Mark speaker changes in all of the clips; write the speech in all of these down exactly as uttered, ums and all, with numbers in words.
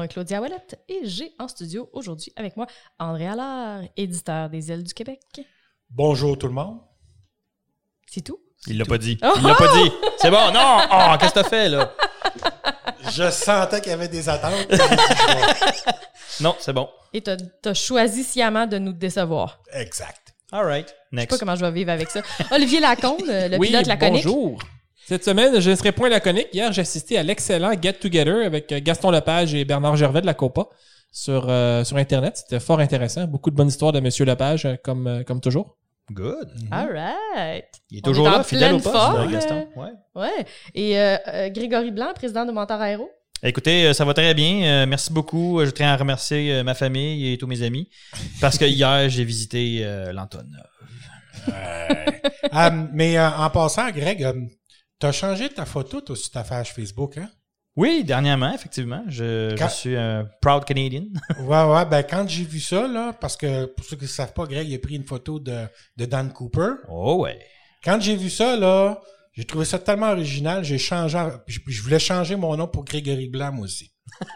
Speaker 1: est Claudia Ouellette et j'ai en studio aujourd'hui avec moi André Allard, éditeur des Ailes du Québec.
Speaker 2: Bonjour tout le monde.
Speaker 1: C'est tout?
Speaker 3: Il l'a pas dit.
Speaker 1: Oh!
Speaker 3: Il l'a pas dit. C'est bon, non! Oh, qu'est-ce que t'as fait, là?
Speaker 2: Je sentais qu'il y avait des attentes.
Speaker 3: Non, c'est bon.
Speaker 1: Et t'as, t'as choisi sciemment de nous décevoir.
Speaker 2: Exact.
Speaker 3: All right.
Speaker 1: Je sais
Speaker 3: Next.
Speaker 1: pas comment je vais vivre avec ça. Olivier Lacombe, le, le
Speaker 4: Oui,
Speaker 1: pilote laconique.
Speaker 4: bonjour. Cette semaine, je ne serai point laconique. Hier, j'ai assisté à l'excellent Get Together avec Gaston Lepage et Bernard Gervais de la Copa sur, euh, sur Internet. C'était fort intéressant. Beaucoup de bonnes histoires de M. Lepage, euh, comme, euh, comme toujours.
Speaker 3: Good.
Speaker 1: All right.
Speaker 3: Il est
Speaker 1: On
Speaker 3: toujours
Speaker 1: est en
Speaker 3: là, fidèle au
Speaker 1: pleine
Speaker 3: poste,
Speaker 1: forme,
Speaker 3: là, Gaston.
Speaker 1: euh,
Speaker 3: Ouais.
Speaker 1: Ouais. Et euh, euh, Grégory Blanc, président de Montard Aéro.
Speaker 3: Écoutez, euh, ça va très bien. Euh, merci beaucoup. Je tiens à remercier euh, ma famille et tous mes amis parce que hier, j'ai visité euh, l'Antonov.
Speaker 2: Ouais. um, mais euh, en passant, Greg, um, t'as changé ta photo toi, sur ta page Facebook, hein?
Speaker 3: Oui, dernièrement, effectivement. Je,
Speaker 2: Quand-
Speaker 3: je suis un proud Canadian.
Speaker 2: Ouais, ouais. Ben, quand j'ai vu ça, là, parce que pour ceux qui ne savent pas, Greg, il a pris une photo de, de Dan Cooper.
Speaker 3: Oh ouais.
Speaker 2: Quand j'ai vu ça, là, j'ai trouvé ça tellement original, j'ai changé, je, je voulais changer mon nom pour Grégory Blanc, moi aussi.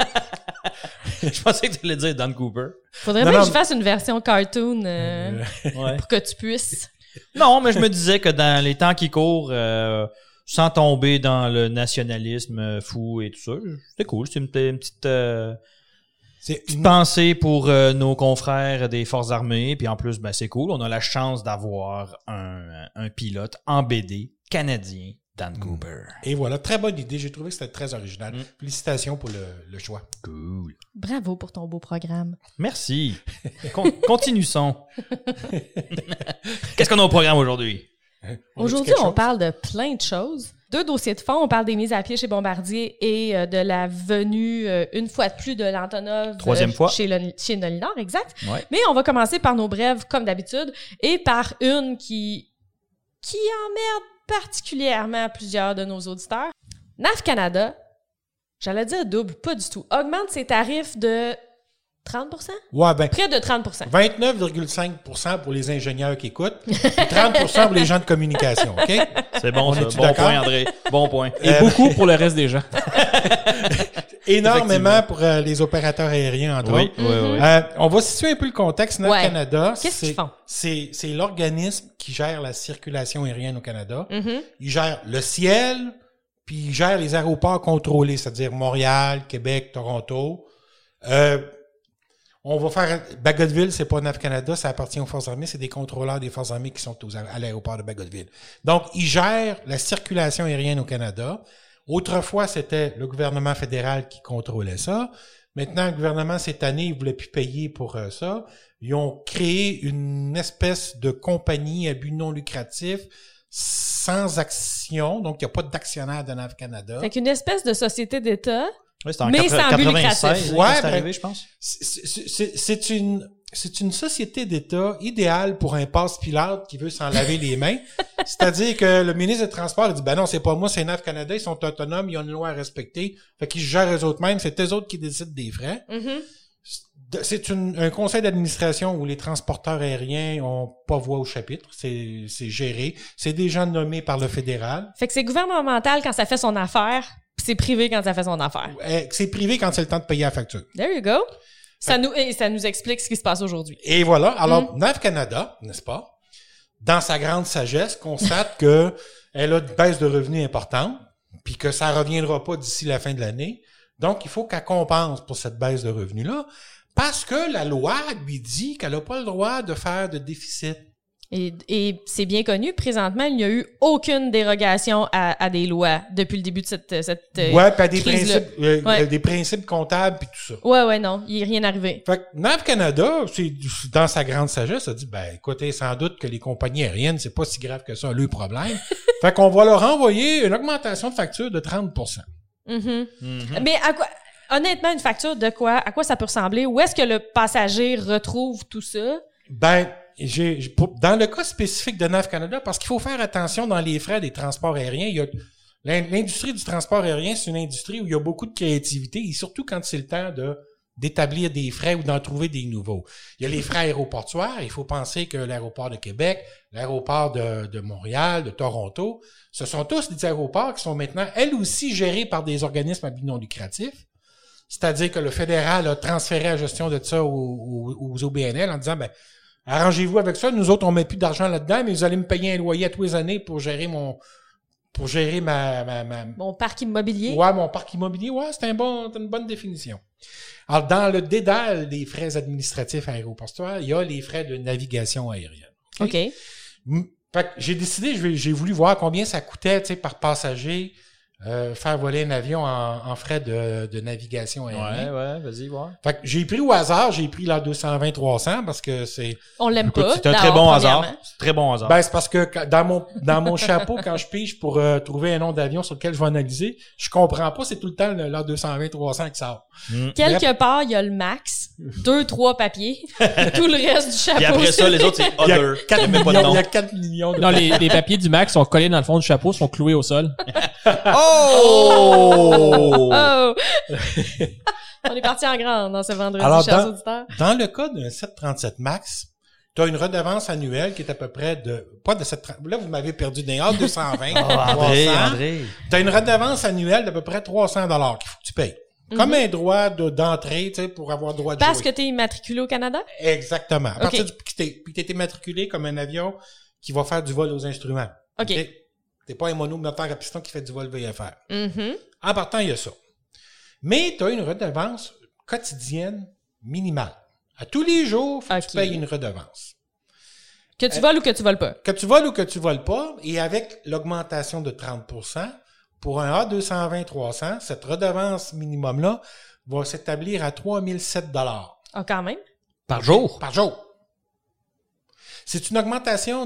Speaker 3: Je pensais que tu allais dire Dan Cooper.
Speaker 1: Faudrait
Speaker 2: Non,
Speaker 1: bien
Speaker 2: non,
Speaker 1: que je fasse une version cartoon euh,
Speaker 3: Ouais.
Speaker 1: pour que tu puisses.
Speaker 3: Non, mais je me disais que dans les temps qui courent, euh, sans tomber dans le nationalisme euh, fou et tout ça, c'était cool. C'était une, une petite, euh,
Speaker 2: C'est
Speaker 3: petite
Speaker 2: une...
Speaker 3: pensée pour euh, nos confrères des Forces armées. Puis en plus, ben, c'est cool. On a la chance d'avoir un, un pilote en B D canadien, Dan Cooper.
Speaker 2: Et voilà, très bonne idée. J'ai trouvé que c'était très original.
Speaker 3: Mm.
Speaker 2: Félicitations pour le, le choix.
Speaker 3: Cool.
Speaker 1: Bravo pour ton beau programme.
Speaker 3: Merci. Con- continue son. Qu'est-ce qu'on a au programme aujourd'hui?
Speaker 2: On
Speaker 1: Aujourd'hui,
Speaker 2: a-tu quelque
Speaker 1: on
Speaker 2: chose?
Speaker 1: parle de plein de choses. Deux dossiers de fond. On parle des mises à pied chez Bombardier et euh, de la venue, euh, une fois de plus, de l'Antonov.
Speaker 3: Troisième
Speaker 1: euh,
Speaker 3: fois.
Speaker 1: Chez, le, chez Nolinor, exact.
Speaker 3: Ouais.
Speaker 1: Mais on va commencer par nos brèves, comme d'habitude, et par une qui, qui emmerde particulièrement plusieurs de nos auditeurs. N A F Canada, j'allais dire double, pas du tout, augmente ses tarifs de trente pour cent?
Speaker 2: Ouais, ben,
Speaker 1: Près de trente pour cent.
Speaker 2: vingt-neuf virgule cinq pour cent pour les ingénieurs qui écoutent, puis trente pour cent pour les gens de communication, OK?
Speaker 3: C'est bon,
Speaker 2: On
Speaker 3: ça.
Speaker 2: est-tu
Speaker 3: Bon
Speaker 2: d'accord?
Speaker 3: point, André. Bon point.
Speaker 4: Et
Speaker 2: Euh,
Speaker 4: beaucoup pour le reste des gens.
Speaker 2: Énormément pour euh, les opérateurs aériens, entre
Speaker 3: Oui,
Speaker 2: autres.
Speaker 3: oui, oui.
Speaker 2: Euh, on va situer un peu le contexte. N A F
Speaker 1: Ouais.
Speaker 2: Canada,
Speaker 1: Qu'est-ce
Speaker 2: c'est,
Speaker 1: qu'ils font?
Speaker 2: c'est, c'est l'organisme qui gère la circulation aérienne au Canada.
Speaker 1: Mhm.
Speaker 2: Il gère le ciel, puis il gère les aéroports contrôlés, c'est-à-dire Montréal, Québec, Toronto. Euh, on va faire... Bagotville, c'est pas N A F Canada, ça appartient aux Forces armées, c'est des contrôleurs des Forces armées qui sont aux, à l'aéroport de Bagotville. Donc, il gère la circulation aérienne au Canada. Autrefois, c'était le gouvernement fédéral qui contrôlait ça. Maintenant, le gouvernement, cette année, il voulait plus payer pour euh, ça. Ils ont créé une espèce de compagnie à but non lucratif sans action. Donc, il n'y a pas d'actionnaire de N A F Canada.
Speaker 1: Fait qu'une espèce de société d'État.
Speaker 3: Oui, c'était en
Speaker 1: Mais
Speaker 3: quatre-
Speaker 1: sans but
Speaker 3: quatre-vingt-seize,
Speaker 1: lucratif.
Speaker 3: hein,
Speaker 2: Ouais,
Speaker 3: c'est
Speaker 2: ben-
Speaker 3: arrivé, je pense.
Speaker 2: C'est- C'est c'est- c'est une... C'est une société d'État idéale pour un passe-pilote qui veut s'en laver les mains. C'est-à-dire que le ministre des Transports a dit, ben non, c'est pas moi, c'est N A F Canada, ils sont autonomes, ils ont une loi à respecter. Fait qu'ils gèrent eux autres mêmes, c'est eux autres qui décident des frais.
Speaker 1: Mhm.
Speaker 2: C'est une, un conseil d'administration où les transporteurs aériens ont pas voix au chapitre. C'est, c'est géré. C'est des gens nommés par le fédéral.
Speaker 1: Fait que c'est gouvernemental quand ça fait son affaire, puis c'est privé quand ça fait son affaire.
Speaker 2: Euh, C'est privé quand c'est le temps de payer la facture.
Speaker 1: There you go. Ça nous, et ça nous explique ce qui se passe aujourd'hui.
Speaker 2: Et voilà. Alors, N A F Canada, n'est-ce pas, dans sa grande sagesse, constate que elle a une baisse de revenus importante, puis que ça reviendra pas d'ici la fin de l'année. Donc, il faut qu'elle compense pour cette baisse de revenus-là, parce que la loi lui dit qu'elle n'a pas le droit de faire de déficit.
Speaker 1: Et, et c'est bien connu, présentement, il n'y a eu aucune dérogation à, à des lois depuis le début de cette, cette euh,
Speaker 2: Ouais, puis à des
Speaker 1: crise-là.
Speaker 2: principes, euh,
Speaker 1: Ouais.
Speaker 2: euh, des principes comptables puis tout ça.
Speaker 1: Ouais, ouais, non, il n'est rien arrivé.
Speaker 2: Fait que N A F Canada, c'est dans sa grande sagesse, a dit, ben, écoutez, sans doute que les compagnies aériennes, c'est pas si grave que ça, le problème. Fait qu'on va leur envoyer une augmentation de facture de trente pour cent.
Speaker 1: Mhm.
Speaker 3: Mhm.
Speaker 1: Mais à quoi, honnêtement, une facture de quoi? À quoi ça peut ressembler? Où est-ce que le passager retrouve tout ça?
Speaker 2: Ben, j'ai, j'ai- pour- dans le cas spécifique de N A F Canada, parce qu'il faut faire attention dans les frais des transports aériens, il y a, l'in- l'industrie du transport aérien, c'est une industrie où il y a beaucoup de créativité, et surtout quand c'est le temps de d'établir des frais ou d'en trouver des nouveaux. Il y a les frais aéroportuaires. Il faut penser que l'aéroport de Québec, l'aéroport de, de Montréal, de Toronto, ce sont tous des aéroports qui sont maintenant, elles aussi, gérés par des organismes à but non lucratif. C'est-à-dire que le fédéral a transféré la gestion de ça aux, aux, aux O B N L en disant, ben, arrangez-vous avec ça. Nous autres, on met plus d'argent là-dedans, mais vous allez me payer un loyer à tous les années pour gérer mon, pour gérer ma, ma, ma...
Speaker 1: Mon parc immobilier.
Speaker 2: Ouais, mon parc immobilier. Ouais, c'est un bon, c'est une bonne définition. Alors, dans le dédale des frais administratifs aéroportuaires, il y a les frais de navigation aérienne.
Speaker 1: OK.
Speaker 2: Fait que j'ai décidé, je vais- j'ai voulu voir combien ça coûtait, tu sais, par passager, euh, faire voler un avion en, en frais de, de navigation
Speaker 3: Ouais,
Speaker 2: aérienne.
Speaker 3: ouais, vas-y, voir.
Speaker 2: Fait que j'ai pris au hasard, j'ai pris la deux cent vingt trois cents parce que c'est,
Speaker 1: On l'aime pas.
Speaker 3: C'est un
Speaker 1: d'abord,
Speaker 3: très bon hasard.
Speaker 1: premièrement.
Speaker 3: C'est un très bon hasard.
Speaker 2: ben, c'est parce que quand- dans mon, dans mon chapeau, quand je pige pour euh, trouver un nom d'avion sur lequel je vais analyser, je comprends pas, c'est tout le temps le, l'A deux cent vingt trois cents qui sort.
Speaker 3: Mm.
Speaker 1: Quelque part, il y a le max, deux, trois papiers, tout le reste du chapeau.
Speaker 3: Puis après ça, les autres, c'est
Speaker 2: Il y a
Speaker 3: other.
Speaker 2: quatre
Speaker 3: Il y a même pas de
Speaker 2: millions,
Speaker 3: nom.
Speaker 2: il y a quatre millions de
Speaker 4: Non, les, les papiers du Mac sont collés dans le fond du chapeau, sont cloués au sol.
Speaker 3: Oh!
Speaker 1: Oh! On est parti en grande dans ce vendredi,
Speaker 2: Alors,
Speaker 1: chers
Speaker 2: dans-
Speaker 1: auditeurs.
Speaker 2: Dans le cas d'un sept trente-sept MAX, tu as une redevance annuelle qui est à peu près de, pas de sept trente, là, vous m'avez perdu d'un A deux cent vingt,
Speaker 3: Ah, André,
Speaker 2: trois cents.
Speaker 3: André.
Speaker 2: Tu as une redevance annuelle d'à peu près trois cents dollars qu'il faut que tu payes. Comme un droit de- d'entrée, tu sais, pour avoir droit de
Speaker 1: Mhm. Parce
Speaker 2: jouer.
Speaker 1: que tu es immatriculé au Canada?
Speaker 2: Exactement. À partir
Speaker 1: Ok.
Speaker 2: du, puis t'es, puis t'es immatriculé comme un avion qui va faire du vol aux instruments.
Speaker 1: OK.
Speaker 2: T'es, t'es pas un monomoteur à piston qui fait du vol V F R.
Speaker 1: Mhm.
Speaker 2: En partant, il y a ça. Mais tu as une redevance quotidienne minimale. À tous les jours, faut que
Speaker 1: Ok.
Speaker 2: tu payes une redevance.
Speaker 1: Que tu voles ou que tu voles pas?
Speaker 2: Que tu voles ou que tu voles pas, et avec l'augmentation de trente pour cent, pour un A deux cent vingt trois cents, cette redevance minimum-là va s'établir à trois mille sept dollars
Speaker 1: Ah, quand même.
Speaker 3: Par jour?
Speaker 2: par jour. C'est une augmentation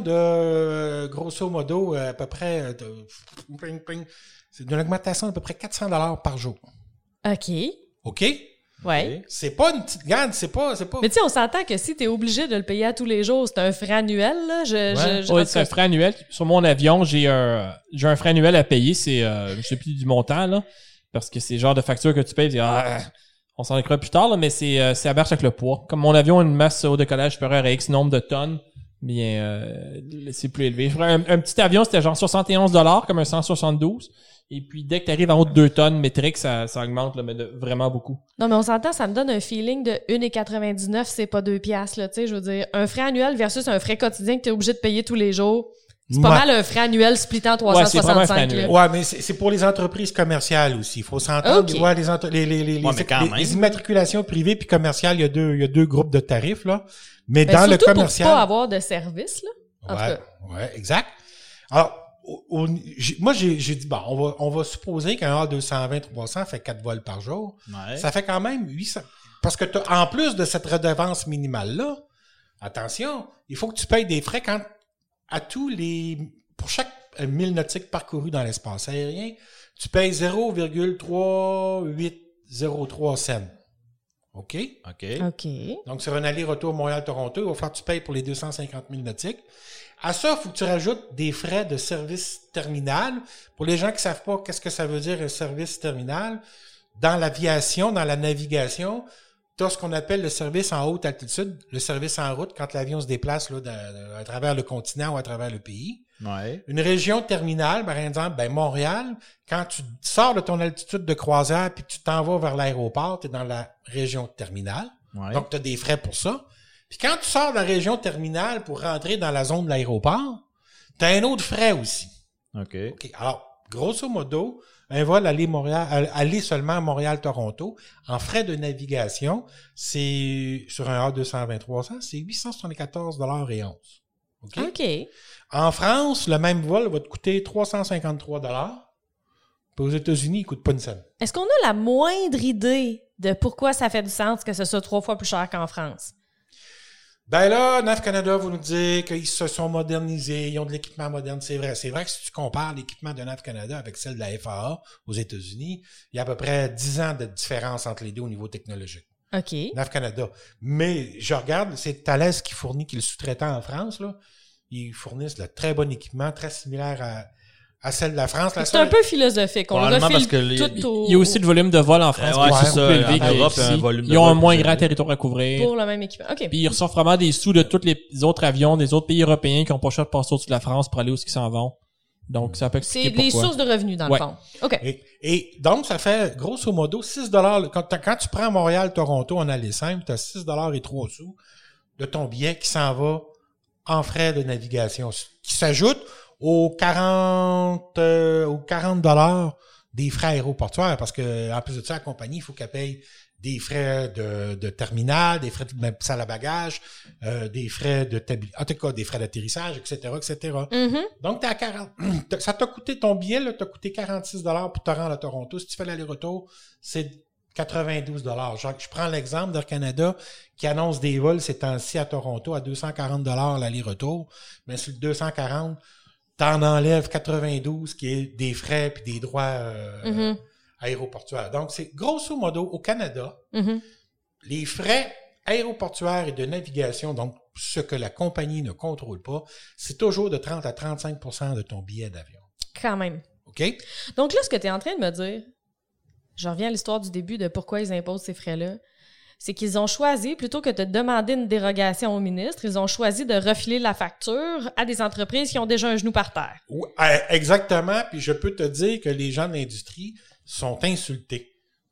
Speaker 2: de, grosso modo, à peu près, de, ping, ping, c'est une augmentation d'à peu près quatre cents dollars par jour.
Speaker 1: OK.
Speaker 2: OK?
Speaker 1: Ouais.
Speaker 3: Ok.
Speaker 2: C'est pas une petite garde, c'est pas, c'est pas.
Speaker 1: Mais tu sais, on s'entend que si tu es obligé de le payer à tous les jours, c'est un frais annuel, là. Je,
Speaker 2: Ouais.
Speaker 1: je, je-
Speaker 4: Ouais,
Speaker 1: en tout
Speaker 4: c'est un
Speaker 1: cas,
Speaker 4: frais annuel. Sur mon avion, j'ai un, j'ai un frais annuel à payer. C'est, euh, je sais plus du montant, là. Parce que c'est le genre de facture que tu payes. Tu dis, ah, on s'en écrira plus tard, là, mais c'est, euh, c'est à marche avec le poids. Comme mon avion a une masse au décollage supérieure à X nombre de tonnes, bien, euh, c'est plus élevé. Je ferais un, un petit avion, c'était genre soixante et onze dollars, comme un cent soixante-douze. Et puis, dès que tu arrives en haut de deux tonnes métriques, ça, ça augmente, là, mais de, vraiment beaucoup.
Speaker 1: Non, mais on s'entend, ça me donne un feeling de un virgule quatre-vingt-dix-neuf, c'est pas deux piastres, là, tu sais, je veux dire, un frais annuel versus un frais quotidien que t'es obligé de payer tous les jours. C'est pas
Speaker 2: Ouais.
Speaker 1: mal un frais annuel splittant trois
Speaker 4: Ouais,
Speaker 1: cent
Speaker 4: c'est vraiment un frais
Speaker 1: soixante-cinq,
Speaker 4: annuel.
Speaker 1: là.
Speaker 2: Ouais, mais c'est c'est pour les entreprises commerciales aussi. Il faut s'entendre.
Speaker 1: Ok.
Speaker 2: Ouais, les, entre- les, les, les,
Speaker 3: Ouais,
Speaker 2: les-
Speaker 3: mais quand
Speaker 2: les-
Speaker 3: même.
Speaker 2: les immatriculations privées puis commerciales, il y a deux, il y a deux groupes de tarifs, là. Mais
Speaker 1: Ben,
Speaker 2: dans le
Speaker 1: surtout
Speaker 2: commercial.
Speaker 1: pour pas avoir de service, là. En
Speaker 2: ouais,
Speaker 1: tout
Speaker 2: ouais, exact. Alors, au- au- j'ai- moi, j'ai j'ai dit, bon, on va, on va supposer qu'un A deux cent vingt trois cents fait quatre vols par jour.
Speaker 3: Ouais.
Speaker 2: Ça fait quand même huit cents. Parce que t'as- en plus de cette redevance minimale-là, attention, il faut que tu payes des frais quand, à tous les, pour chaque euh, mille nautiques parcouru dans l'espace aérien, tu payes zéro virgule trois huit zéro trois cents. OK?
Speaker 3: OK.
Speaker 1: OK.
Speaker 2: Donc, sur un aller-retour Montréal-Toronto, il va falloir que tu payes pour les deux cent cinquante mille nautiques. À ça, il faut que tu rajoutes des frais de service terminal. Pour les gens qui savent pas qu'est-ce que ça veut dire un service terminal, dans l'aviation, dans la navigation, tu as ce qu'on appelle le service en haute altitude, le service en route quand l'avion se déplace là, dans- à travers le continent ou à travers le pays.
Speaker 3: Ouais.
Speaker 2: Une région terminale, par exemple, ben Montréal, quand tu sors de ton altitude de croisière puis tu t'en vas vers l'aéroport, tu es dans la région terminale.
Speaker 3: Ouais.
Speaker 2: Donc, tu as des frais pour ça. Puis quand tu sors de la région terminale pour rentrer dans la zone de l'aéroport, tu as un autre frais aussi.
Speaker 3: OK.
Speaker 2: OK. Alors, grosso modo, un vol aller Montréal, aller seulement à Montréal-Toronto, en frais de navigation, c'est, sur un A deux cent vingt trois cents, c'est huit cent soixante-quatorze dollars et onze. OK?
Speaker 1: OK.
Speaker 2: En France, le même vol va te coûter trois cent cinquante-trois dollars. Puis aux États-Unis, il coûte pas une scène.
Speaker 1: Est-ce qu'on a la moindre idée de pourquoi ça fait du sens que ce soit trois fois plus cher qu'en France?
Speaker 2: Ben là, N A V Canada va nous dire qu'ils se sont modernisés, ils ont de l'équipement moderne. C'est vrai. C'est vrai que si tu compares l'équipement de N A V Canada avec celle de la F A A aux États-Unis, il y a à peu près dix ans de différence entre les deux au niveau technologique.
Speaker 1: OK.
Speaker 2: N A V Canada. Mais je regarde, c'est Thales qui fournit, qui est le sous-traitant en France, là. Ils fournissent de très bon équipement, très similaire à, à celle de la France. La
Speaker 1: C'est un
Speaker 2: seule-
Speaker 1: peu philosophique. On le
Speaker 3: Probablement
Speaker 1: refile
Speaker 3: parce que les-
Speaker 1: tout au,
Speaker 4: Il y a aussi le volume de vol en France.
Speaker 3: Euh, ouais,
Speaker 4: qui est
Speaker 3: c'est
Speaker 4: beaucoup
Speaker 3: ça.
Speaker 4: plus élevé
Speaker 3: En Europe,
Speaker 4: qu'ici.
Speaker 3: il y a un volume de
Speaker 4: Ils ont un
Speaker 3: vol
Speaker 4: moins
Speaker 3: plus
Speaker 4: grand
Speaker 3: élevé.
Speaker 4: territoire à couvrir.
Speaker 1: pour le même équipement. OK.
Speaker 4: Puis ils reçoivent vraiment des sous de tous les autres avions des autres pays européens qui ont pas le choix de passer au-dessus de la France pour aller où ils s'en vont. Donc, ça peut
Speaker 1: C'est
Speaker 4: expliquer
Speaker 1: les
Speaker 4: pourquoi.
Speaker 1: sources de revenus, dans
Speaker 4: Ouais.
Speaker 1: le fond. OK.
Speaker 2: Et, et donc, ça fait grosso modo six dollars. Quand, quand tu prends Montréal-Toronto en aller simple, tu as six dollars et trois sous de ton billet qui s'en va en frais de navigation, qui s'ajoute aux quarante, euh, aux quarante dollars des frais aéroportuaires, parce que en plus de ça, la compagnie, il faut qu'elle paye des frais de, de terminal, des frais de même salle à bagages, euh, des frais de tabi- en tout cas, des frais d'atterrissage, et cetera, et cetera.
Speaker 1: Mhm.
Speaker 2: Donc, t'es à quarante. Ça t'a coûté ton billet, là, t'a coûté quarante-six dollars pour te rendre à Toronto. Si tu fais l'aller-retour, c'est quatre-vingt-douze dollars. Genre, je prends l'exemple d'Air Canada qui annonce des vols ces temps-ci à Toronto à deux cent quarante dollars l'aller-retour. Mais sur le deux cent quarante, t'en enlèves quatre-vingt-douze qui est des frais puis des droits euh,
Speaker 1: Mhm.
Speaker 2: aéroportuaires. Donc, c'est grosso modo au Canada,
Speaker 1: Mhm.
Speaker 2: les frais aéroportuaires et de navigation, donc ce que la compagnie ne contrôle pas, c'est toujours de trente à trente-cinq pour cent de ton billet d'avion.
Speaker 1: Quand même.
Speaker 2: OK?
Speaker 1: Donc là, ce que tu es en train de me dire, je reviens à l'histoire du début de pourquoi ils imposent ces frais-là, c'est qu'ils ont choisi, plutôt que de demander une dérogation au ministre, ils ont choisi de refiler la facture à des entreprises qui ont déjà un genou par terre.
Speaker 2: Oui, euh, exactement. Puis je peux te dire que les gens de l'industrie sont insultés.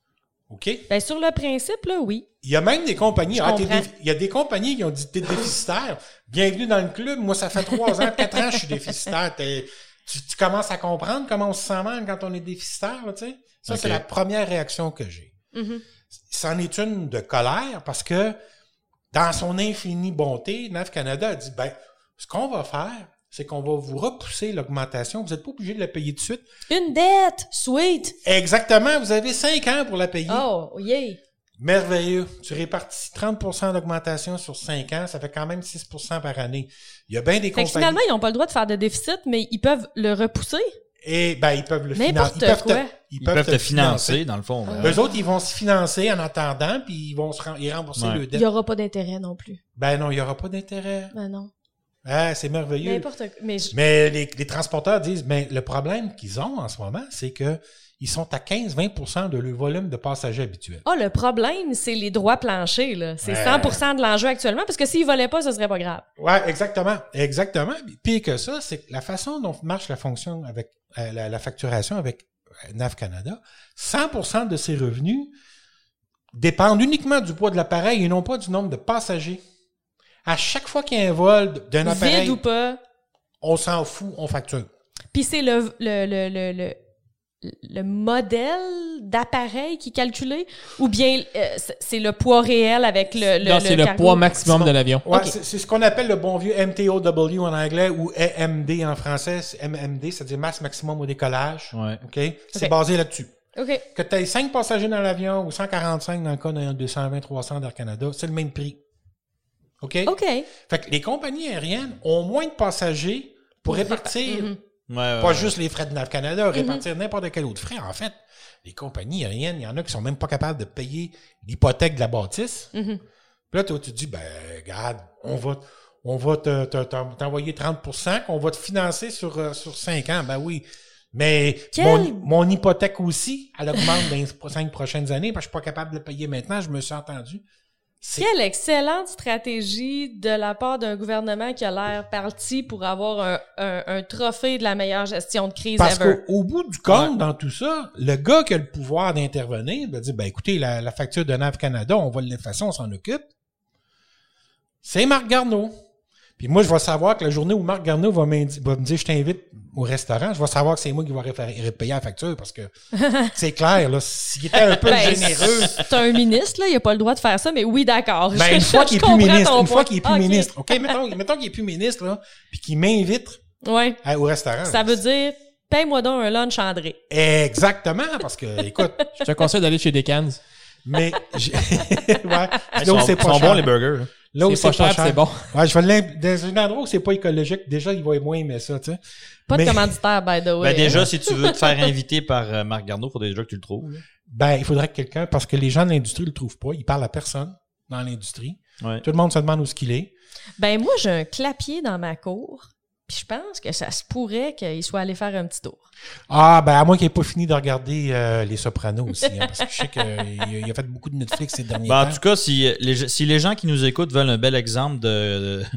Speaker 2: OK?
Speaker 1: Bien, sur le principe, là, oui.
Speaker 2: Il y a même des compagnies,
Speaker 1: Je
Speaker 2: ah, t'es
Speaker 1: comprends.
Speaker 2: défi- il y a des compagnies qui ont dit t'es déficitaire. Bienvenue dans le club. Moi, ça fait trois ans, quatre ans que je suis déficitaire. T'es- tu, tu commences à comprendre comment on se sent mal quand on est déficitaire, là, tu sais? Ça,
Speaker 3: Ok.
Speaker 2: c'est la première réaction que j'ai.
Speaker 1: Mhm.
Speaker 2: C'en est une de colère parce que dans son infinie bonté, N A V Canada a dit, ben, ce qu'on va faire, c'est qu'on va vous repousser l'augmentation. Vous n'êtes pas obligé de la payer tout de suite.
Speaker 1: Une dette! Sweet!
Speaker 2: Exactement. Vous avez cinq ans pour la payer.
Speaker 1: Oh, yeah!
Speaker 2: Merveilleux. Tu répartis trente pour cent d'augmentation sur cinq ans. Ça fait quand même six pour cent par année. Il y a bien des
Speaker 1: Fait que
Speaker 2: compagnies.
Speaker 1: finalement, ils n'ont pas le droit de faire de déficit, mais ils peuvent le repousser.
Speaker 2: Et, ben, ils peuvent le financer.
Speaker 1: N'importe
Speaker 2: Ils peuvent
Speaker 1: quoi.
Speaker 2: te,
Speaker 3: Ils peuvent te financer, dans le fond. ben.
Speaker 2: Eux autres, ils vont se financer en attendant, puis ils vont se rem- ils rembourser
Speaker 3: Ouais.
Speaker 2: le
Speaker 1: Il
Speaker 2: dette.
Speaker 1: n'y aura pas d'intérêt non plus.
Speaker 2: Ben non, il n'y aura pas d'intérêt.
Speaker 1: Ben non.
Speaker 2: Ah, c'est merveilleux.
Speaker 1: N'importe quoi. Mais je-
Speaker 2: Mais les, les transporteurs disent, ben, le problème qu'ils ont en ce moment, c'est que ils sont à quinze à vingt pour cent de leur volume de passagers habituels.
Speaker 1: Ah, le problème, c'est les droits planchers, là. C'est
Speaker 2: Ouais.
Speaker 1: cent pour cent de l'enjeu actuellement, parce que s'ils volaient pas, ce serait pas grave.
Speaker 2: Ouais, exactement. Exactement. Puis pire que ça, c'est que la façon dont marche la fonction avec euh, la, la facturation avec euh, N A V Canada, cent pour cent de ses revenus dépendent uniquement du poids de l'appareil et non pas du nombre de passagers. À chaque fois qu'il y a un vol d'un appareil,
Speaker 1: Vide ou pas.
Speaker 2: on s'en fout, on facture.
Speaker 1: Puis c'est le, le, le, le, le, le modèle d'appareil qui est calculé, ou bien euh, c'est- c'est le poids réel avec le, le
Speaker 4: Non, c'est le
Speaker 1: cargo?
Speaker 4: poids maximum de l'avion.
Speaker 2: Ouais,
Speaker 1: Ok.
Speaker 2: c'est, c'est ce qu'on appelle le bon vieux M T O W en anglais ou A M D en français. C'est M M D, c'est-à-dire masse maximum au décollage.
Speaker 3: Ouais.
Speaker 2: OK? C'est
Speaker 1: Ok.
Speaker 2: basé là-dessus.
Speaker 1: OK.
Speaker 2: Que tu aies cinq passagers dans l'avion ou cent quarante-cinq dans le cas d'un deux cent vingt trois cents d'Air Canada, c'est le même prix. OK?
Speaker 1: OK.
Speaker 2: Fait que les compagnies aériennes ont moins de passagers pour répartir,
Speaker 1: Mhm.
Speaker 3: Ouais, ouais,
Speaker 2: pas
Speaker 3: ouais.
Speaker 2: juste les frais de N A V Canada, répartir n'importe quel autre frais. En fait, les compagnies aériennes, il y en a qui sont même pas capables de payer l'hypothèque de la bâtisse.
Speaker 1: Mhm.
Speaker 2: Puis là, toi, tu te dis, ben, regarde, on va, on va te, te- te- t'envoyer trente pour cent, qu'on va te financer sur, euh, sur cinq ans. Ben oui. Mais
Speaker 1: Quel-
Speaker 2: mon, mon hypothèque aussi, elle augmente dans les cinq prochaines années, parce que je suis pas capable de le payer maintenant, je me suis entendu. C'est,
Speaker 1: Quelle excellente stratégie de la part d'un gouvernement qui a l'air parti pour avoir un, un, un trophée de la meilleure gestion de crise
Speaker 2: parce
Speaker 1: ever.
Speaker 2: qu'au au bout du compte, dans tout ça, le gars qui a le pouvoir d'intervenir, va dire, ben écoutez, la, la facture de N A V Canada, on va l'effacer, on s'en occupe. C'est Marc Garneau. Puis moi, je vais savoir que la journée où Marc Garneau va, m'indi- va me dire, je t'invite au restaurant, je vais savoir que c'est moi qui vais référer- payer la facture parce que c'est clair, là, s'il était un peu
Speaker 1: Ben,
Speaker 2: généreux.
Speaker 1: c'est un ministre, là, il a pas le droit de faire ça, mais oui, d'accord.
Speaker 2: Ben,
Speaker 1: Je-
Speaker 2: une fois
Speaker 1: je
Speaker 2: qu'il est plus
Speaker 1: comprends
Speaker 2: ministre,
Speaker 1: ton
Speaker 2: une fois
Speaker 1: point.
Speaker 2: qu'il est plus
Speaker 1: Ok.
Speaker 2: ministre, OK, mettons, mettons qu'il est plus ministre, là, puis qu'il m'invite
Speaker 1: Ouais.
Speaker 2: à- au restaurant.
Speaker 1: Ça veut dire, paye-moi donc un lunch, André.
Speaker 2: Exactement, parce que, écoute,
Speaker 4: Je te conseille d'aller chez Decans.
Speaker 2: mais, j'ai- ouais, là
Speaker 3: Ils
Speaker 2: où
Speaker 3: sont,
Speaker 2: c'est pas
Speaker 3: sont
Speaker 2: cher.
Speaker 3: bons, les burgers.
Speaker 2: Là où
Speaker 4: C'est pas cher, c'est bon.
Speaker 2: Ouais, je vais l'im- dans un endroit où c'est pas écologique, déjà, il va moins aimer ça, tu sais.
Speaker 1: Pas
Speaker 2: Mais-
Speaker 1: de commanditaire, by the way.
Speaker 3: Ben déjà, si tu veux te faire inviter par euh, Marc Garneau, il faudrait déjà que tu le trouves. là.
Speaker 2: Ben, il faudrait que quelqu'un, parce que les gens de l'industrie le trouvent pas, ils parlent à personne dans l'industrie.
Speaker 3: Ouais.
Speaker 2: Tout le monde se demande où ce qu'il est.
Speaker 1: Ben moi, j'ai un clapier dans ma cour, puis je pense que ça se pourrait qu'il soit allé faire un petit tour.
Speaker 2: Ah, ben, à moins qu'il ait pas fini de regarder euh, Les Sopranos aussi, hein, parce que je sais qu'il a fait beaucoup de Netflix ces derniers
Speaker 3: Ben, en
Speaker 2: temps.
Speaker 3: tout cas, si les, si les gens qui nous écoutent veulent un bel exemple de,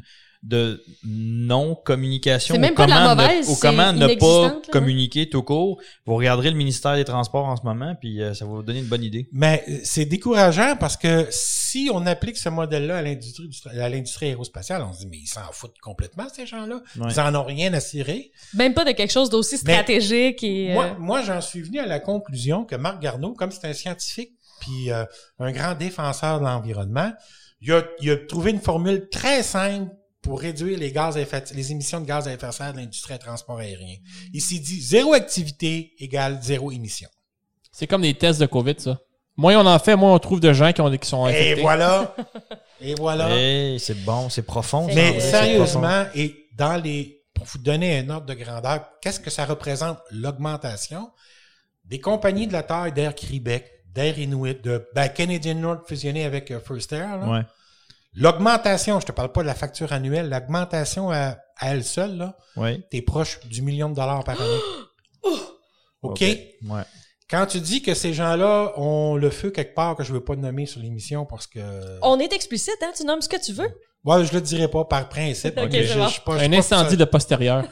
Speaker 3: de non-communication.
Speaker 1: C'est même
Speaker 3: ou
Speaker 1: pas de la
Speaker 3: comment
Speaker 1: mauvaise,
Speaker 3: ne, ou
Speaker 1: c'est
Speaker 3: comment ne pas
Speaker 1: inexistante, là.
Speaker 3: communiquer tout court. Vous regarderez le ministère des Transports en ce moment, puis euh, ça va vous donner une bonne idée.
Speaker 2: Mais euh, c'est décourageant parce que si on applique ce modèle-là à l'industrie du- à l'industrie aérospatiale, on se dit, mais ils s'en foutent complètement, ces gens-là.
Speaker 3: Ouais.
Speaker 2: Ils en ont rien à cirer.
Speaker 1: Même pas de quelque chose d'aussi
Speaker 2: Mais
Speaker 1: stratégique et... euh,
Speaker 2: Moi, moi j'en suis venu à la conclusion que Marc Garneau, comme c'est un scientifique puis euh, un grand défenseur de l'environnement, il a, il a trouvé une formule très simple pour réduire les gaz à effet, les émissions de gaz à effet de serre de l'industrie de transport aérien. Il s'est dit zéro activité égale zéro émission.
Speaker 4: C'est comme des tests de COVID, ça. Moins on en fait, moins on trouve de gens qui, ont, qui sont infectés.
Speaker 2: Et voilà. Et voilà.
Speaker 3: Hey, c'est bon, c'est profond. ça.
Speaker 2: Mais
Speaker 1: Ouais,
Speaker 2: sérieusement, et dans les, pour vous donner un ordre de grandeur, qu'est-ce que ça représente l'augmentation des compagnies de la taille d'Air Québec, d'Air Inuit, de ben, Canadian North fusionné avec euh, First Air, là.
Speaker 3: Ouais.
Speaker 2: L'augmentation, je te parle pas de la facture annuelle, l'augmentation à, à elle seule, là,
Speaker 3: Ouais.
Speaker 2: t'es proche du million de dollars par année. OK?
Speaker 3: Ouais.
Speaker 2: Quand tu dis que ces gens-là ont le feu quelque part que je veux pas nommer sur l'émission parce que...
Speaker 1: On est explicite, hein? Tu nommes ce que tu veux.
Speaker 2: Ouais, je le dirai pas par principe.
Speaker 1: Ok,
Speaker 2: OK,
Speaker 1: c'est
Speaker 2: je,
Speaker 1: bon.
Speaker 2: je suis pas, je suis
Speaker 4: Un
Speaker 2: pas
Speaker 4: incendie
Speaker 2: ça-
Speaker 4: de postérieur.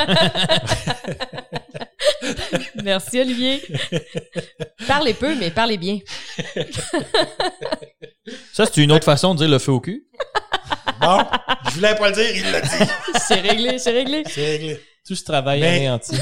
Speaker 1: Merci, Olivier. Parlez peu, mais parlez bien.
Speaker 3: Ça, c'est une autre façon de dire le feu au cul.
Speaker 2: Bon, je voulais pas le dire, il l'a dit.
Speaker 1: C'est réglé, c'est réglé.
Speaker 2: C'est réglé.
Speaker 4: Tout ce travail
Speaker 2: Mais-
Speaker 4: anéanti.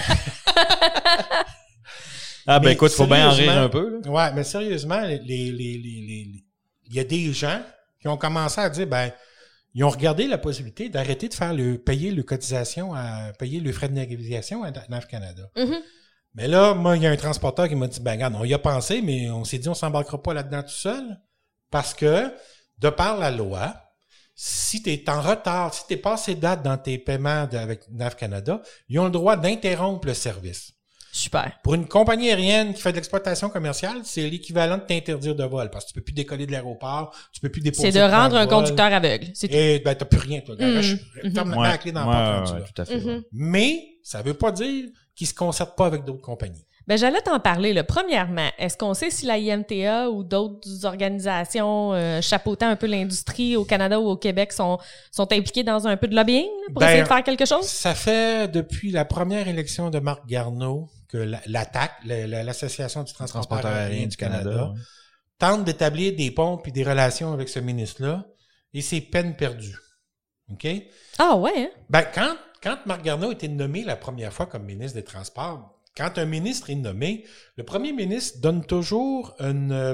Speaker 3: Ah, ben
Speaker 2: Mais
Speaker 3: écoute, faut bien en rire
Speaker 2: sérieusement-
Speaker 3: un peu. Là.
Speaker 2: Ouais, mais sérieusement, les, les, les, les, les- il y a des gens qui ont commencé à dire, ben, ils ont regardé la possibilité d'arrêter de faire le, payer le cotisation à, payer le frais de navigation à N A V Canada.
Speaker 1: Mhm.
Speaker 2: Mais là, moi, il y a un transporteur qui m'a dit, ben, regarde, on y a pensé, mais on s'est dit, on s'embarquera pas là-dedans tout seul. Parce que, de par la loi, si tu es en retard, si tu es passé date dans tes paiements de- avec N A V Canada, ils ont le droit d'interrompre le service.
Speaker 1: Super.
Speaker 2: Pour une compagnie aérienne qui fait de l'exploitation commerciale, c'est l'équivalent de t'interdire de vol parce que tu peux plus décoller de l'aéroport, tu peux plus déposer
Speaker 1: C'est de rendre un
Speaker 2: plan vol,
Speaker 1: conducteur aveugle. C'est tout.
Speaker 2: et ben t'as plus rien toi.
Speaker 1: Mhm.
Speaker 2: Arrache- Ferme
Speaker 3: Ouais.
Speaker 2: la clé dans la
Speaker 3: Ouais,
Speaker 2: porte
Speaker 3: ouais,
Speaker 2: rendu
Speaker 3: ouais,
Speaker 2: là.
Speaker 3: tout à fait.
Speaker 1: Mhm.
Speaker 3: ouais.
Speaker 2: Mais ça veut pas dire qu'ils se concertent pas avec d'autres compagnies.
Speaker 1: Ben, j'allais t'en parler. Là. Premièrement, est-ce qu'on sait si la I M T A ou d'autres organisations euh, chapeautant un peu l'industrie au Canada ou au Québec sont, sont impliquées dans un peu de lobbying là, pour
Speaker 2: Ben,
Speaker 1: essayer de faire quelque chose?
Speaker 2: Ça fait depuis la première élection de Marc Garneau que la- l'A T A C, le- la- l'Association du transporteur aérien du Canada,
Speaker 3: ouais.
Speaker 2: tente d'établir des ponts puis des relations avec ce ministre-là et c'est peine perdue. OK?
Speaker 1: Ah ouais, hein?
Speaker 2: Ben, quand, quand Marc Garneau a été nommé la première fois comme ministre des Transports, quand un ministre est nommé, le premier ministre donne toujours une, euh,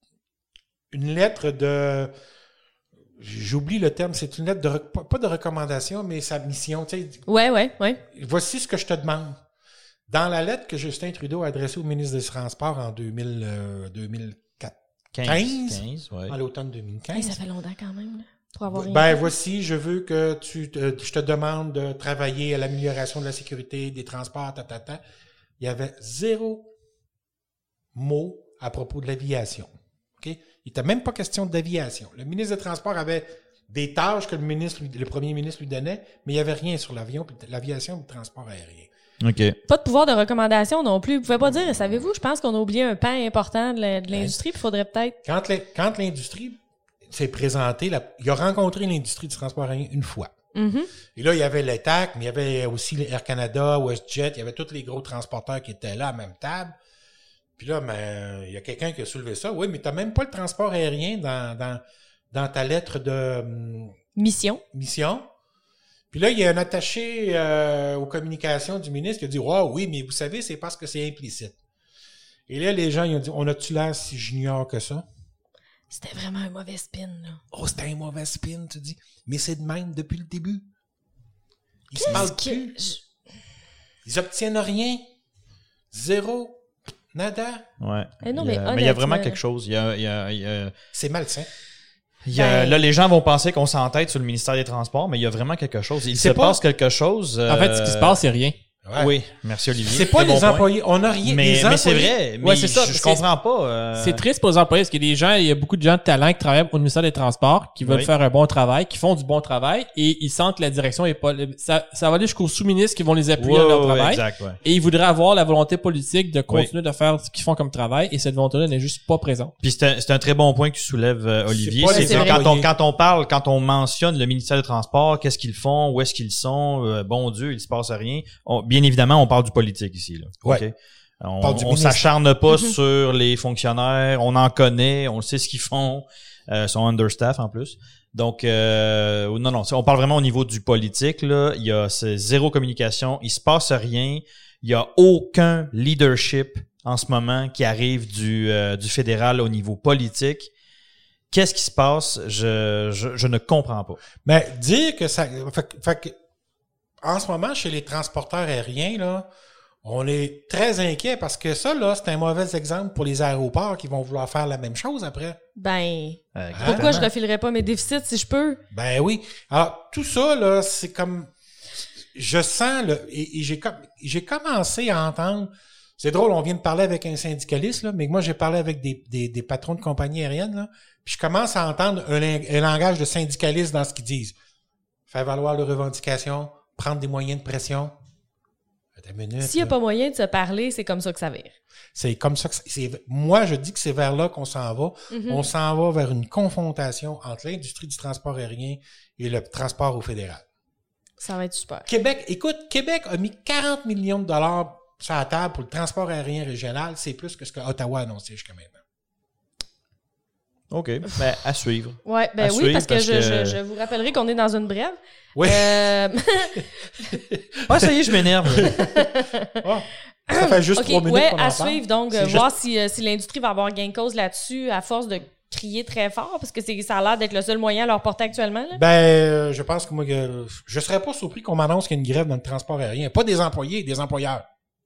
Speaker 2: une lettre de... J'oublie le terme, c'est une lettre de... rec- pas- Pas de recommandation, mais sa mission. Tu sais,
Speaker 1: Ouais, ouais, ouais.
Speaker 2: voici ce que je te demande. Dans la lettre que Justin Trudeau a adressée au ministre des Transports en deux mille, euh, deux mille quatre,
Speaker 3: quinze.
Speaker 2: quinze,
Speaker 3: quinze, ouais.
Speaker 2: à l'automne deux mille quinze.
Speaker 1: Hey, ça fait longtemps quand même, là, pour avoir rien
Speaker 2: Ben
Speaker 1: fait.
Speaker 2: voici, je veux que tu, te- je te demande de travailler à l'amélioration de la sécurité des transports, ta, ta, ta. Il y avait zéro mot à propos de l'aviation. OK? Il n'était même pas question d'aviation. Le ministre des Transports avait des tâches que le ministre, lui- le premier ministre lui donnait, mais il n'y avait rien sur l'avion, puis l'aviation et le transport aérien.
Speaker 3: OK.
Speaker 1: Pas de pouvoir de recommandation non plus. Vous pouvez pas dire, savez-vous, je pense qu'on a oublié un pan important de la- de l'industrie, puis il faudrait peut-être...
Speaker 2: Quand l'in- quand l'industrie s'est présentée, la- il a rencontré l'industrie du transport aérien une fois.
Speaker 1: Mhm.
Speaker 2: Et là, il y avait l'A T A C, mais il y avait aussi les Air Canada, WestJet, il y avait tous les gros transporteurs qui étaient là à la même table. Puis là, ben, il y a quelqu'un qui a soulevé ça. Oui, mais tu n'as même pas le transport aérien dans, dans, dans ta lettre de hum,
Speaker 1: Mission.
Speaker 2: mission. Puis là, il y a un attaché euh, aux communications du ministre qui a dit « Oh, oui, mais vous savez, c'est parce que c'est implicite. » Et là, les gens, ils ont dit « On a-tu l'air si junior que ça? »
Speaker 1: C'était vraiment un mauvais spin, là.
Speaker 2: Oh, c'était un mauvais spin, tu dis. Mais c'est de même depuis le début. Ils se
Speaker 1: Parce
Speaker 2: parlent
Speaker 1: que
Speaker 2: plus.
Speaker 1: je-
Speaker 2: Ils obtiennent rien. Zéro. Nada.
Speaker 3: Ouais.
Speaker 1: Eh non,
Speaker 3: il y a,
Speaker 1: mais
Speaker 3: mais il y a vraiment
Speaker 1: honnêtement-
Speaker 3: quelque chose. Il y a, il y a, il y a-
Speaker 2: C'est malsain.
Speaker 3: il y a-
Speaker 1: Ben-
Speaker 3: là, les gens vont penser qu'on s'entête sur le ministère des Transports, mais il y a vraiment quelque chose. Il
Speaker 2: C'est
Speaker 3: se
Speaker 2: pas-
Speaker 3: passe quelque chose.
Speaker 4: En fait, ce qui se passe, c'est rien.
Speaker 2: Ouais.
Speaker 3: Oui, merci Olivier.
Speaker 2: C'est pas
Speaker 3: Très
Speaker 2: les
Speaker 3: bon point.
Speaker 2: employés. On n'a rien.
Speaker 3: Mais,
Speaker 2: les
Speaker 3: mais c'est
Speaker 2: employés-
Speaker 3: vrai. Mais
Speaker 4: Ouais, c'est ça.
Speaker 3: Je, je
Speaker 4: C'est-
Speaker 3: comprends pas. euh,
Speaker 4: C'est triste pour les employés parce qu'il y a des gens, il y a beaucoup de gens de talent qui travaillent au ministère des Transports, qui veulent
Speaker 3: Oui.
Speaker 4: faire un bon travail, qui font du bon travail et ils sentent que la direction est pas, ça, ça va aller jusqu'aux sous-ministres qui vont les appuyer
Speaker 3: ouais,
Speaker 4: dans leur
Speaker 3: ouais,
Speaker 4: travail.
Speaker 3: Exact, ouais.
Speaker 4: Et ils voudraient avoir la volonté politique de continuer de faire ce qu'ils font comme travail et cette volonté-là n'est juste pas présente.
Speaker 3: Puis c'est un, c'est un très bon point que tu soulèves, euh, Olivier.
Speaker 2: pas
Speaker 3: C'est
Speaker 1: les
Speaker 3: que quand on,
Speaker 2: employés.
Speaker 3: quand on parle, quand on mentionne le ministère des Transports, qu'est-ce qu'ils font, où est-ce qu'ils sont, euh, bon Dieu, il se passe rien. On- bien évidemment, on parle du politique ici. Là.
Speaker 2: Ouais.
Speaker 3: OK? On,
Speaker 2: parle du
Speaker 3: on
Speaker 2: ministre.
Speaker 3: s'acharne pas
Speaker 1: Mhm.
Speaker 3: sur les fonctionnaires, on en connaît, on sait ce qu'ils font, euh, ils sont understaff en plus. Donc euh, non non, on parle vraiment au niveau du politique là, il y a c'est zéro communication, il se passe rien, il y a aucun leadership en ce moment qui arrive du euh, du fédéral au niveau politique. Qu'est-ce qui se passe? Je je, je ne comprends pas.
Speaker 2: Mais dire que ça, fait, fait que, en ce moment, chez les transporteurs aériens, là, on est très inquiet parce que ça, là, c'est un mauvais exemple pour les aéroports qui vont vouloir faire la même chose après.
Speaker 1: Ben,
Speaker 3: Euh,
Speaker 2: Hein?
Speaker 1: pourquoi je refilerais pas mes déficits si je peux?
Speaker 2: Ben oui. Alors, tout ça, là, c'est comme, je sens, le, et, et j'ai, com- j'ai commencé à entendre, c'est drôle, on vient de parler avec un syndicaliste, là, mais moi, j'ai parlé avec des, des, des patrons de compagnies aériennes, là, puis je commence à entendre un, ling- un langage de syndicaliste dans ce qu'ils disent. Faire valoir leurs revendications, prendre des moyens de pression. Attends une minute,
Speaker 1: S'il n'y a
Speaker 2: là.
Speaker 1: pas moyen de se parler, c'est comme ça que ça vire.
Speaker 2: C'est comme ça que c'est, c'est- moi, je dis que c'est vers là qu'on s'en va.
Speaker 1: Mhm.
Speaker 2: On s'en va vers une confrontation entre l'industrie du transport aérien et le transport au fédéral.
Speaker 1: Ça va être super.
Speaker 2: Québec, écoute, Québec a mis quarante millions de dollars sur la table pour le transport aérien régional. C'est plus que ce que Ottawa a annoncé jusqu'à maintenant.
Speaker 3: OK, ben à suivre.
Speaker 1: Ouais, ben
Speaker 3: À
Speaker 1: oui,
Speaker 3: suivre
Speaker 1: parce que,
Speaker 3: parce
Speaker 1: je,
Speaker 3: que-
Speaker 1: Je, je vous rappellerai qu'on est dans une brève.
Speaker 2: Oui.
Speaker 1: Euh,
Speaker 3: Ah ça y est, je m'énerve.
Speaker 2: Ah, ça fait juste
Speaker 1: OK,
Speaker 2: trois minutes
Speaker 1: ouais,
Speaker 2: qu'on en
Speaker 1: à
Speaker 2: parle.
Speaker 1: suivre. Donc,
Speaker 2: C'est
Speaker 1: euh,
Speaker 2: juste-
Speaker 1: voir si, euh, si l'industrie va avoir gain de cause là-dessus à force de crier très fort, parce que c'est, ça a l'air d'être le seul moyen à leur porter actuellement. Là.
Speaker 2: Ben, euh, je pense que moi, que, je serais pas surpris qu'on m'annonce qu'il y a une grève dans le transport aérien. Pas des employés, des employeurs.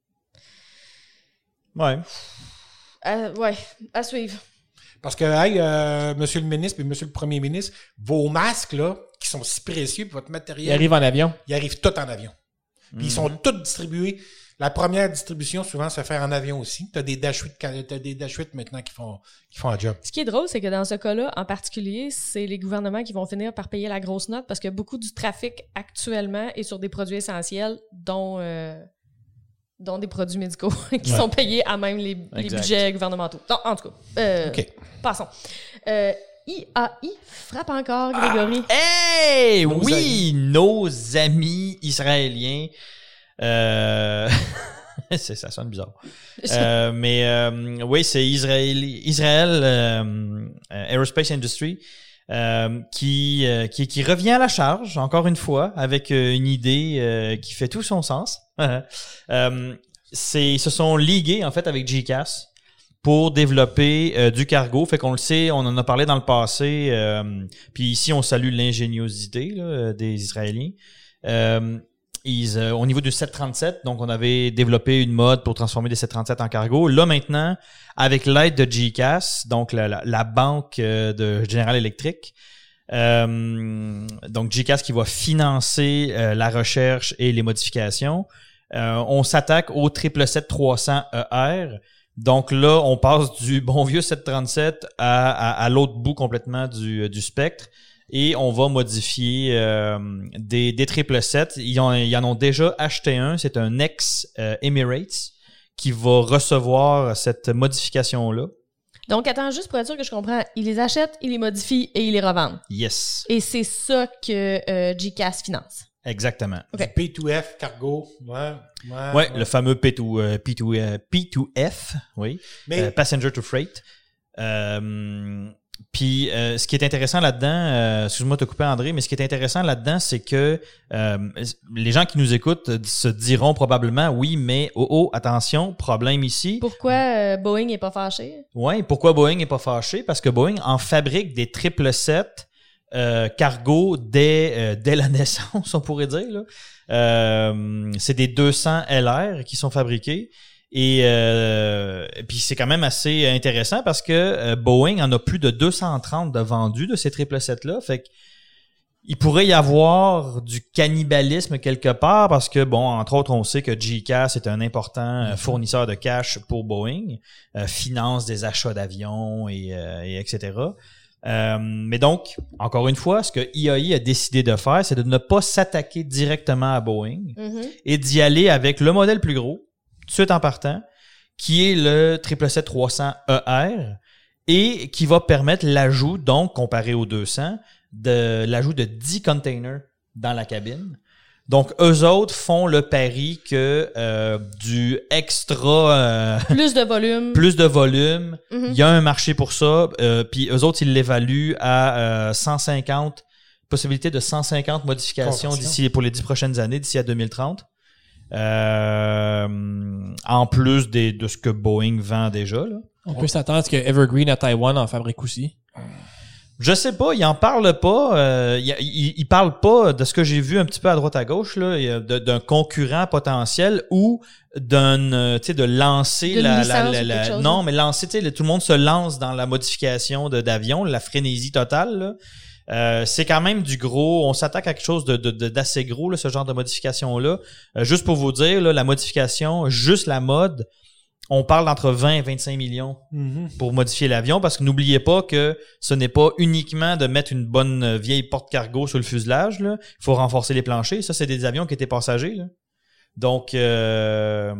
Speaker 3: Ouais.
Speaker 1: Euh, ouais, à suivre.
Speaker 2: Parce que, hey, euh, monsieur le ministre et monsieur le premier ministre, vos masques, là, qui sont si précieux, puis votre matériel,
Speaker 4: Ils arrivent en avion.
Speaker 2: ils arrivent tous en avion. Puis ils sont tous distribués. La première distribution, souvent, se fait en avion aussi. T'as des Dash huit, t'as des Dash huit maintenant qui font, qui font un job.
Speaker 1: Ce qui est drôle, c'est que dans ce cas-là, en particulier, c'est les gouvernements qui vont finir par payer la grosse note parce que beaucoup du trafic actuellement est sur des produits essentiels, dont, euh, dont des produits médicaux qui
Speaker 2: Ouais.
Speaker 1: sont payés à même les, les
Speaker 3: Exact.
Speaker 1: budgets gouvernementaux. Donc, en tout cas, euh,
Speaker 2: OK.
Speaker 1: passons. Euh, I A I frappe encore, Grégory.
Speaker 3: Hey!
Speaker 2: Nos
Speaker 3: oui,
Speaker 2: amis.
Speaker 3: nos amis israéliens. Euh... c'est, ça sonne bizarre. Euh, mais euh, oui, c'est Israël, Israel euh, euh, Aerospace Industry euh, qui, euh, qui qui revient à la charge encore une fois avec euh, une idée euh, qui fait tout son sens. euh, c'est ils se sont ligués en fait avec G C A S pour développer euh, du cargo. Fait qu'on le sait, on en a parlé dans le passé. Euh, puis ici, on salue l'ingéniosité là, des Israéliens. Euh, Ils, euh, au niveau du sept trente-sept, donc on avait développé une mode pour transformer des sept trente-sept en cargo. Là maintenant, avec l'aide de G C A S, donc la, la, la banque euh, de General Electric, euh, donc G C A S qui va financer euh, la recherche et les modifications, euh, on s'attaque au sept sept sept trois cents E R. Donc là, on passe du bon vieux sept trente-sept à, à, à l'autre bout complètement du, du spectre. Et on va modifier euh, des, des sept sept sept. Ils, ont, ils en ont déjà acheté un. C'est un ex-Emirates qui va recevoir cette modification-là.
Speaker 1: Donc, attends, juste pour être sûr que je comprends, ils les achètent, ils les modifient et ils les revendent.
Speaker 3: Yes.
Speaker 1: Et c'est ça que euh, G C A S finance.
Speaker 3: Exactement.
Speaker 1: OK.
Speaker 2: Du P deux F cargo. Ouais. Ouais.
Speaker 3: Ouais, le fameux P deux, euh, P deux, euh, P deux F, oui.
Speaker 2: Mais,
Speaker 3: Euh, Passenger to Freight. Euh, Puis, euh, ce qui est intéressant là-dedans, euh, excuse-moi de te couper, André, mais ce qui est intéressant là-dedans, c'est que euh, les gens qui nous écoutent se diront probablement, oui, mais oh, oh, attention, problème ici.
Speaker 1: Pourquoi euh, Boeing n'est pas fâché?
Speaker 3: Oui, pourquoi Boeing n'est pas fâché? Parce que Boeing en fabrique des sept sept sept euh, cargo dès, euh, dès la naissance, on pourrait dire. Là. Euh, c'est des deux cents L R qui sont fabriqués. Et euh, puis c'est quand même assez intéressant parce que euh, Boeing en a plus de deux cent trente de vendus de ces sept sept sept là. Fait que il pourrait y avoir du cannibalisme quelque part parce que, bon, entre autres, on sait que G E C A S est un important euh, fournisseur de cash pour Boeing, euh, finance des achats d'avions et, euh, et et cetera. Euh, mais donc, encore une fois, ce que I A I a décidé de faire, c'est de ne pas s'attaquer directement à Boeing
Speaker 1: Mm-hmm.
Speaker 3: et d'y aller avec le modèle plus gros, tout de suite en partant, qui est le sept sept sept trois cents E R et qui va permettre l'ajout, donc, comparé aux deux cents, de l'ajout de dix containers dans la cabine. Donc, eux autres font le pari que euh, du extra... Euh,
Speaker 1: Plus de volume.
Speaker 3: plus de volume, il
Speaker 1: Mhm.
Speaker 3: y a un marché pour ça, euh, puis eux autres, ils l'évaluent à euh, cent cinquante, possibilité de cent cinquante modifications
Speaker 2: Conversion.
Speaker 3: d'ici pour les dix prochaines années, d'ici à deux mille trente. Euh, en plus des, de ce que Boeing vend déjà, là.
Speaker 4: On peut s'attendre à ce que Evergreen à Taïwan en fabrique aussi.
Speaker 3: Je sais pas, il en parle pas. Euh, il, il, il parle pas de ce que j'ai vu un petit peu à droite à gauche là, il y a de- d'un concurrent potentiel ou d'un, euh, tu sais, de lancer
Speaker 1: D'une
Speaker 3: la, la,
Speaker 1: licence
Speaker 3: la,
Speaker 1: ou
Speaker 3: la-
Speaker 1: quelque chose,
Speaker 3: non,
Speaker 1: hein.
Speaker 3: mais lancer, tu sais, le- tout le monde se lance dans la modification de d'avion, la frénésie totale. Là. Euh, c'est quand même du gros. On s'attaque à quelque chose de, de, de- d'assez gros là, ce genre de modification là. Euh, juste pour vous dire, là, la modification, juste la mode. On parle d'entre vingt et vingt-cinq millions
Speaker 2: Mm-hmm.
Speaker 3: pour modifier l'avion parce que n'oubliez pas que ce n'est pas uniquement de mettre une bonne euh, vieille porte-cargo sur le fuselage. Là. Il faut renforcer les planchers. Ça, c'est des avions qui étaient passagers. Là. Donc, euh,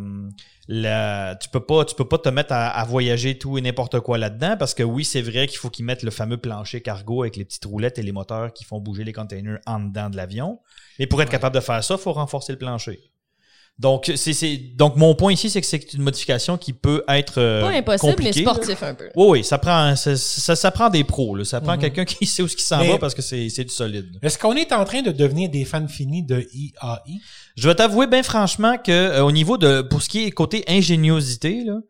Speaker 3: la, tu peux pas, tu peux pas te mettre à, à voyager tout et n'importe quoi là-dedans parce que oui, c'est vrai qu'il faut qu'ils mettent le fameux plancher cargo avec les petites roulettes et les moteurs qui font bouger les containers en dedans de l'avion. Mais pour être capable de faire ça, il faut renforcer le plancher. Donc, c'est, c'est, donc mon point ici, c'est que c'est une modification qui peut être euh,
Speaker 1: Pas impossible, mais
Speaker 3: compliquée, là.
Speaker 1: sportif un peu.
Speaker 3: Oui, oui, ça prend, ça, ça, ça prend des pros, là. Ça prend
Speaker 2: Mhm.
Speaker 3: quelqu'un qui sait où ce qui s'en
Speaker 2: Mais-
Speaker 3: va parce que c'est, c'est du solide.
Speaker 2: Est-ce qu'on est en train de devenir des fans finis de I A I?
Speaker 3: Je vais t'avouer bien franchement que euh, au niveau de, pour ce qui est côté ingéniosité, là,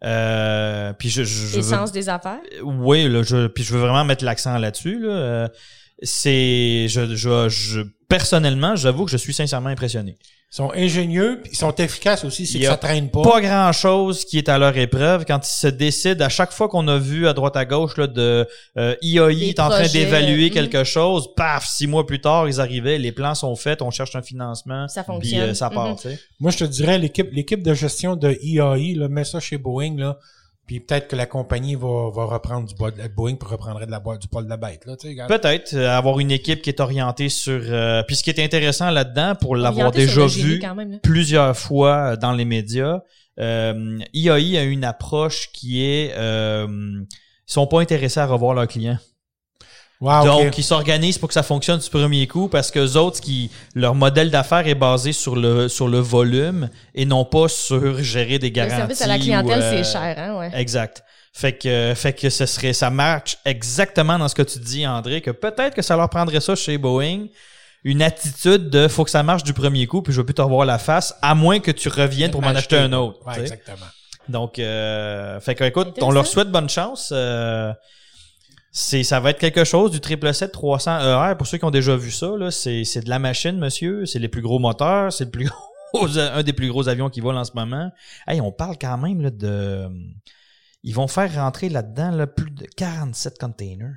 Speaker 3: euh, puis je, je, je veux-
Speaker 1: Essence des affaires.
Speaker 3: oui, là, je, puis je veux vraiment mettre l'accent là-dessus, là. Euh, c'est, je, je, je, personnellement, j'avoue que je suis sincèrement impressionné.
Speaker 2: Ils sont ingénieux, puis ils sont efficaces aussi, c'est
Speaker 3: Il
Speaker 2: que
Speaker 3: y a
Speaker 2: ça traîne pas.
Speaker 3: Pas grand chose qui est à leur épreuve quand ils se décident à chaque fois qu'on a vu à droite à gauche là de euh, I A I
Speaker 1: Des
Speaker 3: est en train
Speaker 1: projets,
Speaker 3: d'évaluer
Speaker 1: mm.
Speaker 3: quelque chose, paf, six mois plus tard ils arrivaient, les plans sont faits, on cherche un financement,
Speaker 1: Ça
Speaker 3: puis
Speaker 1: fonctionne.
Speaker 3: euh, ça part,
Speaker 1: Mhm.
Speaker 3: tu sais.
Speaker 2: Moi, je te dirais, l'équipe, l'équipe de gestion de I A I, là, mets ça chez Boeing, là, puis peut-être que la compagnie va, va reprendre du bois de Boeing reprendrait de la boîte, du poil de la bête, là, tu sais, regarde.
Speaker 3: Peut-être euh, avoir une équipe qui est orientée sur euh, puis ce qui est intéressant là-dedans pour l'avoir
Speaker 1: Orienté sur
Speaker 3: déjà
Speaker 1: le génie
Speaker 3: vu
Speaker 1: quand même, là.
Speaker 3: plusieurs fois dans les médias, euh, I A I a une approche qui est euh, ils sont pas intéressés à revoir leurs clients.
Speaker 2: Wow,
Speaker 3: Donc,
Speaker 2: ok.
Speaker 3: ils s'organisent pour que ça fonctionne du premier coup parce que eux autres, qui, leur modèle d'affaires est basé sur le, sur le volume et non pas sur gérer des
Speaker 1: Le
Speaker 3: garanties.
Speaker 1: service à la clientèle,
Speaker 3: ou, euh,
Speaker 1: c'est cher, hein, ouais.
Speaker 3: Exact. Fait que, fait que ce serait, ça marche exactement dans ce que tu dis, André, que peut-être que ça leur prendrait ça chez Boeing. Une attitude de faut que ça marche du premier coup puis je veux plus te revoir la face à moins que tu reviennes pour m'en acheter un autre.
Speaker 2: Ouais,
Speaker 3: tu sais.
Speaker 2: exactement.
Speaker 3: Donc, euh, fait que, écoute,
Speaker 1: Intéressant.
Speaker 3: on leur souhaite bonne chance. Euh, c'est, ça va être quelque chose du sept sept sept trois cents E R. Pour ceux qui ont déjà vu ça, là, c'est, c'est de la machine, monsieur. C'est les plus gros moteurs. C'est le plus gros, un des plus gros avions qui volent en ce moment. Hey, on parle quand même là, de... Ils vont faire rentrer là-dedans là, plus de quarante-sept containers.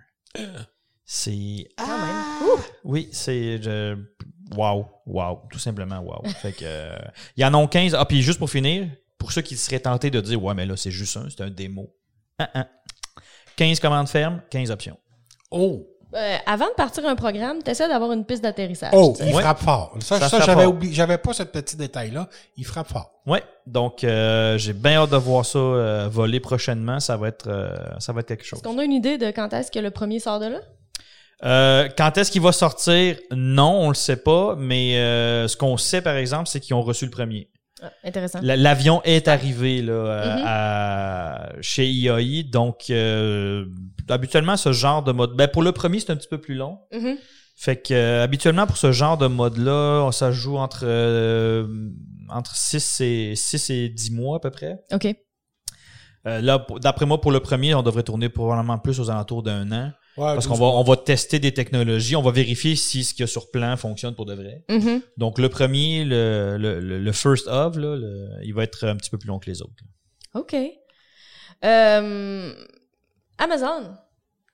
Speaker 3: C'est...
Speaker 1: Quand même.
Speaker 3: Ah! Oui, c'est... Je... Wow, wow, tout simplement wow. Fait que... euh, ils en ont quinze. Ah, puis juste pour finir, pour ceux qui seraient tentés de dire « Ouais, mais là, c'est juste un, c'est un démo. Ah, ah. » quinze commandes fermes, quinze options.
Speaker 2: Oh!
Speaker 1: Euh, avant de partir un programme, t'essaies d'avoir une piste d'atterrissage.
Speaker 2: Oh,
Speaker 1: tu sais.
Speaker 2: il
Speaker 3: Ouais.
Speaker 2: frappe fort. Ça,
Speaker 3: Ça
Speaker 2: ça,
Speaker 3: frappe
Speaker 2: j'avais
Speaker 3: fort.
Speaker 2: oublié, j'avais pas ce petit détail-là. Il frappe fort.
Speaker 3: Ouais, donc euh, j'ai bien hâte de voir ça euh, voler prochainement. Ça va être, euh, ça va être quelque chose.
Speaker 1: Est-ce qu'on a une idée de quand est-ce que le premier sort de là?
Speaker 3: Euh, quand est-ce qu'il va sortir? Non, on le sait pas. Mais euh, ce qu'on sait, par exemple, c'est qu'ils ont reçu le premier.
Speaker 1: Ah, intéressant.
Speaker 3: La- L'avion est arrivé là,
Speaker 1: Mhm.
Speaker 3: à- à- chez I A I. Donc, euh, habituellement, ce genre de mode... Ben, pour le premier, c'est un petit peu plus long.
Speaker 1: Mhm.
Speaker 3: Fait que euh, habituellement, pour ce genre de mode-là, ça joue entre, euh, entre six et, six et dix mois à peu près.
Speaker 1: OK.
Speaker 3: Euh, là, pour- d'après moi, pour le premier, on devrait tourner probablement plus aux alentours d'un an.
Speaker 2: Ouais,
Speaker 3: Parce qu'on
Speaker 2: douze
Speaker 3: va,
Speaker 2: mois.
Speaker 3: on va tester des technologies, on va vérifier si ce qu'il y a sur plan fonctionne pour de vrai.
Speaker 1: Mhm.
Speaker 3: Donc, le premier, le, le, le le first of, là, le- il va être un petit peu plus long que les autres.
Speaker 1: OK. Euh, Amazon,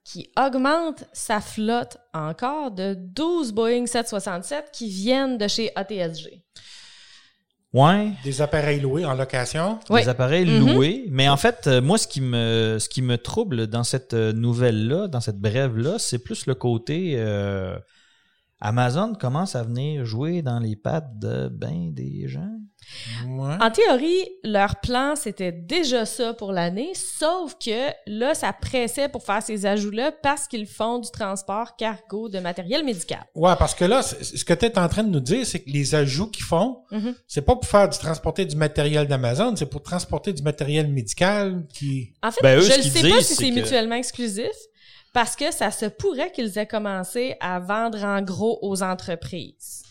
Speaker 1: qui augmente sa flotte encore de douze Boeing sept cent soixante-sept qui viennent de chez A T S G.
Speaker 3: Ouais.
Speaker 2: Des appareils loués en location.
Speaker 1: Oui.
Speaker 3: Des appareils
Speaker 1: Mm-hmm.
Speaker 3: loués. Mais en fait, euh, moi, ce qui me ce qui me trouble dans cette euh, nouvelle-là, dans cette brève-là, c'est plus le côté euh, Amazon commence à venir jouer dans les pattes de ben des gens.
Speaker 2: Ouais.
Speaker 1: En théorie, leur plan, c'était déjà ça pour l'année, sauf que là, ça pressait pour faire ces ajouts-là parce qu'ils font du transport cargo de matériel médical.
Speaker 2: Ouais, parce que là, c- ce que tu es en train de nous dire, c'est que les ajouts qu'ils font,
Speaker 1: Mhm.
Speaker 2: c'est pas pour faire du transporter du matériel d'Amazon, c'est pour transporter du matériel médical qui...
Speaker 1: En fait,
Speaker 3: Ben, eux,
Speaker 1: je
Speaker 3: ce
Speaker 1: ne
Speaker 3: qu'ils
Speaker 1: sais pas
Speaker 3: disent,
Speaker 1: si
Speaker 3: c'est
Speaker 1: c'est
Speaker 3: que-
Speaker 1: mutuellement exclusif parce que ça se pourrait qu'ils aient commencé à vendre en gros aux entreprises.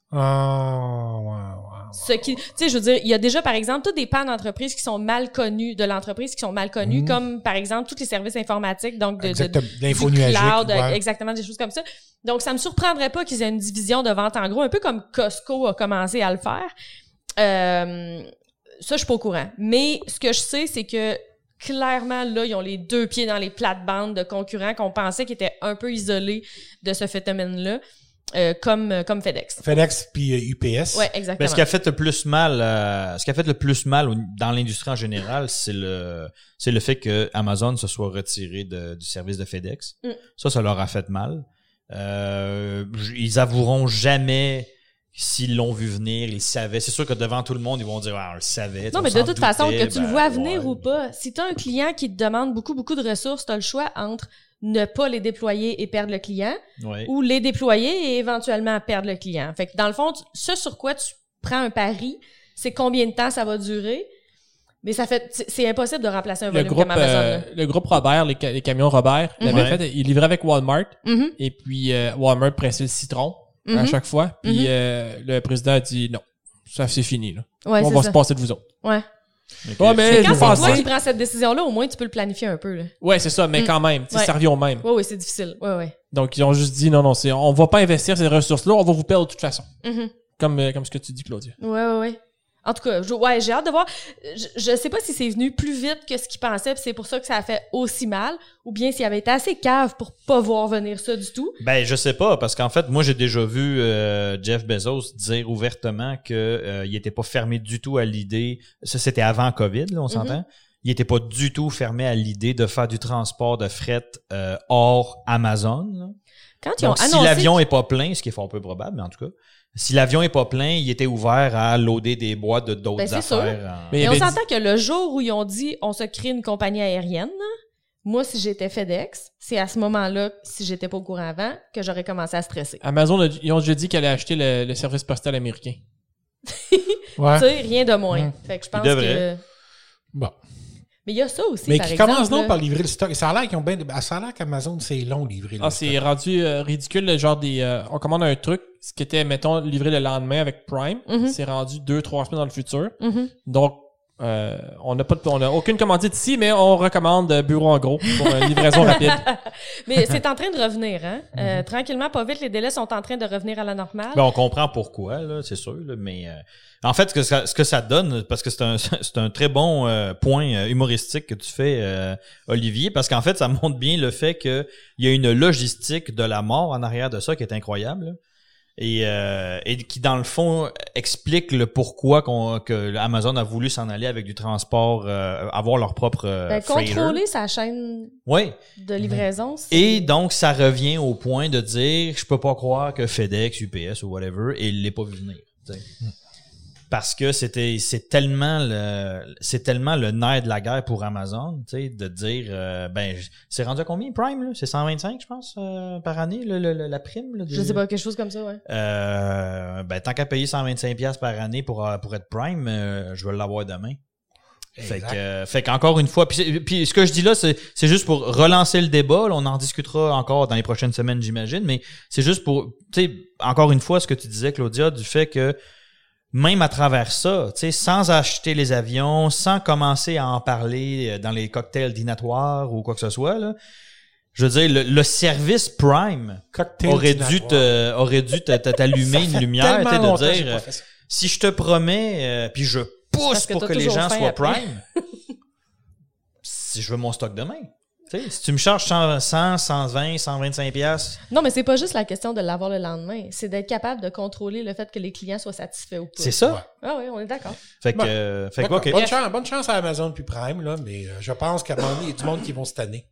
Speaker 2: Ah, ouais, ouais, ouais.
Speaker 1: Ce qui, tu sais, je veux dire, il y a déjà, par exemple, toutes des pans d'entreprises qui sont mal connus, de l'entreprise qui sont mal connus,
Speaker 2: Mhm.
Speaker 1: comme, par exemple, tous les services informatiques, donc de, de,
Speaker 2: Exactement.
Speaker 1: du
Speaker 2: L'info nuagique.
Speaker 1: cloud,
Speaker 2: ouais.
Speaker 1: exactement, des choses comme ça. Donc, ça me surprendrait pas qu'ils aient une division de vente en gros, un peu comme Costco a commencé à le faire. Euh, ça, je suis pas au courant. Mais ce que je sais, c'est que clairement, là, ils ont les deux pieds dans les plates-bandes de concurrents qu'on pensait qu'ils étaient un peu isolés de ce phénomène-là, euh, comme, comme FedEx.
Speaker 2: FedEx puis euh, U P S.
Speaker 1: Ouais, exactement.
Speaker 3: Ben, ce qui a fait le plus mal, euh, ce qui a fait le plus mal au- dans l'industrie en général, c'est le, c'est le fait que Amazon se soit retiré de- du service de FedEx.
Speaker 1: Mm.
Speaker 3: Ça, ça leur a fait mal. Euh, j- ils avoueront jamais s'ils l'ont vu venir, ils savaient. C'est sûr que devant tout le monde, ils vont dire, ah, on le savait.
Speaker 1: Non,
Speaker 3: on
Speaker 1: mais de
Speaker 3: s'en
Speaker 1: toute façon,
Speaker 3: doutait,
Speaker 1: que tu le
Speaker 3: ben,
Speaker 1: vois venir
Speaker 3: ouais.
Speaker 1: ou pas, si tu as un client qui te demande beaucoup, beaucoup de ressources, tu as le choix entre ne pas les déployer et perdre le client
Speaker 3: Ouais.
Speaker 1: ou les déployer et éventuellement perdre le client. Fait que dans le fond, tu- ce sur quoi tu prends un pari, c'est combien de temps ça va durer. Mais ça fait, c'est c'est impossible de remplacer un
Speaker 4: Le
Speaker 1: volume
Speaker 4: groupe,
Speaker 1: comme Amazon.
Speaker 4: euh,
Speaker 1: là.
Speaker 4: le groupe Robert, les, ca- les camions Robert,
Speaker 1: Mhm.
Speaker 4: l'avait
Speaker 3: Ouais.
Speaker 4: fait, il livrait avec Walmart,
Speaker 1: Mhm,
Speaker 4: et puis euh, Walmart pressait le citron à
Speaker 1: mhm.
Speaker 4: chaque fois, puis
Speaker 1: Mhm.
Speaker 4: euh, le président a dit non, ça c'est fini, là.
Speaker 1: Ouais,
Speaker 4: on
Speaker 1: c'est
Speaker 4: va
Speaker 1: ça.
Speaker 4: se passer de vous autres.
Speaker 1: Ouais.
Speaker 3: Ok.
Speaker 4: Ouais, mais
Speaker 1: Mais
Speaker 4: je
Speaker 1: quand c'est
Speaker 4: pense-
Speaker 1: toi qui prends cette décision-là, au moins tu peux le planifier un peu. Là.
Speaker 4: Ouais, c'est ça, mais
Speaker 1: Mm.
Speaker 4: quand même, tu sais,
Speaker 1: Ouais.
Speaker 4: ça revient au même.
Speaker 1: Ouais, ouais, c'est difficile. Ouais, ouais.
Speaker 4: Donc ils ont juste dit non, non, c'est, on va pas investir ces ressources-là, on va vous perdre de toute façon.
Speaker 1: Mhm.
Speaker 4: Comme, euh, comme ce que tu dis, Claudia.
Speaker 1: Ouais, ouais, ouais. En tout cas, je- ouais, j'ai hâte de voir. Je, je sais pas si c'est venu plus vite que ce qu'ils pensaient, puis c'est pour ça que ça a fait aussi mal, ou bien s'il avait été assez cave pour pas voir venir ça du tout.
Speaker 3: Ben, je sais pas, parce qu'en fait, moi, j'ai déjà vu euh, Jeff Bezos dire ouvertement que euh, il était pas fermé du tout à l'idée. Ça, c'était avant COVID, là, on s'entend. Il était pas du tout fermé à l'idée de faire du transport de fret euh, hors Amazon. Là.
Speaker 1: Quand ils
Speaker 3: Donc,
Speaker 1: ont
Speaker 3: si
Speaker 1: annoncé
Speaker 3: l'avion est pas plein, ce qui est fort peu probable, mais en tout cas, si l'avion est pas plein, il était ouvert à loader des boîtes de d'autres
Speaker 1: Ben, c'est
Speaker 3: affaires.
Speaker 1: sûr.
Speaker 3: en-
Speaker 4: Mais-
Speaker 1: Et on
Speaker 4: avait
Speaker 1: s'entend que le jour où ils ont dit on se crée une compagnie aérienne, là, moi, si j'étais FedEx, c'est à ce moment-là, si j'étais pas au courant avant, que j'aurais commencé à stresser.
Speaker 4: Amazon, a- ils ont déjà dit qu'elle allait acheter le, le service postal américain.
Speaker 2: Ouais.
Speaker 1: Tu sais, rien de moins.
Speaker 2: Mm.
Speaker 1: Fait que je pense
Speaker 3: Il devrait.
Speaker 1: que...
Speaker 2: Bon.
Speaker 1: Mais il y a ça aussi,
Speaker 2: Mais
Speaker 1: par
Speaker 2: qui
Speaker 1: exemple.
Speaker 2: commencent donc
Speaker 1: là.
Speaker 2: par livrer le stock. Ça a l'air qu'ils ont bien. Ça a l'air qu'Amazon, c'est long livrer le
Speaker 4: Ah,
Speaker 2: stock.
Speaker 4: c'est rendu euh, ridicule, le genre des... euh, on commande un truc, ce qui était, mettons, livré le lendemain avec Prime,
Speaker 1: Mhm.
Speaker 4: c'est rendu deux, trois semaines dans le futur.
Speaker 1: Mhm.
Speaker 4: Donc, euh, on n'a pas de, on a aucune commandite ici, mais on recommande euh, Bureau en gros pour une livraison rapide.
Speaker 1: Mais c'est en train de revenir, hein. Euh,
Speaker 2: Mhm.
Speaker 1: tranquillement, pas vite, les délais sont en train de revenir à la normale.
Speaker 3: Ben, on comprend pourquoi, là, c'est sûr, là, mais euh, en fait, ce que ça, ce que ça donne, parce que c'est un, c'est un très bon euh, point euh, humoristique que tu fais, euh, Olivier, parce qu'en fait, ça montre bien le fait que il y a une logistique de la mort en arrière de ça qui est incroyable, là, et, euh, et qui, dans le fond, explique le pourquoi qu'on, que Amazon a voulu s'en aller avec du transport, euh, avoir leur propre euh,
Speaker 1: Ben,
Speaker 3: freighter.
Speaker 1: contrôler sa chaîne
Speaker 3: Oui.
Speaker 1: de livraison, c'est...
Speaker 3: Et donc, ça revient au point de dire, je peux pas croire que FedEx, U P S ou whatever, et il l'ait pas vu venir. t'sais. Parce que c'était, c'est tellement le, c'est tellement le nerf de la guerre pour Amazon, tu sais, de dire, euh, ben, c'est rendu à combien Prime là? C'est cent vingt-cinq, je pense, euh, par année, le, le- le- la prime. Là, de-
Speaker 1: Je sais pas, quelque chose comme ça, ouais.
Speaker 3: Euh, ben, tant qu'à payer cent vingt-cinq piastres par année pour euh, pour être Prime, euh, je vais l'avoir demain. Fait
Speaker 2: Exact.
Speaker 3: que, euh, fait qu'encore une fois, puis, c'est- puis ce que je dis là, c'est, c'est juste pour relancer le débat. Là, on en discutera encore dans les prochaines semaines, j'imagine, mais c'est juste pour, tu sais, encore une fois, ce que tu disais, Claudia, du fait que même à travers ça, tu sais, sans acheter les avions, sans commencer à en parler dans les cocktails dînatoires ou quoi que ce soit, là, je veux dire, le, le service Prime
Speaker 2: Cocktail
Speaker 3: aurait dû
Speaker 2: dînatoire.
Speaker 3: te, aurait dû te- te- t'allumer
Speaker 2: Ça
Speaker 3: une
Speaker 2: fait
Speaker 3: lumière, tu
Speaker 2: tellement
Speaker 3: sais,
Speaker 2: longtemps que
Speaker 3: de
Speaker 2: j'ai
Speaker 3: dire,
Speaker 2: pas
Speaker 3: euh,
Speaker 2: fait ça.
Speaker 3: si je te promets, euh, puis je pousse
Speaker 1: Parce que
Speaker 3: pour
Speaker 1: t'as
Speaker 3: que les
Speaker 1: toujours
Speaker 3: gens
Speaker 1: faim
Speaker 3: soient
Speaker 1: après.
Speaker 3: Prime, si je veux mon stock demain. Tu sais, si tu me charges cent, cent, cent vingt, cent vingt-cinq piastres.
Speaker 1: Non, mais c'est pas juste la question de l'avoir le lendemain. C'est d'être capable de contrôler le fait que les clients soient satisfaits ou pas.
Speaker 3: C'est ça?
Speaker 2: Ouais.
Speaker 1: Ah oui, on est d'accord.
Speaker 3: Fait que,
Speaker 2: Bon.
Speaker 3: euh, fait que,
Speaker 2: D'accord.
Speaker 3: OK.
Speaker 2: Bonne, chance, bonne chance à Amazon puis Prime, là, mais euh, je pense qu'à un moment donné, il y a du monde qui vont se tanner.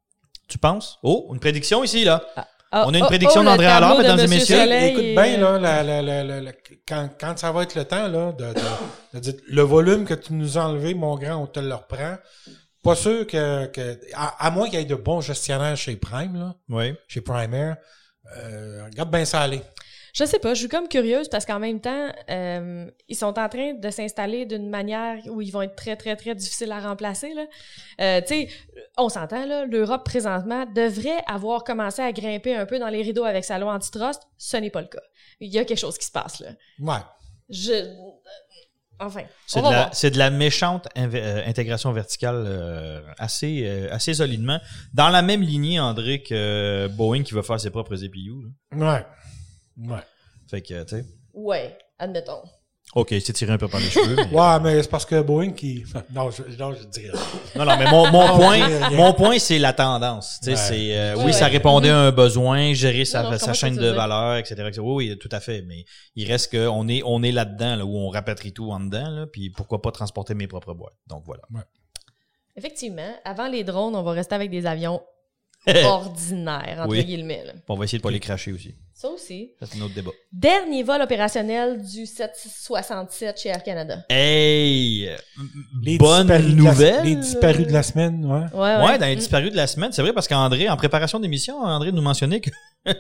Speaker 3: Tu penses? Oh, une prédiction ici, là.
Speaker 1: Ah,
Speaker 3: On a une
Speaker 1: oh,
Speaker 3: prédiction
Speaker 1: oh,
Speaker 3: d'André
Speaker 1: le tableau
Speaker 3: Allard,
Speaker 1: de
Speaker 3: mesdames et
Speaker 1: Monsieur
Speaker 3: messieurs.
Speaker 1: Soleil
Speaker 2: Écoute
Speaker 1: et,
Speaker 2: bien,
Speaker 1: euh,
Speaker 2: là, la, la, la, la, la- quand, quand ça va être le temps, là, de, de, de dire le volume que tu nous as enlevé, mon grand, on te le reprend. Pas sûr que, que à, à moins qu'il y ait de bons gestionnaires chez Prime, là,
Speaker 3: Oui.
Speaker 2: chez Primaire, euh, regarde bien ça aller.
Speaker 1: Je sais pas, je suis comme curieuse parce qu'en même temps, euh, ils sont en train de s'installer d'une manière où ils vont être très, très, très difficiles à remplacer, là. Euh, tu sais, on s'entend, là, l'Europe, présentement, devrait avoir commencé à grimper un peu dans les rideaux avec sa loi antitrust. Ce n'est pas le cas. Il y a quelque chose qui se passe, là.
Speaker 2: Ouais.
Speaker 1: Je... Enfin,
Speaker 3: C'est
Speaker 1: on
Speaker 3: de,
Speaker 1: va
Speaker 3: la,
Speaker 1: voir.
Speaker 3: c'est de la méchante inv- euh, intégration verticale euh, assez, euh, assez solidement. Dans la même lignée, André, que Boeing qui va faire ses propres A P U. Là.
Speaker 2: Ouais. Ouais.
Speaker 3: Fait que, tu sais.
Speaker 1: Ouais, admettons.
Speaker 3: OK, c'est tiré un peu par les cheveux. Mais...
Speaker 2: Ouais, mais c'est parce que Boeing qui. Non, je, non, je dirais.
Speaker 3: Non, non, mais mon, mon
Speaker 2: Non,
Speaker 3: point,
Speaker 2: je dirais rien.
Speaker 3: mon point, c'est la tendance. Tu sais,
Speaker 2: Ouais.
Speaker 3: c'est, euh,
Speaker 1: Ouais,
Speaker 3: oui, ça
Speaker 1: ouais.
Speaker 3: répondait à un besoin, gérer sa,
Speaker 1: Non, non, je
Speaker 3: sa
Speaker 1: comprends
Speaker 3: chaîne
Speaker 1: ce que
Speaker 3: de
Speaker 1: tu veux dire.
Speaker 3: valeur, et cetera, et cetera. Oui, oui, tout à fait. Mais il reste que on est, on est là-dedans, là, où on rapatrie tout en dedans, là, puis pourquoi pas transporter mes propres boîtes. Donc voilà.
Speaker 1: Effectivement, avant les drones, on va rester avec des avions ordinaires, entre
Speaker 3: Oui.
Speaker 1: guillemets, là.
Speaker 3: On va essayer de pas les cracher aussi.
Speaker 1: Ça aussi.
Speaker 3: Ça, c'est un autre débat.
Speaker 1: Dernier vol opérationnel du sept cent soixante-sept chez Air Canada.
Speaker 3: Hey!
Speaker 2: Les
Speaker 3: Bonne
Speaker 2: disparus de la-
Speaker 3: nouvelle!
Speaker 2: les disparus de la semaine, ouais.
Speaker 1: Ouais,
Speaker 3: Ouais,
Speaker 1: ouais.
Speaker 3: dans les
Speaker 1: Mm.
Speaker 3: disparus de la semaine. C'est vrai parce qu'André, en préparation d'émission, André nous mentionnait que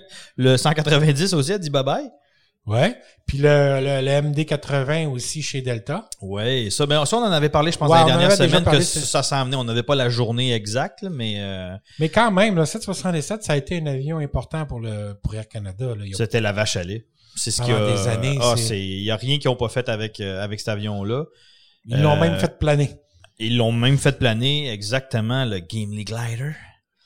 Speaker 3: le cent quatre-vingt-dix aussi a dit bye-bye.
Speaker 2: Ouais. Puis le, le, le M D quatre-vingts aussi chez Delta.
Speaker 3: Ouais, ça, ben, ça, on en avait parlé, je pense,
Speaker 2: Ouais,
Speaker 3: la
Speaker 2: on en
Speaker 3: dernière
Speaker 2: avait déjà
Speaker 3: semaine,
Speaker 2: parlé,
Speaker 3: que
Speaker 2: c'est-
Speaker 3: ça s'en amenait. On n'avait pas la journée exacte, là, mais euh,
Speaker 2: Mais quand même, le sept cent soixante-dix-sept, ça a été un avion important pour le pour Air Canada. Là. Il y a-
Speaker 3: c'était la vache à lait. C'est ce
Speaker 2: Pendant
Speaker 3: qu'il y a.
Speaker 2: des années,
Speaker 3: Ah,
Speaker 2: c'est-
Speaker 3: c'est, il y a rien qu'ils n'ont pas fait avec, euh, avec cet avion-là.
Speaker 2: Ils l'ont
Speaker 3: Euh,
Speaker 2: même fait planer.
Speaker 3: Ils l'ont même fait planer exactement le Gimli Glider.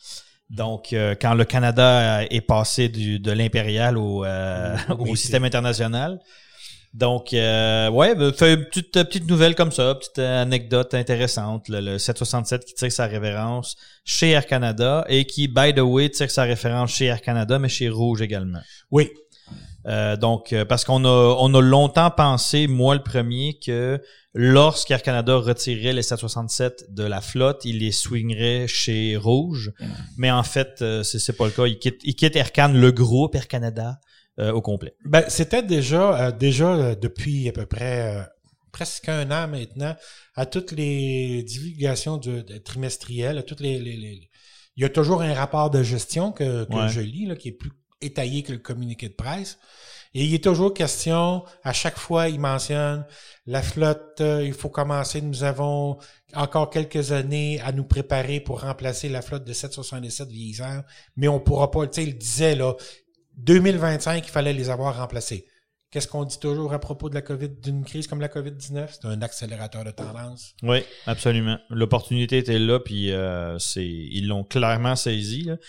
Speaker 3: Donc, euh, quand le Canada est passé du, de l'impérial au, euh,
Speaker 2: Oui,
Speaker 3: au
Speaker 2: c'est-
Speaker 3: système international. Donc, euh, ouais, ben, fait une petite, petite nouvelle comme ça, petite anecdote intéressante. Le, le sept cent soixante-sept qui tire sa référence chez Air Canada et qui, by the way, tire sa référence chez Air Canada, mais chez Rouge également.
Speaker 2: Oui.
Speaker 3: Euh, donc, euh, parce qu'on a, on a longtemps pensé, moi le premier, que lorsqu'Air Canada retirerait les sept cent soixante-sept de la flotte, il les swingerait chez Rouge. Mais en fait, euh, c'est, c'est pas le cas. Il quitte, il quitte Air Can, le groupe Air Canada, euh, au complet.
Speaker 2: Ben, c'était déjà, euh, déjà euh, depuis à peu près euh, presque un an maintenant, à toutes les divulgations du, de trimestrielles, à toutes les, les, les- il y a toujours un rapport de gestion que, que
Speaker 3: Ouais.
Speaker 2: je lis, là, qui est plus étayé que le communiqué de presse. Et il est toujours question, à chaque fois, il mentionne la flotte, euh, il faut commencer, nous avons encore quelques années à nous préparer pour remplacer la flotte de sept cent soixante-dix-sept vieillissants, mais on pourra pas, tu sais, il disait, là, deux mille vingt-cinq, il fallait les avoir remplacés. Qu'est-ce qu'on dit toujours à propos de la COVID, d'une crise comme la COVID dix-neuf? C'est un accélérateur de tendance.
Speaker 3: Oui, absolument. L'opportunité était là, puis euh, c'est, ils l'ont clairement saisi. Là.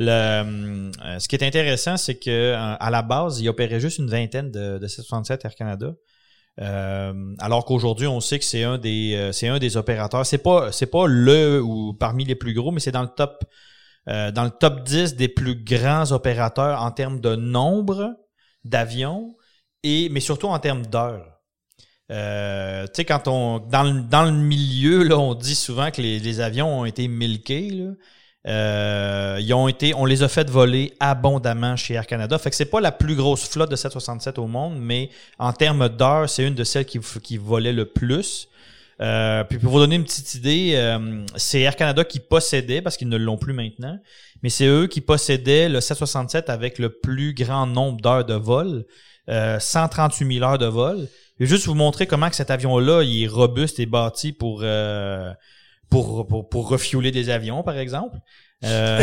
Speaker 3: Le, euh, ce qui est intéressant, c'est que euh, à la base, ils opéraient juste une vingtaine de, de sept cent soixante-sept Air Canada. Euh, alors qu'aujourd'hui, on sait que c'est un des, euh, c'est un des opérateurs. C'est pas, c'est pas le ou parmi les plus gros, mais c'est dans le top, euh, dans le top dix des plus grands opérateurs en termes de nombre d'avions et, mais surtout en termes d'heures. Euh, tu sais, quand on dans le, dans le milieu, là, on dit souvent que les, les avions ont été milqués. Là. Euh, ils ont été, on les a fait voler abondamment chez Air Canada. Fait que c'est pas la plus grosse flotte de sept cent soixante-sept au monde, mais en termes d'heures, c'est une de celles qui, qui volait le plus. Euh, puis pour vous donner une petite idée, euh, c'est Air Canada qui possédait, parce qu'ils ne l'ont plus maintenant, mais c'est eux qui possédaient le sept cent soixante-sept avec le plus grand nombre d'heures de vol, euh, cent trente-huit mille heures de vol. Je vais juste vous montrer comment que cet avion-là, il est robuste et bâti pour euh, pour, pour pour refueler des avions, par exemple. Euh...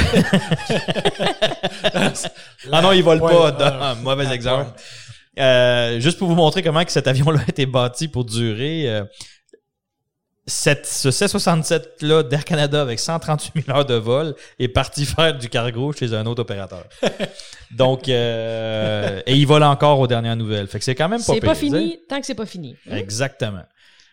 Speaker 3: ah non, il vole
Speaker 2: Ouais,
Speaker 3: pas.
Speaker 2: ah,
Speaker 3: Non, mauvais
Speaker 2: d'accord.
Speaker 3: exemple. Euh, juste pour vous montrer comment que cet avion-là a été bâti pour durer. Euh, cette, ce sept cent soixante-sept-là d'Air Canada avec cent trente-huit mille heures de vol est parti faire du cargo chez un autre opérateur. Donc, euh, et il vole encore aux dernières nouvelles. Fait que c'est quand même pas
Speaker 1: C'est
Speaker 3: pire,
Speaker 1: pas
Speaker 3: tu sais.
Speaker 1: fini tant que c'est pas fini.
Speaker 3: Exactement.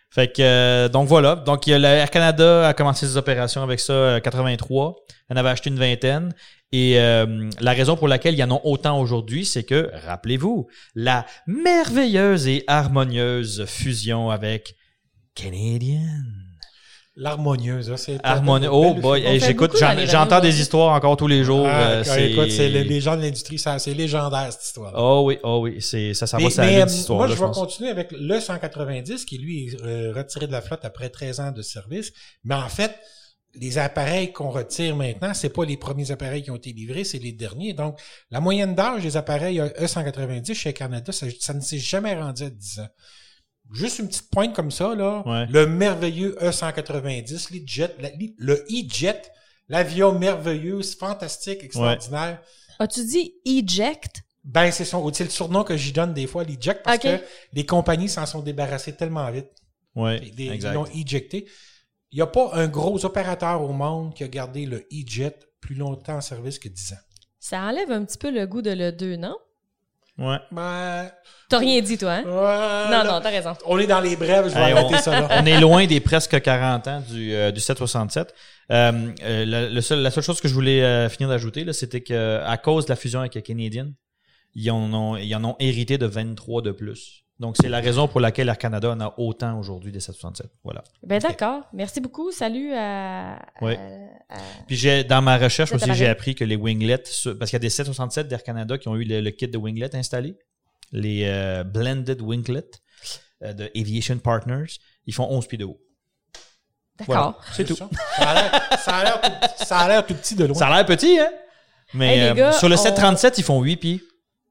Speaker 3: Fait que, euh, donc voilà. Donc, il y a la Air Canada a commencé ses opérations avec ça en quatre-vingt-trois. Elle en avait acheté une vingtaine. Et euh, la raison pour laquelle il y en a autant aujourd'hui, c'est que, rappelez-vous, la merveilleuse et harmonieuse fusion avec Canadian.
Speaker 2: L'harmonieuse, hein, c'est...
Speaker 3: Harmonieuse. Oh boy, hey, j'écoute, j'en, j'entends des histoires encore tous les jours.
Speaker 2: Ah,
Speaker 3: euh, c'est...
Speaker 2: Écoute, c'est le, les gens de l'industrie, ça, c'est légendaire, cette histoire.
Speaker 3: Oh oui, oh oui, c'est, ça, ça
Speaker 2: mais,
Speaker 3: va, ça
Speaker 2: mais,
Speaker 3: cette histoire.
Speaker 2: moi,
Speaker 3: là,
Speaker 2: je
Speaker 3: je
Speaker 2: vais
Speaker 3: pense.
Speaker 2: continuer avec le cent quatre-vingt-dix, qui lui est euh, retiré de la flotte après treize ans de service. Mais en fait, les appareils qu'on retire maintenant, c'est pas les premiers appareils qui ont été livrés, c'est les derniers. Donc, la moyenne d'âge des appareils E cent quatre-vingt-dix chez Canada, ça, ça ne s'est jamais rendu à dix ans. Juste une petite pointe comme ça, là.
Speaker 3: Ouais.
Speaker 2: Le merveilleux E cent quatre-vingt-dix, le jet, la, le E-Jet, l'avion merveilleux, fantastique, extraordinaire.
Speaker 1: Ouais. As-tu dit eject?
Speaker 2: Ben, c'est son, c'est le surnom que j'y donne des fois, l'E-Jet, parce
Speaker 1: okay.
Speaker 2: que les compagnies s'en sont débarrassées tellement vite.
Speaker 3: Ouais,
Speaker 2: des,
Speaker 3: exact.
Speaker 2: Ils l'ont éjecté. Il n'y a pas un gros opérateur au monde qui a gardé le E-Jet plus longtemps en service que dix ans.
Speaker 1: Ça enlève un petit peu le goût de l'E deux, non?
Speaker 3: Ouais.
Speaker 2: Ben...
Speaker 1: T'as rien dit, toi, hein?
Speaker 2: Ouais,
Speaker 1: non,
Speaker 2: là,
Speaker 1: non, t'as raison.
Speaker 2: On est dans les brèves, je vais
Speaker 3: Hey,
Speaker 2: arrêter
Speaker 3: on,
Speaker 2: ça là.
Speaker 3: On est loin des presque quarante ans du, euh, du sept soixante-sept. Euh, euh, le, le seul, la seule chose que je voulais euh, finir d'ajouter, là, c'était que à cause de la fusion avec Canadian, ils en ont, ils en ont hérité de vingt-trois de plus. Donc, c'est la raison pour laquelle Air Canada en a autant aujourd'hui des sept soixante-sept. Voilà.
Speaker 1: Ben d'accord. Merci beaucoup. Salut à...
Speaker 3: Oui.
Speaker 1: à, à...
Speaker 3: Puis j'ai, dans ma recherche
Speaker 1: C'est
Speaker 3: aussi,
Speaker 1: appareil.
Speaker 3: j'ai appris que les winglets, parce qu'il y a des sept soixante-sept d'Air Canada qui ont eu le, le kit de winglet installé, les euh, blended winglets euh, de Aviation Partners, ils font onze pieds de haut.
Speaker 1: D'accord.
Speaker 3: Voilà, c'est tout.
Speaker 2: Ça a l'air, ça a l'air tout, ça a l'air tout petit de loin.
Speaker 3: Ça a l'air petit, hein? Mais
Speaker 1: Hey, les
Speaker 3: euh,
Speaker 1: gars,
Speaker 3: sur le
Speaker 1: on-
Speaker 3: sept trente-sept, ils font huit pieds.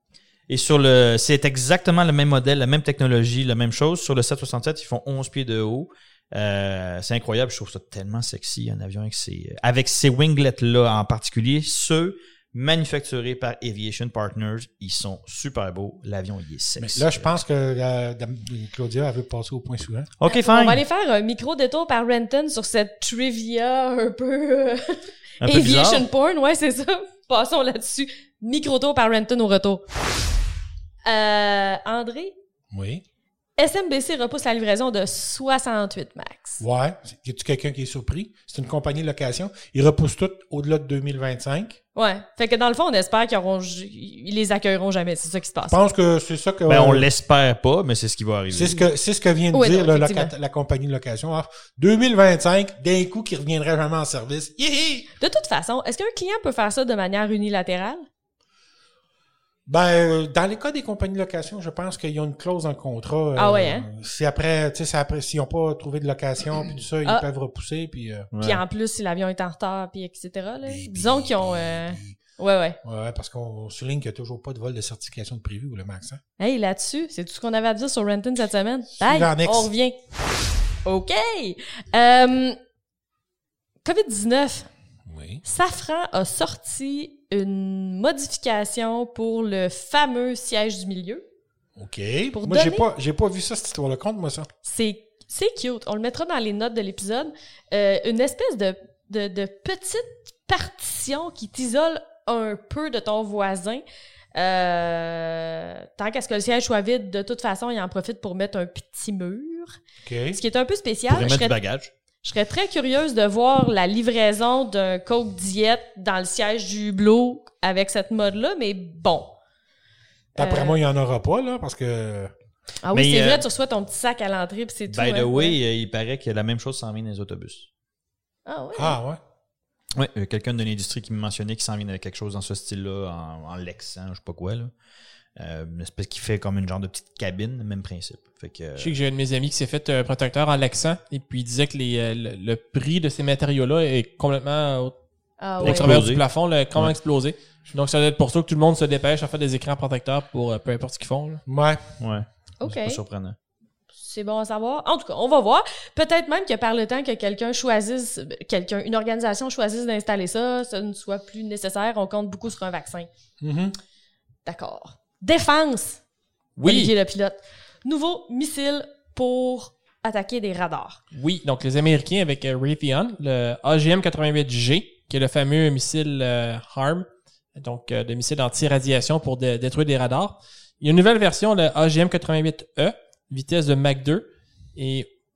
Speaker 3: Et sur le, c'est exactement le même modèle, la même technologie, la même chose. Sur le sept soixante-sept, ils font onze pieds de haut. Euh, c'est incroyable. Je trouve ça tellement sexy, un avion avec ces, avec ces winglets-là en particulier. Ceux manufacturés par Aviation Partners, ils sont super beaux. L'avion, il est
Speaker 2: Mais
Speaker 3: sexy.
Speaker 2: là, je pense que euh, Dame- Claudia, elle veut passer au point suivant.
Speaker 3: OK,
Speaker 1: On
Speaker 3: fine.
Speaker 1: va aller faire un micro-détour par Renton sur cette trivia un peu... euh,
Speaker 3: Un peu
Speaker 1: Aviation
Speaker 3: bizarre.
Speaker 1: porn, ouais, c'est ça. Passons là-dessus. Micro-tour par Renton au retour. Euh, André,
Speaker 2: Oui.
Speaker 1: S M B C repousse la livraison de soixante-huit MAX.
Speaker 2: Ouais. Y a-tu quelqu'un qui est surpris? C'est une compagnie de location. Ils repoussent tout au-delà de deux mille vingt-cinq.
Speaker 1: Ouais. Fait que dans le fond, on espère qu'ils auront, ils les accueilleront jamais. C'est ça qui se passe.
Speaker 2: Je pense que c'est ça que...
Speaker 3: Ben, on l'espère pas, mais c'est ce qui va arriver.
Speaker 2: C'est ce que, c'est ce que vient de
Speaker 1: Oui,
Speaker 2: dire
Speaker 1: non,
Speaker 2: le loca-
Speaker 1: effectivement.
Speaker 2: la compagnie de location. Alors, deux mille vingt-cinq, d'un coup, qui reviendrait jamais en service. Hihi!
Speaker 1: De toute façon, est-ce qu'un client peut faire ça de manière unilatérale?
Speaker 2: Ben, euh, dans les cas des compagnies de location, je pense qu'ils ont une clause dans le contrat. euh,
Speaker 1: Ah ouais, hein?
Speaker 2: Si après, tu sais, c'est après, s'ils n'ont pas trouvé de location, puis tout ça, ils
Speaker 1: Ah.
Speaker 2: peuvent repousser, puis... euh,
Speaker 3: Ouais.
Speaker 1: Puis en plus, si l'avion est en retard, puis et cetera. Là.
Speaker 2: Baby.
Speaker 1: Disons qu'ils ont... euh, Ouais, ouais.
Speaker 2: Ouais, parce qu'on souligne qu'il n'y a toujours pas de vol de certification de prévu ou le max. Hein?
Speaker 1: Hey, là-dessus, c'est tout ce qu'on avait à dire sur Renton cette semaine. Bye!
Speaker 2: Suivant, next.
Speaker 1: On revient. OK! Euh, covid dix-neuf.
Speaker 2: Oui.
Speaker 1: Safran a sorti une modification pour le fameux siège du milieu.
Speaker 2: OK.
Speaker 1: Pour
Speaker 2: Moi, j'ai
Speaker 1: donner-
Speaker 2: pas, j'ai pas vu ça, cette histoire-là. Conte-moi ça.
Speaker 1: C'est, c'est cute. On le mettra dans les notes de l'épisode. Euh, une espèce de, de, de petite partition qui t'isole un peu de ton voisin. Euh, tant qu'à ce que le siège soit vide, de toute façon, il en profite pour mettre un petit mur.
Speaker 2: OK.
Speaker 1: Ce qui est un peu spécial.
Speaker 3: Pour y
Speaker 1: Je
Speaker 3: mettre du
Speaker 1: serais,
Speaker 3: bagage.
Speaker 1: je serais très curieuse de voir la livraison d'un Coke Diet dans le siège du Hublot avec cette mode-là, mais bon.
Speaker 2: D'après
Speaker 1: Euh,
Speaker 2: moi, il n'y en aura pas, là, parce que...
Speaker 1: Ah oui,
Speaker 3: Mais,
Speaker 1: c'est
Speaker 3: euh,
Speaker 1: vrai, tu reçois ton petit sac à l'entrée puis c'est tout.
Speaker 3: By the
Speaker 1: hein.
Speaker 3: way, euh, il paraît que la même chose s'en vient dans les autobus.
Speaker 1: Ah ouais.
Speaker 2: Ah, ouais.
Speaker 3: Oui, euh, quelqu'un de l'industrie qui me mentionnait qu'il s'en vient avec quelque chose dans ce style-là, en, en Lexan, je sais pas quoi, là. Euh, une espèce qui fait comme une genre de petite cabine, même principe. Fait que,
Speaker 4: Je sais que j'ai un de mes amis qui s'est fait un protecteur en Lexan et puis il disait que les, euh, le, le prix de ces matériaux-là est complètement au
Speaker 1: Ah
Speaker 4: au
Speaker 1: ouais.
Speaker 4: travers
Speaker 3: Explosé.
Speaker 4: du plafond, là, complètement
Speaker 3: Ouais.
Speaker 4: explosé. Donc ça doit être pour ça que tout le monde se dépêche à faire des écrans protecteurs pour euh, peu importe ce qu'ils font. là.
Speaker 2: Ouais.
Speaker 3: ouais,
Speaker 1: OK.
Speaker 3: c'est pas surprenant.
Speaker 1: C'est bon à savoir. En tout cas, on va voir. Peut-être même que par le temps que quelqu'un choisisse, quelqu'un, une organisation choisisse d'installer ça, ça ne soit plus nécessaire. On compte beaucoup sur un vaccin.
Speaker 2: Mhm.
Speaker 1: D'accord. Défense.
Speaker 4: Oui,
Speaker 1: Olivier le pilote. Nouveau missile pour attaquer des radars.
Speaker 4: oui. Donc les Américains avec euh, Raytheon, le A G M quatre-vingt-huit G, qui est le fameux missile euh, HARM, donc euh, de missile anti-radiation pour dé- détruire des radars. Il y a une nouvelle version, le A G M quatre-vingt-huit E, vitesse de Mach deux. Et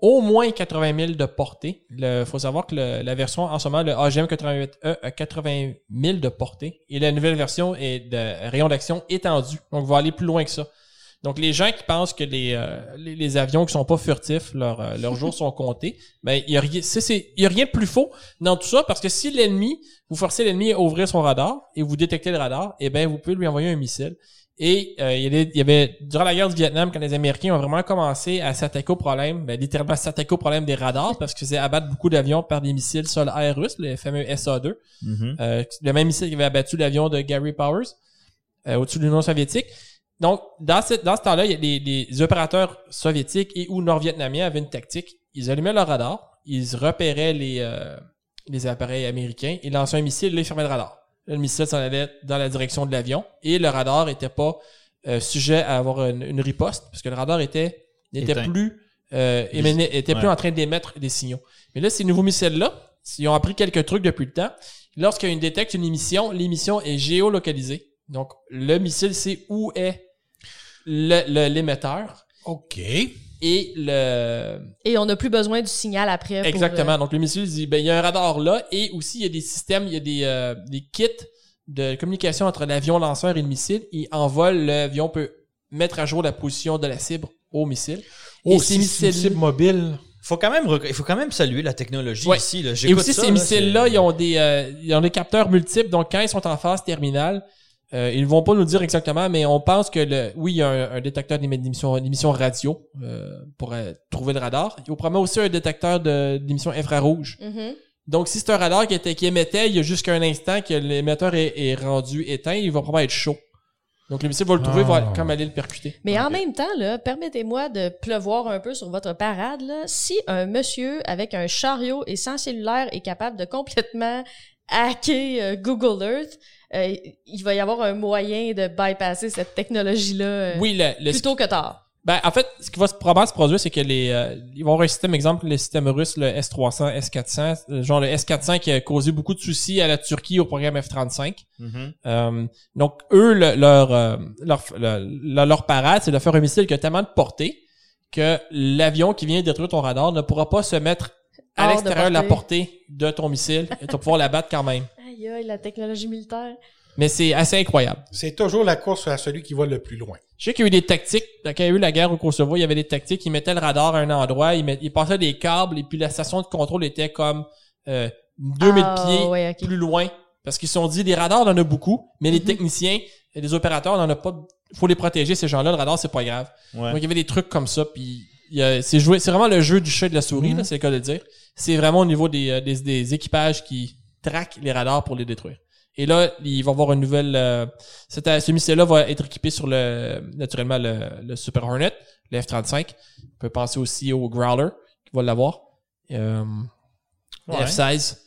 Speaker 4: au moins quatre-vingt mille de portée. Il faut savoir que le, la version, en ce moment, le A G M quatre-vingt-huit E a quatre-vingt mille de portée et la nouvelle version est de rayon d'action étendu. Donc, va aller plus loin que ça. Donc, les gens qui pensent que les, euh, les, les avions qui sont pas furtifs, leur, euh, leurs jours sont comptés, ben, il y a rien, c'est, c'est, il y a rien de plus faux dans tout ça parce que si l'ennemi, vous forcez l'ennemi à ouvrir son radar et vous détectez le radar, eh ben, vous pouvez lui envoyer un missile. Et euh, il, y avait, il y avait, durant la guerre du Vietnam, quand les Américains ont vraiment commencé à s'attaquer au problème, ben, littéralement s'attaquer au problème des radars, parce qu'ils faisaient abattre beaucoup d'avions par des missiles sol-air russes, les fameux S A deux.
Speaker 3: Mm-hmm.
Speaker 4: Euh, le même missile qui avait abattu l'avion de Gary Powers, euh, au-dessus de l'Union soviétique. Donc, dans ce, dans ce temps-là, il y a les, les opérateurs soviétiques et ou nord-vietnamiens avaient une tactique. Ils allumaient leur radar, ils repéraient les, euh, les appareils américains, ils lançaient un missile, là, ils fermaient le radar. Le missile s'en allait dans la direction de l'avion et le radar était pas euh, sujet à avoir une, une riposte parce que le radar était n'était
Speaker 3: Éteint.
Speaker 4: plus euh, émené, était
Speaker 3: ouais.
Speaker 4: plus en train d'émettre des signaux. Mais là, ces nouveaux missiles-là, ils ont appris quelques trucs depuis le temps. Lorsqu'ils détectent une émission, l'émission est géolocalisée. Donc, le missile sait où est le, le, l'émetteur.
Speaker 2: OK.
Speaker 4: Et le...
Speaker 1: Et on n'a plus besoin du signal après.
Speaker 4: Exactement.
Speaker 1: Pour, euh...
Speaker 4: Donc, le missile dit, ben, il y a un radar là et aussi, il y a des systèmes, il y a des, euh, des kits de communication entre l'avion lanceur et le missile. Et en vol, l'avion peut mettre à jour la position de la cible au missile.
Speaker 2: Oh,
Speaker 4: et
Speaker 2: ces missiles cible mobile.
Speaker 3: Faut quand même, rec- il faut quand même saluer la technologie
Speaker 4: Ouais.
Speaker 3: ici, là.
Speaker 4: Et
Speaker 3: J'écoute
Speaker 4: aussi,
Speaker 3: ça,
Speaker 4: ces
Speaker 3: là,
Speaker 4: missiles-là,
Speaker 3: c'est-
Speaker 4: ils ont des, euh, ils ont des capteurs multiples. Donc, quand ils sont en phase terminale, Euh, ils ne vont pas nous dire exactement, mais on pense que le, oui, il y a un, un détecteur d'émission, d'émission radio euh, pour euh, trouver le radar. Il y a probablement aussi un détecteur de, d'émission infrarouge.
Speaker 1: Mm-hmm.
Speaker 4: Donc, si c'est un radar qui, était, qui émettait il y a jusqu'à un instant que l'émetteur est, est rendu éteint, il va probablement être chaud. Donc, le missile va le trouver,
Speaker 2: Ah.
Speaker 4: va comme aller le percuter.
Speaker 1: Mais en
Speaker 3: Ok.
Speaker 1: même temps, là, permettez-moi de pleuvoir un peu sur votre parade. Là. Si un monsieur avec un chariot et sans cellulaire est capable de complètement hacker euh, Google Earth, euh, il va y avoir un moyen de bypasser cette technologie-là euh,
Speaker 4: Oui, le, le,
Speaker 1: plus tôt que tard.
Speaker 4: Ben, en fait, ce qui va se- probablement se produire, c'est que les, euh, ils vont avoir un système, exemple, le système russe, le S trois cents, S quatre cents, euh, genre le S quatre cents qui a causé beaucoup de soucis à la Turquie au programme F trente-cinq.
Speaker 3: Mhm.
Speaker 4: Euh, donc, eux, le- leur, euh, leur, le- leur parade, c'est de faire un missile qui a tellement de portée que l'avion qui vient détruire ton radar ne pourra pas se mettre à
Speaker 1: Hors de
Speaker 4: l'extérieur de la
Speaker 1: portée.
Speaker 4: portée de ton missile et tu vas pouvoir l'abattre quand même.
Speaker 1: Aïe, aïe, la technologie militaire.
Speaker 4: Mais c'est assez incroyable.
Speaker 2: C'est toujours la course à celui qui va le plus loin.
Speaker 4: Je sais qu'il y a eu des tactiques. Quand il y a eu la guerre au Kosovo, il y avait des tactiques. Ils mettaient le radar à un endroit, ils, met, ils passaient des câbles et puis la station de contrôle était comme euh, deux mille
Speaker 1: Ah,
Speaker 4: pieds
Speaker 1: ouais, ok.
Speaker 4: plus loin. Parce qu'ils se sont dit, les radars, on en a beaucoup, mais les
Speaker 1: Mhm.
Speaker 4: techniciens et les opérateurs, on en a pas. Faut les protéger, ces gens-là. Le radar, c'est pas grave.
Speaker 3: Ouais.
Speaker 4: Donc, il y avait des trucs comme ça. Puis il y a- c'est joué, c'est vraiment le jeu du chat et de la souris,
Speaker 2: Mhm.
Speaker 4: là, c'est le cas de le dire. C'est vraiment au niveau des, euh, des, des équipages qui traquent les radars pour les détruire. Et là, il va y avoir une nouvelle... Euh, cet, euh, ce missile-là va être équipé sur le naturellement le, le Super Hornet, le F trente-cinq. On peut penser aussi au Growler, qui va l'avoir. Euh,
Speaker 3: Ouais.
Speaker 4: F seize.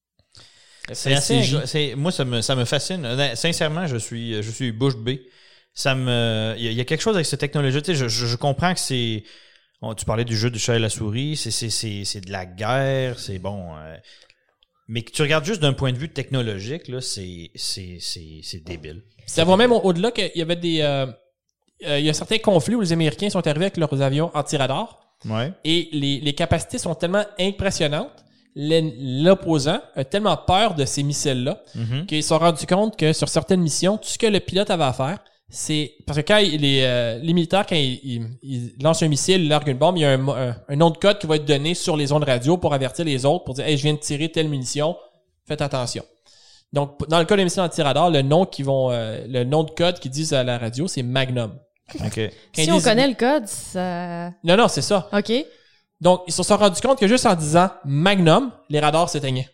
Speaker 3: C'est assez, c'est, moi, ça me, ça me fascine. Honnêtement, sincèrement, je suis, je suis bouche bée. Ça me, il y, a- il y a quelque chose avec cette technologie. Tu sais, je, je, je comprends que c'est, on- tu parlais du jeu du chat et la souris, c'est, c'est, c'est, c'est de la guerre, c'est bon. euh, mais que tu regardes juste d'un point de vue technologique, là, c'est, c'est, c'est, c'est débile.
Speaker 4: Ça va même au- au-delà qu'il y avait des... Euh, euh, il y a certains conflits où les Américains sont arrivés avec leurs avions anti-radar
Speaker 3: Ouais.
Speaker 4: et les, les capacités sont tellement impressionnantes, l'en- l'opposant a tellement peur de ces missiles-là
Speaker 3: Mhm.
Speaker 4: qu'ils se sont rendus compte que sur certaines missions, tout ce que le pilote avait à faire, c'est... Parce que quand il- les, euh, les militaires, quand ils, ils, ils lancent un missile, ils larguent une bombe, il y a un, mo- un, un nom de code qui va être donné sur les ondes radio pour avertir les autres, pour dire « Hey, je viens de tirer telle munition, faites attention ». Donc, dans le cas des missiles anti-radar, le nom qu'ils vont, euh, le nom de code qu'ils disent à la radio, c'est Magnum.
Speaker 3: OK.
Speaker 4: Quand
Speaker 1: Si
Speaker 4: ils
Speaker 1: on
Speaker 4: disent-
Speaker 1: connaît le code, ça...
Speaker 4: Non, non, c'est ça.
Speaker 1: OK.
Speaker 4: Donc, ils se sont rendus compte que juste en disant Magnum, les radars s'éteignaient.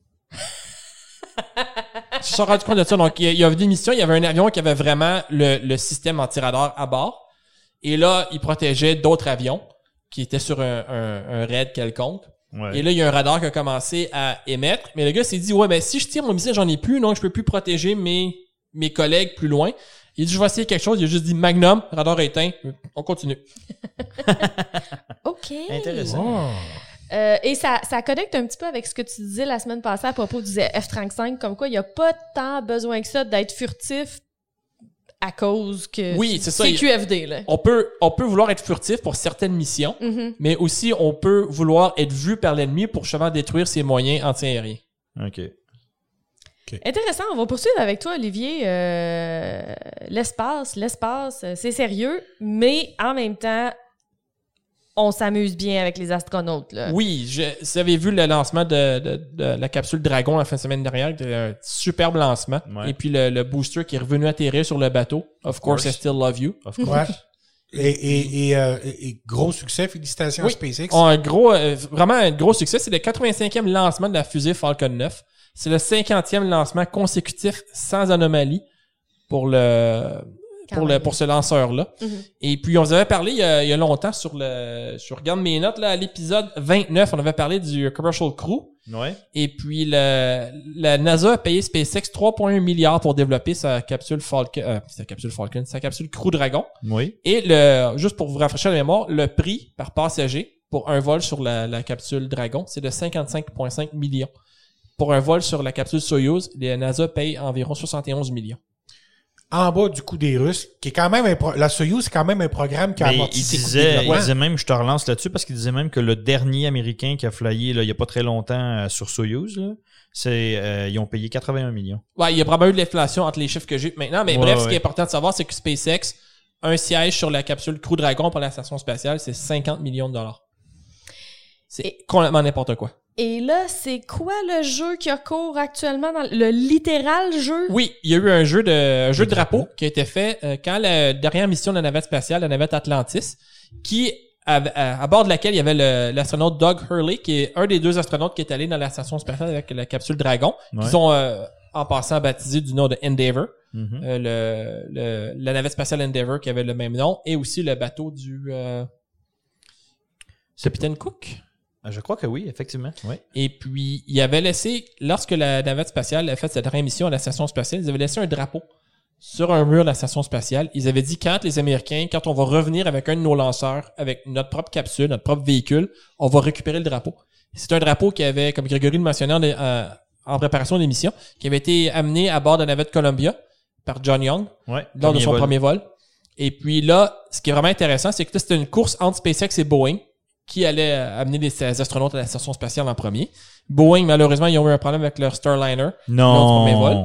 Speaker 4: Ils se sont rendus compte de ça. Donc, il y a- il y avait des missions, il y avait un avion qui avait vraiment le, le système anti-radar à bord. Et là, il protégeait d'autres avions qui étaient sur un, un, un raid quelconque.
Speaker 3: Ouais.
Speaker 4: Et là, il y a un radar qui a commencé à émettre. Mais le gars s'est dit, ouais, ben si je tire mon missile, j'en ai plus, donc je peux plus protéger mes, mes collègues plus loin. Il a dit, je vais essayer quelque chose. Il a juste dit Magnum, radar éteint. On continue.
Speaker 1: OK.
Speaker 3: Intéressant.
Speaker 2: Oh.
Speaker 1: Euh, et ça, ça connecte un petit peu avec ce que tu disais la semaine passée à propos du F trente-cinq, comme quoi il n'y a pas tant besoin que ça d'être furtif à cause que
Speaker 4: Oui, c'est ça.
Speaker 1: c'est Q F D, là.
Speaker 4: On peut, on peut vouloir être furtif pour certaines missions,
Speaker 1: Mm-hmm.
Speaker 4: mais aussi on peut vouloir être vu par l'ennemi pour justement détruire ses moyens antiaériens.
Speaker 3: OK.
Speaker 1: Intéressant, on va poursuivre avec toi, Olivier. Euh, l'espace, l'espace, euh, c'est sérieux, mais en même temps, on s'amuse bien avec les astronautes, là.
Speaker 4: Oui, je, vous avez vu le lancement de, de, de la capsule Dragon la fin de semaine dernière, c'était un superbe lancement.
Speaker 3: Ouais.
Speaker 4: Et puis le, le booster qui est revenu atterrir sur le bateau. Of course, I still love you.
Speaker 3: Of course.
Speaker 2: Ouais. Et, et, et, euh, et- et gros succès, félicitations
Speaker 4: Oui.
Speaker 2: à SpaceX.
Speaker 4: On a un gros, euh, vraiment un gros succès. C'est le quatre-vingt-cinquième lancement de la fusée Falcon neuf. C'est le cinquantième lancement consécutif sans anomalie pour le
Speaker 1: Quand
Speaker 4: pour
Speaker 1: même.
Speaker 4: le pour ce lanceur-là.
Speaker 1: Mhm.
Speaker 4: Et puis on vous avait parlé il y a, il y a longtemps sur le je regarde mes notes là à l'épisode vingt-neuf, on avait parlé du Commercial Crew.
Speaker 3: Ouais.
Speaker 4: Et puis le la NASA a payé SpaceX trois virgule un milliards pour développer sa capsule Falcon euh, sa capsule Falcon, sa capsule Crew Dragon.
Speaker 3: Oui.
Speaker 4: Et le juste pour vous rafraîchir la mémoire, le prix par passager pour un vol sur la, la capsule Dragon, c'est de cinquante-cinq virgule cinq millions. Pour un vol sur la capsule Soyuz, la NASA paye environ soixante et onze millions.
Speaker 2: En bas du coup des Russes, qui est quand même un pro- la Soyuz, c'est quand même un programme qui a
Speaker 3: Mais
Speaker 2: amorti
Speaker 3: il
Speaker 2: ses coûts de
Speaker 3: disait, il
Speaker 2: développement.
Speaker 3: disait même, je te relance là-dessus, parce qu'il disait même que le dernier Américain qui a flyé là, il y a pas très longtemps euh, sur Soyuz, là, c'est euh, ils ont payé quatre-vingt-un millions.
Speaker 4: Ouais, il y a probablement eu de l'inflation entre les chiffres que j'ai maintenant, mais
Speaker 3: Ouais,
Speaker 4: bref,
Speaker 3: ouais.
Speaker 4: ce qui est important de savoir, c'est que SpaceX, un siège sur la capsule Crew Dragon pour la station spatiale, c'est cinquante millions de dollars. C'est
Speaker 1: Et-
Speaker 4: complètement n'importe quoi.
Speaker 1: Et là, c'est quoi le jeu qui a cours actuellement dans le littéral jeu?
Speaker 4: Oui, il y a eu un jeu de un jeu de drapeau qui a été fait euh, quand la dernière mission de la navette spatiale, la navette Atlantis, qui avait- à, à bord de laquelle il y avait le- l'astronaute Doug Hurley, qui est un des deux astronautes qui est allé dans la station spatiale avec la capsule Dragon,
Speaker 3: Ouais.
Speaker 4: qu'ils ont euh, en passant baptisé du nom de Endeavour,
Speaker 3: Mhm.
Speaker 4: euh, le, le la navette spatiale Endeavour qui avait le même nom, et aussi le bateau du euh, capitaine Cook.
Speaker 3: Ah, je crois que oui, effectivement. Oui.
Speaker 4: Et puis, il avait laissé, lorsque la navette spatiale a fait cette dernière mission à la station spatiale, ils avaient laissé un drapeau sur un mur de la station spatiale. Ils avaient dit, quand les Américains, quand on va revenir avec un de nos lanceurs, avec notre propre capsule, notre propre véhicule, on va récupérer le drapeau. C'est un drapeau qui avait, comme Grégory le mentionnait en, euh, en préparation de l'émission, qui avait été amené à bord de la navette Columbia par John Young
Speaker 3: Ouais.
Speaker 4: lors de
Speaker 3: Premier
Speaker 4: son
Speaker 3: vol.
Speaker 4: premier vol. Et puis là, ce qui est vraiment intéressant, c'est que là, c'était une course entre SpaceX et Boeing qui allait euh, amener les, les astronautes à la station spatiale en premier. Boeing, malheureusement, ils ont eu un problème avec leur Starliner.
Speaker 3: Non.
Speaker 4: premier vol.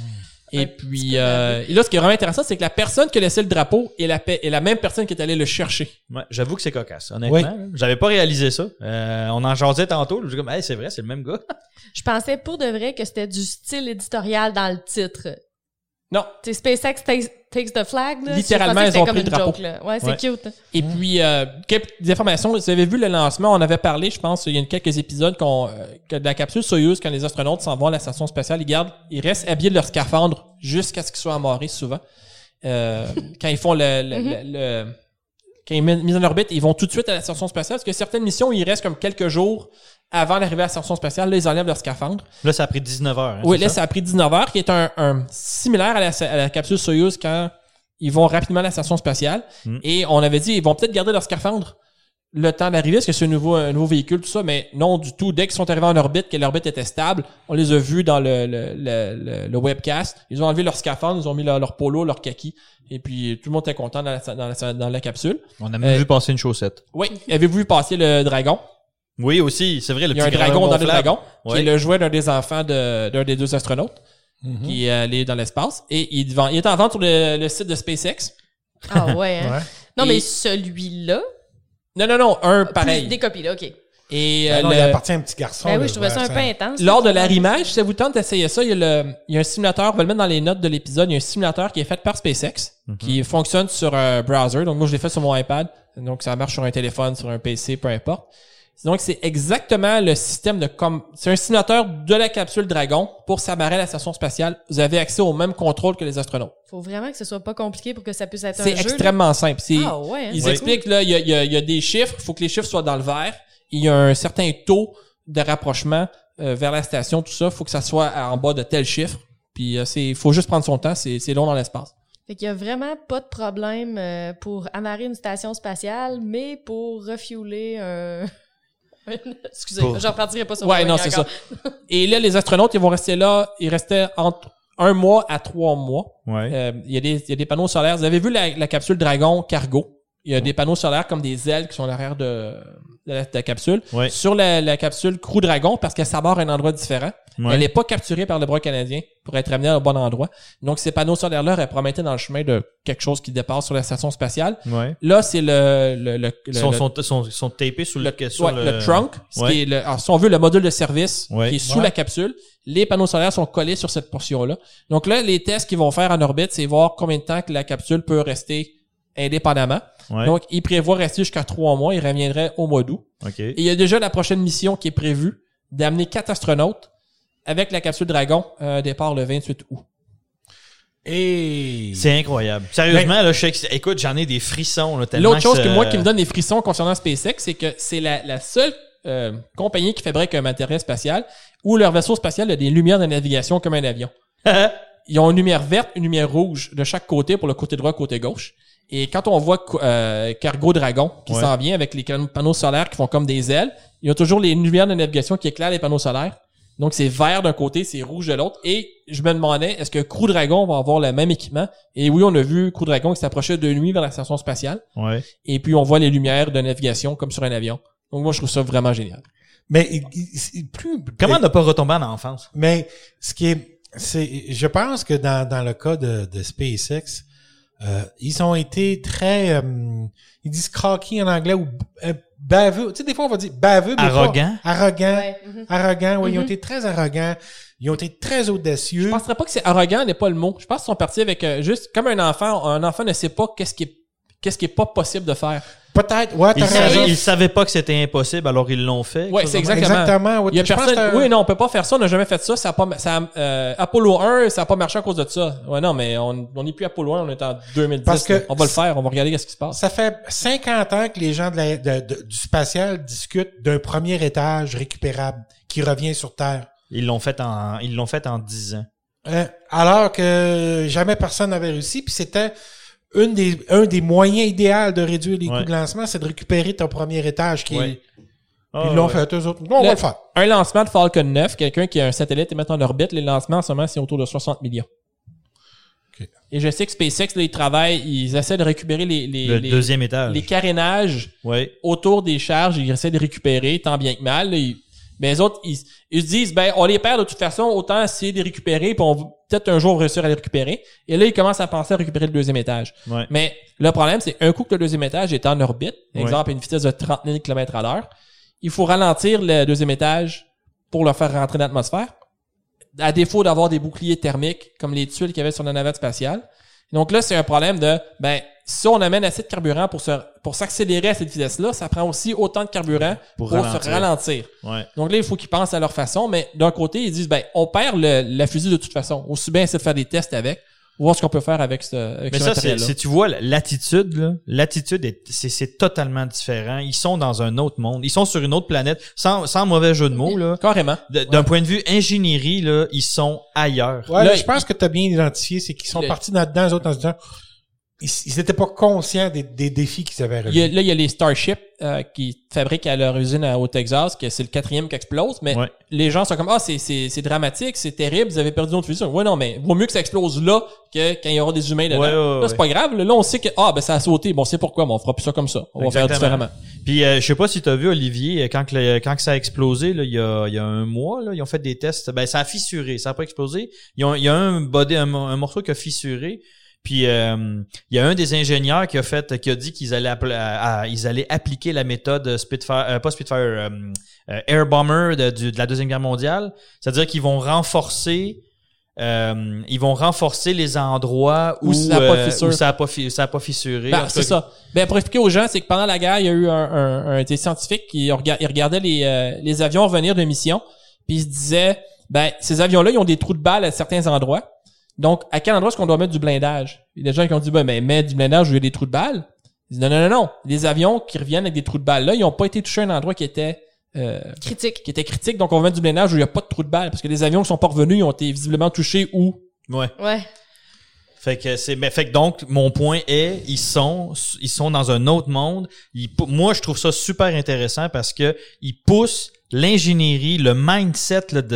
Speaker 4: Et
Speaker 1: Ouais,
Speaker 4: puis, euh, et là, ce qui est vraiment intéressant, c'est que la personne qui a laissé le drapeau est la, pa- est la même personne qui est allée le chercher.
Speaker 3: Ouais, j'avoue que c'est cocasse, honnêtement.
Speaker 2: Oui.
Speaker 3: là. J'avais pas réalisé ça. Euh, on en jasait tantôt. Je suis comme, hey, c'est vrai, c'est le même gars.
Speaker 1: Je pensais pour de vrai que c'était du style éditorial dans le titre.
Speaker 4: Non.
Speaker 1: Tu sais, SpaceX takes, takes the flag, là.
Speaker 4: Littéralement,
Speaker 1: Je pensais que
Speaker 4: ils
Speaker 1: c'était
Speaker 4: ont
Speaker 1: comme
Speaker 4: pris
Speaker 1: une
Speaker 4: le drapeau.
Speaker 1: joke, là. Ouais, c'est
Speaker 3: Ouais.
Speaker 1: cute.
Speaker 4: Et puis, euh, quelques informations. Vous avez vu le lancement, on avait parlé, je pense, il y a quelques épisodes qu'on, euh, que de la capsule Soyuz, quand les astronautes s'en vont à la station spatiale, ils gardent, ils restent habillés de leur scaphandre jusqu'à ce qu'ils soient amarrés souvent. Euh, quand ils font le, le, le, le- quand ils mettent mis en orbite, ils vont tout de suite à la station spatiale, parce que certaines missions, ils restent comme quelques jours avant d'arriver à la station spatiale, là, ils enlèvent leur scaphandre.
Speaker 3: Là, ça a pris dix-neuf heures. hein,
Speaker 4: Oui,
Speaker 3: c'est
Speaker 4: là,
Speaker 3: ça?
Speaker 4: ça a pris dix-neuf heures, qui est un, un similaire à la, à la capsule Soyuz quand ils vont rapidement à la station spatiale.
Speaker 3: Mm.
Speaker 4: Et on avait dit, ils vont peut-être garder leur scaphandre le temps d'arriver, parce que c'est un nouveau, un nouveau véhicule, tout ça, mais non du tout. Dès qu'ils sont arrivés en orbite, que l'orbite était stable, on les a vus dans le, le, le, le, le webcast. Ils ont enlevé leur scaphandre, ils ont mis leur, leur polo, leur kaki, et puis tout le monde était content dans la, dans la, dans la capsule.
Speaker 3: On a même
Speaker 4: Euh,
Speaker 3: vu passer une chaussette.
Speaker 4: Oui, avez-vous vu passer le dragon?
Speaker 3: Oui, aussi, c'est vrai, le
Speaker 4: Il y a un
Speaker 3: petit
Speaker 4: dragon dans le
Speaker 3: gonflable.
Speaker 4: dragon, qui
Speaker 3: Ouais.
Speaker 4: est le jouet d'un des enfants de, d'un des deux astronautes,
Speaker 2: Mhm.
Speaker 4: qui est allé dans l'espace. Et il, vend, il est en vente sur le, le site de SpaceX.
Speaker 1: Ah ouais, hein?
Speaker 2: Ouais.
Speaker 1: Non,
Speaker 4: Et-
Speaker 1: mais celui-là...
Speaker 4: Non, non, non, un
Speaker 1: Plus
Speaker 4: pareil.
Speaker 1: des copies, là, OK.
Speaker 4: Et euh,
Speaker 2: Ah non,
Speaker 4: le-
Speaker 2: il appartient à un petit garçon.
Speaker 1: Ben
Speaker 2: là,
Speaker 1: oui, je trouvais
Speaker 2: ouais,
Speaker 1: ça un peu intense.
Speaker 4: lors de l'arrimage, si ça vous tente d'essayer ça, il y, a le, il y a un simulateur, on va le mettre dans les notes de l'épisode, il y a un simulateur qui est fait par SpaceX, qui fonctionne sur un browser. Donc moi, je l'ai fait sur mon iPad. Donc ça marche sur un téléphone, sur un P C, peu importe. Donc c'est exactement le système de comme c'est un simulateur de la capsule Dragon pour s'amarrer à la station spatiale. Vous avez accès au même contrôle que les astronautes.
Speaker 1: Faut vraiment que ce soit pas compliqué pour que ça puisse être un
Speaker 4: C'est
Speaker 1: jeu.
Speaker 4: extrêmement simple. C'est,
Speaker 1: Ah ouais, hein,
Speaker 4: ils
Speaker 1: c'est
Speaker 4: expliquent là, il y a, il y, a, il y a des chiffres, il faut que les chiffres soient dans le vert. Il y a un certain taux de rapprochement euh, vers la station, tout ça. Il faut que ça soit en bas de tel chiffre. Puis euh, c'est, faut juste prendre son temps. C'est, c'est long dans l'espace.
Speaker 1: Fait qu'il y a vraiment pas de problème euh, pour amarrer une station spatiale, mais pour refueler un... Excusez,
Speaker 3: Pour-
Speaker 1: je repartirai pas sur
Speaker 4: Ouais,
Speaker 1: Boeing
Speaker 4: non, c'est
Speaker 1: encore.
Speaker 4: ça. Et là, les astronautes, ils vont rester là. Ils restaient entre un mois à trois mois.
Speaker 3: Ouais.
Speaker 4: Euh, il y a des, il y a des panneaux solaires. Vous avez vu la, la capsule Dragon Cargo? Il y a des panneaux solaires comme des ailes qui sont à l'arrière de, de, la, de la capsule.
Speaker 3: Ouais.
Speaker 4: Sur la, la capsule Crew Dragon, parce qu'elle s'aborde à un endroit différent.
Speaker 3: Ouais.
Speaker 4: Elle n'est pas capturée par le bras canadien pour être amenée au bon endroit. Donc, ces panneaux solaires-là auraient prometté dans le chemin de quelque chose qui dépasse sur la station spatiale.
Speaker 3: Ouais.
Speaker 4: Là, c'est le... le, le,
Speaker 3: Ils
Speaker 4: le,
Speaker 3: sont,
Speaker 4: le
Speaker 3: sont, sont, sont tapés sur le,
Speaker 4: le,
Speaker 3: sur
Speaker 4: ouais,
Speaker 3: le...
Speaker 4: le trunk, ce
Speaker 3: Ouais.
Speaker 4: qui est le, alors, si on veut, le module de service
Speaker 3: Ouais.
Speaker 4: qui est sous
Speaker 2: Ouais.
Speaker 4: la capsule. Les panneaux solaires sont collés sur cette portion-là. Donc là, les tests qu'ils vont faire en orbite, c'est voir combien de temps que la capsule peut rester indépendamment.
Speaker 3: Ouais.
Speaker 4: Donc, ils prévoient rester jusqu'à trois mois. Ils reviendraient au mois d'août.
Speaker 3: OK.
Speaker 4: Et il y a déjà la prochaine mission qui est prévue d'amener quatre astronautes avec la capsule Dragon, euh, départ le vingt-huit août.
Speaker 2: Et...
Speaker 3: C'est incroyable. Sérieusement, là, je sais que, écoute, j'en ai des frissons, là, tellement
Speaker 4: L'autre chose
Speaker 3: que
Speaker 4: que
Speaker 3: ça-
Speaker 4: moi qui me donne des frissons concernant SpaceX, c'est que c'est la, la seule euh, compagnie qui fabrique un matériel spatial où leur vaisseau spatial a des lumières de navigation comme un avion. Ils ont une lumière verte, une lumière rouge de chaque côté pour le côté droit, côté gauche. Et quand on voit euh, Cargo Dragon qui
Speaker 3: Ouais.
Speaker 4: s'en vient avec les can- panneaux solaires qui font comme des ailes, il y a toujours les lumières de navigation qui éclairent les panneaux solaires. Donc c'est vert d'un côté, c'est rouge de l'autre. Et je me demandais, est-ce que Crew Dragon va avoir le même équipement? Et oui, on a vu Crew Dragon qui s'approchait de nuit vers la station spatiale.
Speaker 3: Ouais.
Speaker 4: Et puis on voit les lumières de navigation comme sur un avion. Donc moi je trouve ça vraiment génial.
Speaker 2: Mais il- il- il- plus...
Speaker 3: Comment ne pas retomber en enfance?
Speaker 2: Mais ce qui est, c'est, je pense que dans, dans le cas de, de SpaceX, euh, ils ont été très, euh, ils disent cocky en anglais ou euh, baveux. Tu sais, des fois on va dire baveux, mais
Speaker 3: Arrogant.
Speaker 2: pas arrogant,
Speaker 1: Ouais. Mhm.
Speaker 2: arrogant. Oui, ils ont
Speaker 1: Mhm.
Speaker 2: été très arrogants. Ils ont été très audacieux.
Speaker 4: Je penserais pas que c'est arrogant n'est pas le mot. Je pense qu'ils sont partis avec euh, juste comme un enfant. Un enfant ne sait pas qu'est-ce qui est qu'est-ce qui est pas possible de faire.
Speaker 2: Peut-être. Ouais,
Speaker 3: Ils
Speaker 2: t'as raison.
Speaker 3: savaient, ils savaient pas que c'était impossible, alors ils l'ont fait.
Speaker 4: Ouais,
Speaker 3: Quelque
Speaker 4: c'est
Speaker 3: chose de même.
Speaker 4: exactement.
Speaker 2: Exactement. Ouais,
Speaker 4: Il y a
Speaker 2: je pense
Speaker 4: personne.
Speaker 2: que t'as-
Speaker 4: Oui, non, on peut pas faire ça. On n'a jamais fait ça. Ça a pas. Ça, euh, Apollo un, ça a pas marché à cause de ça. Ouais, non, mais on on n'est plus Apollo un. On est en deux mille dix.
Speaker 2: Parce que
Speaker 4: là. On va le faire. On va regarder qu'est-ce qui se passe.
Speaker 2: Ça fait cinquante ans que les gens de la- de- de- du spatial discutent d'un premier étage récupérable qui revient sur Terre.
Speaker 3: Ils l'ont fait en, ils l'ont fait en dix ans.
Speaker 2: Euh, alors que jamais personne n'avait réussi, puis c'était une des, un des moyens idéaux de réduire les
Speaker 3: Ouais.
Speaker 2: coûts de lancement, c'est de récupérer ton premier étage qui
Speaker 3: Ouais.
Speaker 2: est...
Speaker 3: Ah,
Speaker 2: Ils l'ont
Speaker 3: ouais.
Speaker 2: fait, eux autres. Non, on
Speaker 4: Le-
Speaker 2: va le faire.
Speaker 4: Un lancement de Falcon neuf, quelqu'un qui a un satellite et met en orbite, les lancements en ce moment, c'est autour de soixante millions.
Speaker 2: Ok.
Speaker 4: Et je sais que SpaceX, là, ils travaillent, ils essaient de récupérer les, les,
Speaker 3: Le
Speaker 4: les,
Speaker 3: deuxième étage.
Speaker 4: les carénages
Speaker 3: Ouais.
Speaker 4: autour des charges, ils essaient de récupérer tant bien que mal. Là, ils- mais les autres, ils, ils se disent, ben, on les perd de toute façon, autant essayer de les récupérer, puis on va peut-être un jour réussir à les récupérer. Et là, ils commencent à penser à récupérer le deuxième étage.
Speaker 3: Ouais.
Speaker 4: Mais le problème, c'est un coup que le deuxième étage est en orbite,
Speaker 3: Ouais.
Speaker 4: exemple à une vitesse de trente mille kilomètres à l'heure, il faut ralentir le deuxième étage pour le faire rentrer dans l'atmosphère, à défaut d'avoir des boucliers thermiques comme les tuiles qu'il y avait sur la navette spatiale. Donc là, c'est un problème de, ben, si on amène assez de carburant pour se, pour s'accélérer à cette vitesse-là, ça prend aussi autant de carburant
Speaker 3: Pour
Speaker 4: pour,
Speaker 3: ralentir.
Speaker 4: se ralentir.
Speaker 3: Ouais.
Speaker 4: Donc là, il faut qu'ils pensent à leur façon, mais d'un côté, ils disent, ben, on perd le, la fusée de toute façon. Aussi bien essayer de faire des tests avec, voir ce qu'on peut faire avec ce, avec
Speaker 3: Mais
Speaker 4: ce
Speaker 3: ça, c'est,
Speaker 4: matériel-là.
Speaker 3: si tu vois l'attitude, là, l'attitude est, c'est, c'est totalement différent. Ils sont dans un autre monde. Ils sont sur une autre planète. Sans, sans mauvais jeu de mots, là.
Speaker 4: Carrément.
Speaker 3: De- d'un point de vue ingénierie, là, ils sont ailleurs.
Speaker 2: Ouais,
Speaker 4: Là,
Speaker 2: là, je pense que tu as bien identifié, c'est qu'ils sont
Speaker 4: Le-
Speaker 2: partis là-dedans, eux autres, en se disant, ils, ils étaient pas conscients des, des défis qu'ils avaient
Speaker 4: Il y a,
Speaker 2: relevés.
Speaker 4: là, il y a les Starship euh, qui fabriquent à leur usine à- au Texas, que c'est le quatrième qui explose, mais
Speaker 3: Ouais.
Speaker 4: les gens sont comme, ah, c'est, c'est, c'est dramatique, c'est terrible, vous avez perdu notre fusée. Ouais, non, mais vaut mieux que ça explose là que quand il y aura des humains dedans.
Speaker 3: Ouais, ouais,
Speaker 4: là, c'est
Speaker 3: ouais.
Speaker 4: pas grave. Là, on sait que, ah, ben, ça a sauté. Bon, c'est pourquoi, mais on fera plus ça comme ça. On va faire
Speaker 3: Exactement.
Speaker 4: différemment.
Speaker 3: Puis euh, je sais pas si tu as vu Olivier quand que le- quand que ça a explosé là, il y a il y a un mois là, ils ont fait des tests, ben ça a fissuré, ça a pas explosé. Ils ont il y a un body un, un morceau qui a fissuré. Puis euh, il y a un des ingénieurs qui a fait qui a dit qu'ils allaient appla- à- à- ils allaient appliquer la méthode Spitfire euh, pas Spitfire euh, euh, Air Bomber de, du- de la Deuxième Guerre mondiale, c'est-à-dire qu'ils vont renforcer euh, ils vont renforcer les endroits où,
Speaker 4: Où ça a pas
Speaker 3: euh,
Speaker 4: fissuré.
Speaker 3: où ça a pas fi- ça a pas fissuré. En
Speaker 4: Ben,
Speaker 3: tout
Speaker 4: c'est
Speaker 3: cas,
Speaker 4: ça. Ben, pour expliquer aux gens, c'est que pendant la guerre, il y a eu un, un, un des scientifiques qui rega- ils regardaient les, euh, les avions revenir de mission, puis ils se disaient, ben, ces avions-là, ils ont des trous de balles à certains endroits. Donc, à quel endroit est-ce qu'on doit mettre du blindage? Il y a des gens qui ont dit, ben, ben mets du blindage où il y a des trous de balles. Ils disent, non, non, non, non. Les avions qui reviennent avec des trous de balles, là, ils n'ont pas été touchés à un endroit qui était, euh,
Speaker 1: Critique.
Speaker 4: qui était critique. Donc, on va mettre du blindage où il n'y a pas de trous de balles. Parce que les avions qui sont pas revenus, ils ont été visiblement touchés où?
Speaker 3: ouais.
Speaker 1: Ouais.
Speaker 3: Fait que c'est mais fait que donc mon point est ils sont ils sont dans un autre monde. Ils, pou- moi je trouve ça super intéressant parce que ils poussent l'ingénierie, le mindset là, de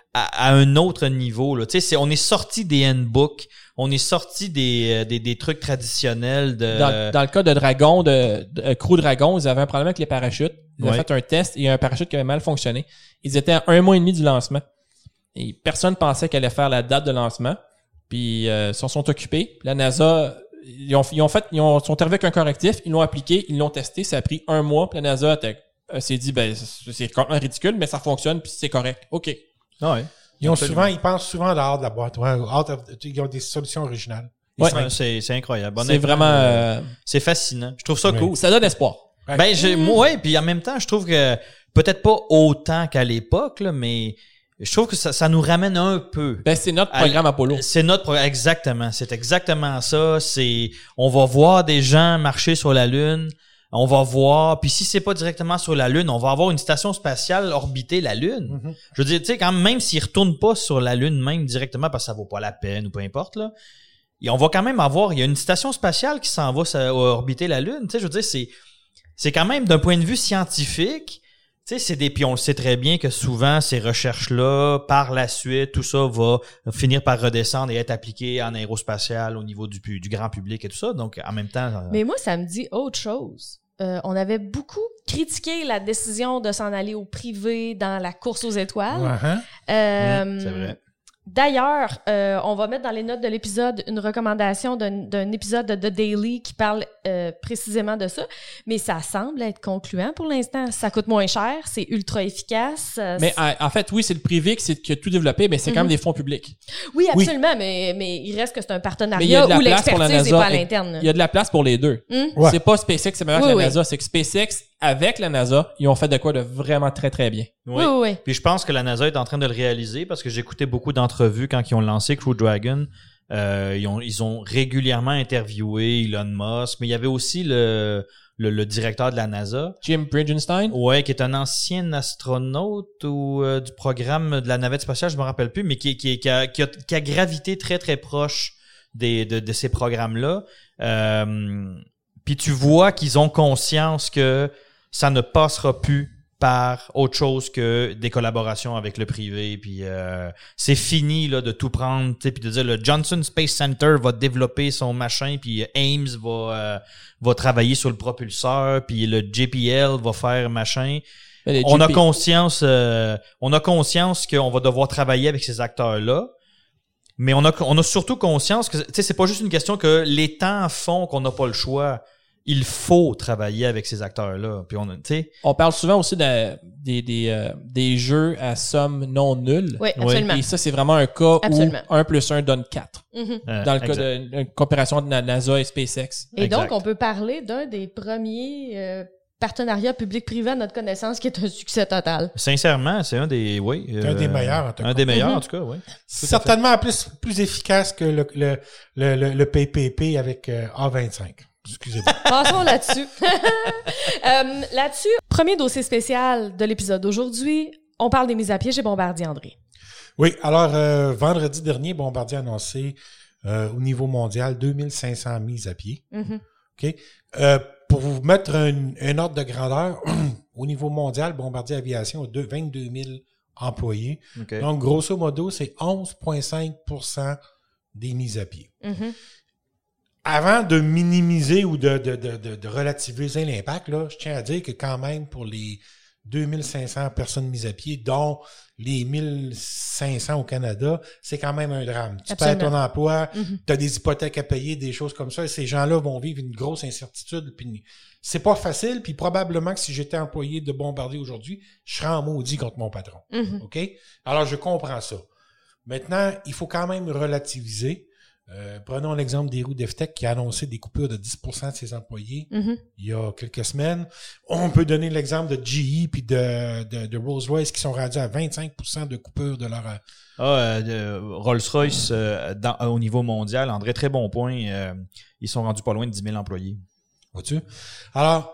Speaker 3: à, à un autre niveau, là. Tu sais, c'est, on est sorti des handbooks, on est sorti des, des, des trucs traditionnels de...
Speaker 4: Dans, dans le cas de Dragon, de, de Crew Dragon, ils avaient un problème avec les parachutes. Ils
Speaker 3: Ouais.
Speaker 4: ont fait un test et il y a un parachute qui avait mal fonctionné. Ils étaient à un mois et demi du lancement. Et personne pensait qu'elle allait faire la date de lancement. Puis euh, ils s'en sont occupés. La NASA, ils ont, ils ont fait, ils ont, sont arrivés avec un correctif, ils l'ont appliqué, ils l'ont testé. Ça a pris un mois. Puis la NASA était, euh, s'est dit, ben c'est, c'est complètement ridicule, mais ça fonctionne puis c'est correct. OK.
Speaker 3: Ah ouais.
Speaker 2: Ils ont
Speaker 3: Absolument.
Speaker 2: souvent, ils pensent souvent dehors de la boîte. Ouais, out of- ils ont des solutions originales. Ils
Speaker 4: Ouais.
Speaker 2: sont-
Speaker 3: Ouais, c'est, c'est incroyable.
Speaker 4: C'est
Speaker 3: Honnêtement,
Speaker 4: vraiment... euh,
Speaker 3: c'est fascinant. Je trouve ça
Speaker 2: Ouais.
Speaker 3: cool.
Speaker 4: ça donne espoir.
Speaker 2: Ouais.
Speaker 3: Ben, j'ai, moi, ouais, puis en même temps, je trouve que peut-être pas autant qu'à l'époque, là, mais je trouve que ça, ça nous ramène un peu.
Speaker 4: Ben, c'est notre
Speaker 3: À-
Speaker 4: programme Apollo.
Speaker 3: C'est notre programme, exactement. C'est exactement ça. C'est, on va voir des gens marcher sur la Lune. On va voir, puis si c'est pas directement sur la Lune, on va avoir une station spatiale orbiter la Lune.
Speaker 2: Mhm.
Speaker 3: Je veux dire, tu sais, quand même s'ils retournent pas sur la Lune même directement parce que ça vaut pas la peine ou peu importe, là, et on va quand même avoir, il y a une station spatiale qui s'en va ça, orbiter la Lune. Tu sais, je veux dire, c'est, c'est quand même d'un point de vue scientifique, tu sais, c'est des, puis on le sait très bien que souvent ces recherches-là, par la suite, tout ça va finir par redescendre et être appliqué en aérospatial au niveau du, pu- du grand public et tout ça. Donc, en même temps, euh,
Speaker 1: Mais moi, ça me dit autre chose. Euh, on avait beaucoup critiqué la décision de s'en aller au privé dans la course aux étoiles.
Speaker 2: Ouais, hein?
Speaker 1: Euh,
Speaker 3: Mmh, c'est vrai.
Speaker 1: D'ailleurs, euh, on va mettre dans les notes de l'épisode une recommandation d'un, d'un épisode de The Daily qui parle euh, précisément de ça, mais ça semble être concluant pour l'instant. Ça coûte moins cher, c'est ultra efficace. euh,
Speaker 4: Mais
Speaker 1: c'est-
Speaker 4: en, en fait, oui, c'est le privé qui, c'est- qui a tout développé, mais c'est quand même
Speaker 1: Mhm.
Speaker 4: des fonds publics.
Speaker 1: oui, absolument, mais, mais il reste que c'est un
Speaker 4: Mais il y a
Speaker 1: partenariat
Speaker 4: de la
Speaker 1: où
Speaker 4: place pour la
Speaker 1: l'expertise n'est
Speaker 4: NASA.
Speaker 1: pas à l'interne.
Speaker 4: Il y a de la place pour les deux.
Speaker 1: Hum?
Speaker 2: Ouais.
Speaker 4: C'est pas SpaceX, c'est meilleur
Speaker 1: Oui,
Speaker 4: que la
Speaker 1: oui.
Speaker 4: NASA. C'est que SpaceX, avec la NASA, ils ont fait de quoi de vraiment très, très bien.
Speaker 1: Oui, oui, oui.
Speaker 3: Puis je pense que la NASA est en train de le réaliser parce que j'écoutais beaucoup d'entrevues quand ils ont lancé Crew Dragon. Euh, ils, ont, ils ont régulièrement interviewé Elon Musk, mais il y avait aussi le, le, le directeur de la NASA,
Speaker 4: Jim Bridenstine,
Speaker 3: ouais, qui est un ancien astronaute ou euh, du programme de la navette spatiale, je me rappelle plus, mais qui, qui, qui, a, qui, a, qui a gravité très très proche des, de, de ces programmes-là. Euh, puis tu vois qu'ils ont conscience que ça ne passera plus par autre chose que des collaborations avec le privé, puis euh, c'est fini là de tout prendre, tu sais, puis de dire le Johnson Space Center va développer son machin, puis Ames va euh, va travailler sur le propulseur, puis le J P L va faire machin.
Speaker 4: les
Speaker 3: On a
Speaker 4: G P
Speaker 3: conscience, euh, on a conscience qu'on va devoir travailler avec ces acteurs-là, mais on a on a surtout conscience que tu sais c'est pas juste une question que les temps font qu'on n'a pas le choix. Il faut travailler avec ces acteurs-là. Puis on a, tu sais,
Speaker 4: On parle souvent aussi de- des, des, euh, des jeux à somme non nulle.
Speaker 1: Oui, absolument.
Speaker 4: Et ça, c'est vraiment un cas
Speaker 1: Absolument.
Speaker 4: où un plus un donne quatre.
Speaker 1: Mhm.
Speaker 3: euh,
Speaker 4: Dans le cas
Speaker 3: exact.
Speaker 4: d'une coopération de la NASA et SpaceX.
Speaker 1: Et
Speaker 3: Exact.
Speaker 1: donc, on peut parler d'un des premiers euh, partenariats public-privé à notre connaissance qui est un succès total.
Speaker 3: Sincèrement, c'est un des, oui,
Speaker 2: C'est un des meilleurs, en tout cas.
Speaker 3: un des meilleurs
Speaker 1: Mhm.
Speaker 3: en tout cas, oui.
Speaker 2: Certainement plus, plus efficace que le, le, le, le, le P P P avec euh, A vingt-cinq. Excusez-moi.
Speaker 1: Passons là-dessus. Euh, là-dessus, premier dossier spécial de l'épisode d'aujourd'hui, on parle des mises à pied chez Bombardier André.
Speaker 2: Oui, alors, euh, vendredi dernier, Bombardier a annoncé euh, au niveau mondial deux mille cinq cents mises à pied.
Speaker 1: Mhm.
Speaker 2: OK? Euh, pour vous mettre un, un ordre de grandeur, au niveau mondial, Bombardier Aviation a deux- vingt-deux mille employés.
Speaker 3: Okay.
Speaker 2: Donc, grosso modo, c'est onze virgule cinq pour cent des mises à pied.
Speaker 1: Mhm.
Speaker 2: Avant de minimiser ou de, de, de, de, de relativiser l'impact, là, je tiens à dire que quand même, pour les deux mille cinq cents personnes mises à pied, dont les mille cinq cents au Canada, c'est quand même un drame. Tu perds
Speaker 1: Absolument.
Speaker 2: ton emploi,
Speaker 1: Mhm.
Speaker 2: tu as des hypothèques à payer, des choses comme ça, et ces gens-là vont vivre une grosse incertitude. Puis c'est pas facile, puis probablement que si j'étais employé de Bombardier aujourd'hui, je serais en maudit contre mon patron.
Speaker 1: Mhm.
Speaker 2: OK? Alors, je comprends ça. Maintenant, il faut quand même relativiser. Euh, prenons l'exemple des roues d'Eftech qui a annoncé des coupures de dix pour cent de ses employés
Speaker 1: Mhm.
Speaker 2: il y a quelques semaines. On peut donner l'exemple de G E puis de, de, de Rolls-Royce qui sont rendus à vingt-cinq pour cent de coupures de leur...
Speaker 3: Ah, euh, de Rolls-Royce, euh, dans, au niveau mondial, André, très bon point. Euh, ils sont rendus pas loin de dix mille employés.
Speaker 2: Vois-tu? Alors,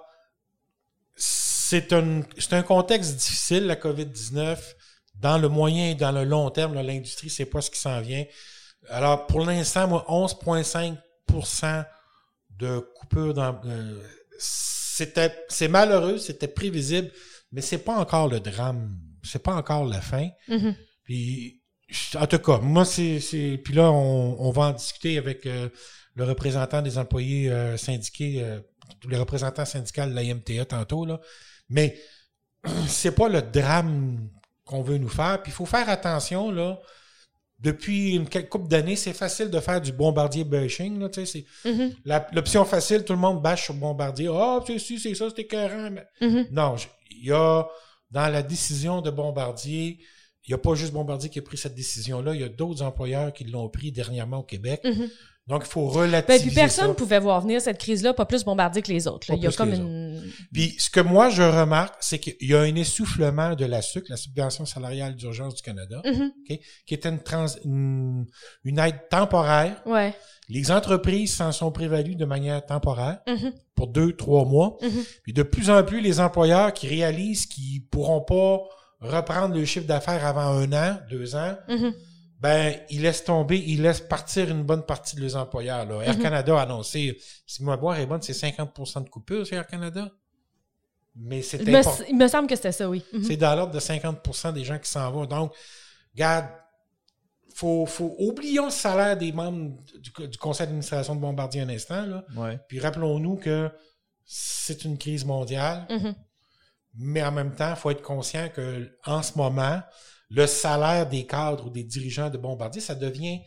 Speaker 2: c'est un, c'est un contexte difficile, la covid dix-neuf. Dans le moyen et dans le long terme, là, l'industrie sait pas ce qui s'en vient. Alors, pour l'instant, moi, onze virgule cinq pour cent de coupures dans, euh, c'était, c'est malheureux, c'était prévisible, mais c'est pas encore le drame. C'est pas encore la fin.
Speaker 1: Mhm.
Speaker 2: Puis, en tout cas, moi, c'est... c'est puis là, on, on va en discuter avec euh, le représentant des employés euh, syndiqués, euh, les représentants syndicaux de l'A M T A tantôt, là. Mais c'est pas le drame qu'on veut nous faire. Puis il faut faire attention, là. Depuis une quelques couple d'années, c'est facile de faire du bombardier bashing, là, tu sais, c'est
Speaker 1: Mm-hmm.
Speaker 2: la, l'option facile, tout le monde bâche sur bombardier. Ah, oh, c'est si, c'est ça, c'est écœurant. Mais...
Speaker 1: Mm-hmm.
Speaker 2: Non, il y a, dans la décision de Bombardier, il n'y a pas juste Bombardier qui a pris cette décision-là, il y a d'autres employeurs qui l'ont pris dernièrement au Québec.
Speaker 1: Mm-hmm.
Speaker 2: Donc, il faut
Speaker 1: Ben,
Speaker 2: relativiser
Speaker 1: puis personne
Speaker 2: ça.
Speaker 1: ne pouvait voir venir cette crise-là, pas plus Bombardier que les autres. Là.
Speaker 2: Pas
Speaker 1: Il y a
Speaker 2: plus
Speaker 1: comme
Speaker 2: que les
Speaker 1: une...
Speaker 2: Puis, ce que moi, je remarque, c'est qu'il y a un essoufflement de la S U C, la Subvention salariale d'urgence du Canada,
Speaker 1: Mm-hmm.
Speaker 2: okay, qui est une, trans, une, une aide temporaire.
Speaker 1: Ouais.
Speaker 2: Les entreprises s'en sont prévalues de manière temporaire
Speaker 1: Mm-hmm.
Speaker 2: pour deux, trois mois.
Speaker 1: Mm-hmm.
Speaker 2: Puis de plus en plus, les employeurs qui réalisent qu'ils pourront pas reprendre le chiffre d'affaires avant un an, deux ans,
Speaker 1: Mm-hmm.
Speaker 2: ben, ils laissent tomber, ils laissent partir une bonne partie de leurs employeurs. Là. Air
Speaker 1: Mm-hmm.
Speaker 2: Canada a annoncé, si ma mémoire est bonne, c'est cinquante pour cent de coupure sur Air Canada. Mais c'est
Speaker 1: Il me,
Speaker 2: important.
Speaker 1: il me semble que c'était ça, oui. Mm-hmm.
Speaker 2: C'est dans l'ordre de cinquante pour cent des gens qui s'en vont. Donc, regarde, faut, faut, oublions le salaire des membres du, du conseil d'administration de Bombardier un instant, là.
Speaker 3: Ouais.
Speaker 2: Puis rappelons-nous que c'est une crise mondiale,
Speaker 1: Mm-hmm.
Speaker 2: mais en même temps, il faut être conscient que en ce moment, le salaire des cadres ou des dirigeants de Bombardier, ça devient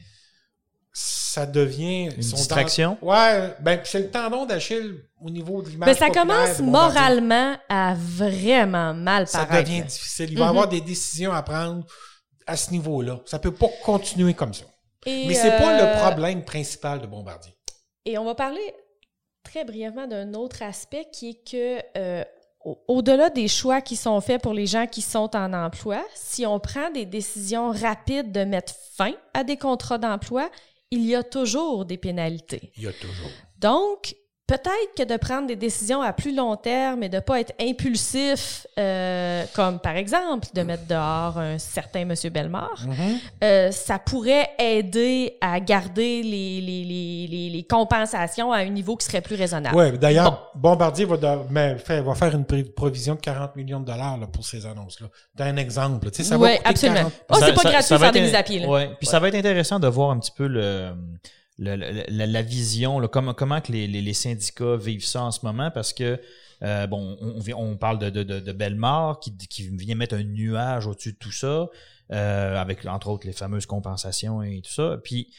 Speaker 2: ça devient
Speaker 3: Une
Speaker 2: son
Speaker 3: distraction?
Speaker 2: Temps, ouais, ben c'est le tendon d'Achille au niveau de l'image.
Speaker 1: Mais ça
Speaker 2: populaire
Speaker 1: commence
Speaker 2: de Bombardier.
Speaker 1: moralement à vraiment mal
Speaker 2: Ça
Speaker 1: paraître.
Speaker 2: devient
Speaker 1: là.
Speaker 2: difficile. Il va y
Speaker 1: Mhm.
Speaker 2: avoir des décisions à prendre à ce niveau-là. Ça peut pas continuer comme ça.
Speaker 1: Et,
Speaker 2: Mais c'est pas
Speaker 1: euh,
Speaker 2: le problème principal de Bombardier.
Speaker 1: Et on va parler très brièvement d'un autre aspect qui est que, euh, au- au-delà des choix qui sont faits pour les gens qui sont en emploi, si on prend des décisions rapides de mettre fin à des contrats d'emploi, il y a toujours des pénalités.
Speaker 2: Il y a toujours.
Speaker 1: Donc, peut-être que de prendre des décisions à plus long terme et de ne pas être impulsif, euh, comme par exemple de mettre dehors un certain Monsieur Bellemare,
Speaker 2: Mhm.
Speaker 1: euh, ça pourrait aider à garder les, les, les, les, les compensations à un niveau qui serait plus raisonnable.
Speaker 2: Ouais, d'ailleurs, Bombardier va, de- mais fait- va faire une pré- provision de quarante millions de dollars là, pour ces annonces-là. T'as un exemple. Tu sais, ça va
Speaker 1: Oui,
Speaker 2: coûter
Speaker 1: absolument.
Speaker 2: quarante
Speaker 1: Oh, c'est
Speaker 3: Ça-
Speaker 1: pas
Speaker 3: ça-
Speaker 1: gratuit
Speaker 3: ça
Speaker 1: de
Speaker 3: va
Speaker 1: faire des
Speaker 3: être-
Speaker 1: mises à pied. Là.
Speaker 3: Ouais. Puis ça va être intéressant de voir un petit peu le, le, le- la, la vision, là, comment, comment que les, les, les syndicats vivent ça en ce moment, parce que euh, bon, on, on, on parle de, de, de, de Bellemare qui, qui vient mettre un nuage au-dessus de tout ça, euh, avec entre autres les fameuses compensations et tout ça. Puis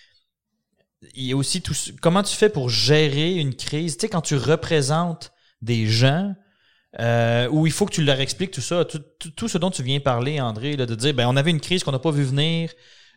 Speaker 3: il y a aussi tout ce- comment tu fais pour gérer une crise, tu sais, quand tu représentes des gens. Euh, où il faut que tu leur expliques tout ça, tout, tout, tout ce dont tu viens parler, André, là, de dire, ben, on avait une crise qu'on n'a pas vu venir.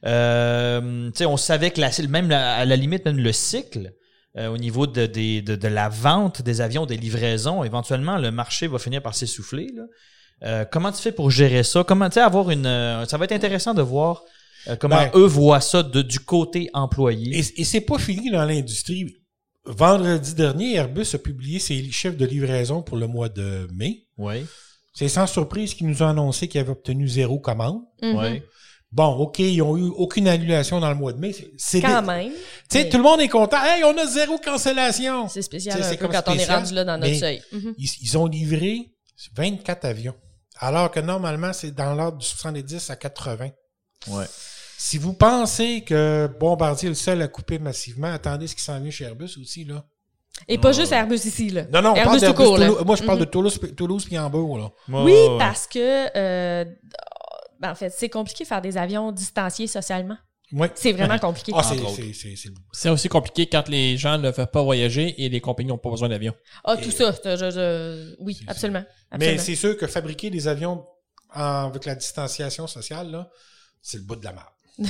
Speaker 3: Euh, tu sais, on savait que la, même la, à la limite, même le cycle, euh, au niveau de, de, de, de la vente des avions, des livraisons, éventuellement, le marché va finir par s'essouffler. Là. Euh, comment tu fais pour gérer ça? Comment, tu sais, avoir une, euh, ça va être intéressant de voir euh, comment
Speaker 2: Ben,
Speaker 3: eux voient ça de, du côté employé.
Speaker 2: Et, et c'est pas fini dans l'industrie. Vendredi dernier, Airbus a publié ses chiffres de livraison pour le mois de mai.
Speaker 3: Oui,
Speaker 2: C'est sans surprise qu'ils nous ont annoncé qu'ils avaient obtenu zéro commande.
Speaker 1: Mhm.
Speaker 3: oui.
Speaker 2: Bon, OK, ils ont eu aucune annulation dans le mois de mai. C'est, c'est
Speaker 1: Quand
Speaker 2: des-
Speaker 1: même.
Speaker 2: Tu sais,
Speaker 1: mais
Speaker 2: tout le monde est content. Hey, on a zéro cancellation.
Speaker 1: C'est spécial
Speaker 2: Tu sais,
Speaker 1: un
Speaker 2: c'est
Speaker 1: peu
Speaker 2: comme
Speaker 1: quand on est
Speaker 2: spécial,
Speaker 1: rendu là dans notre
Speaker 2: mais
Speaker 1: seuil. Mhm.
Speaker 2: Ils, ils ont livré vingt-quatre avions. Alors que normalement, c'est dans l'ordre du soixante-dix à quatre-vingts.
Speaker 3: Ouais.
Speaker 2: Si vous pensez que Bombardier est le seul à couper massivement, attendez ce qui s'en vient chez Airbus aussi, là.
Speaker 1: Et pas
Speaker 3: Ouais,
Speaker 1: juste
Speaker 3: ouais.
Speaker 1: Airbus ici, là.
Speaker 2: Non, non, on
Speaker 1: Airbus
Speaker 2: parle
Speaker 1: tout
Speaker 2: d'Airbus
Speaker 1: court, là.
Speaker 2: Toulouse. Moi, je parle
Speaker 1: Mhm.
Speaker 2: de Toulouse, Toulouse puis Hambourg, là.
Speaker 3: Ouais,
Speaker 1: Oui,
Speaker 3: ouais, ouais.
Speaker 1: parce que, euh, ben, en fait, c'est compliqué de faire des avions distanciés socialement.
Speaker 2: Oui.
Speaker 1: C'est vraiment compliqué.
Speaker 2: Ah, c'est,
Speaker 3: Entre autres.
Speaker 2: c'est, c'est, c'est,
Speaker 4: C'est aussi compliqué quand les gens ne veulent pas voyager et les compagnies n'ont pas besoin d'avion.
Speaker 1: Ah, tout ça. je- je- je- oui,
Speaker 2: C'est-
Speaker 1: absolument.
Speaker 2: Mais
Speaker 1: absolument.
Speaker 2: c'est sûr que fabriquer des avions en- avec la distanciation sociale, là, c'est le bout de la merde.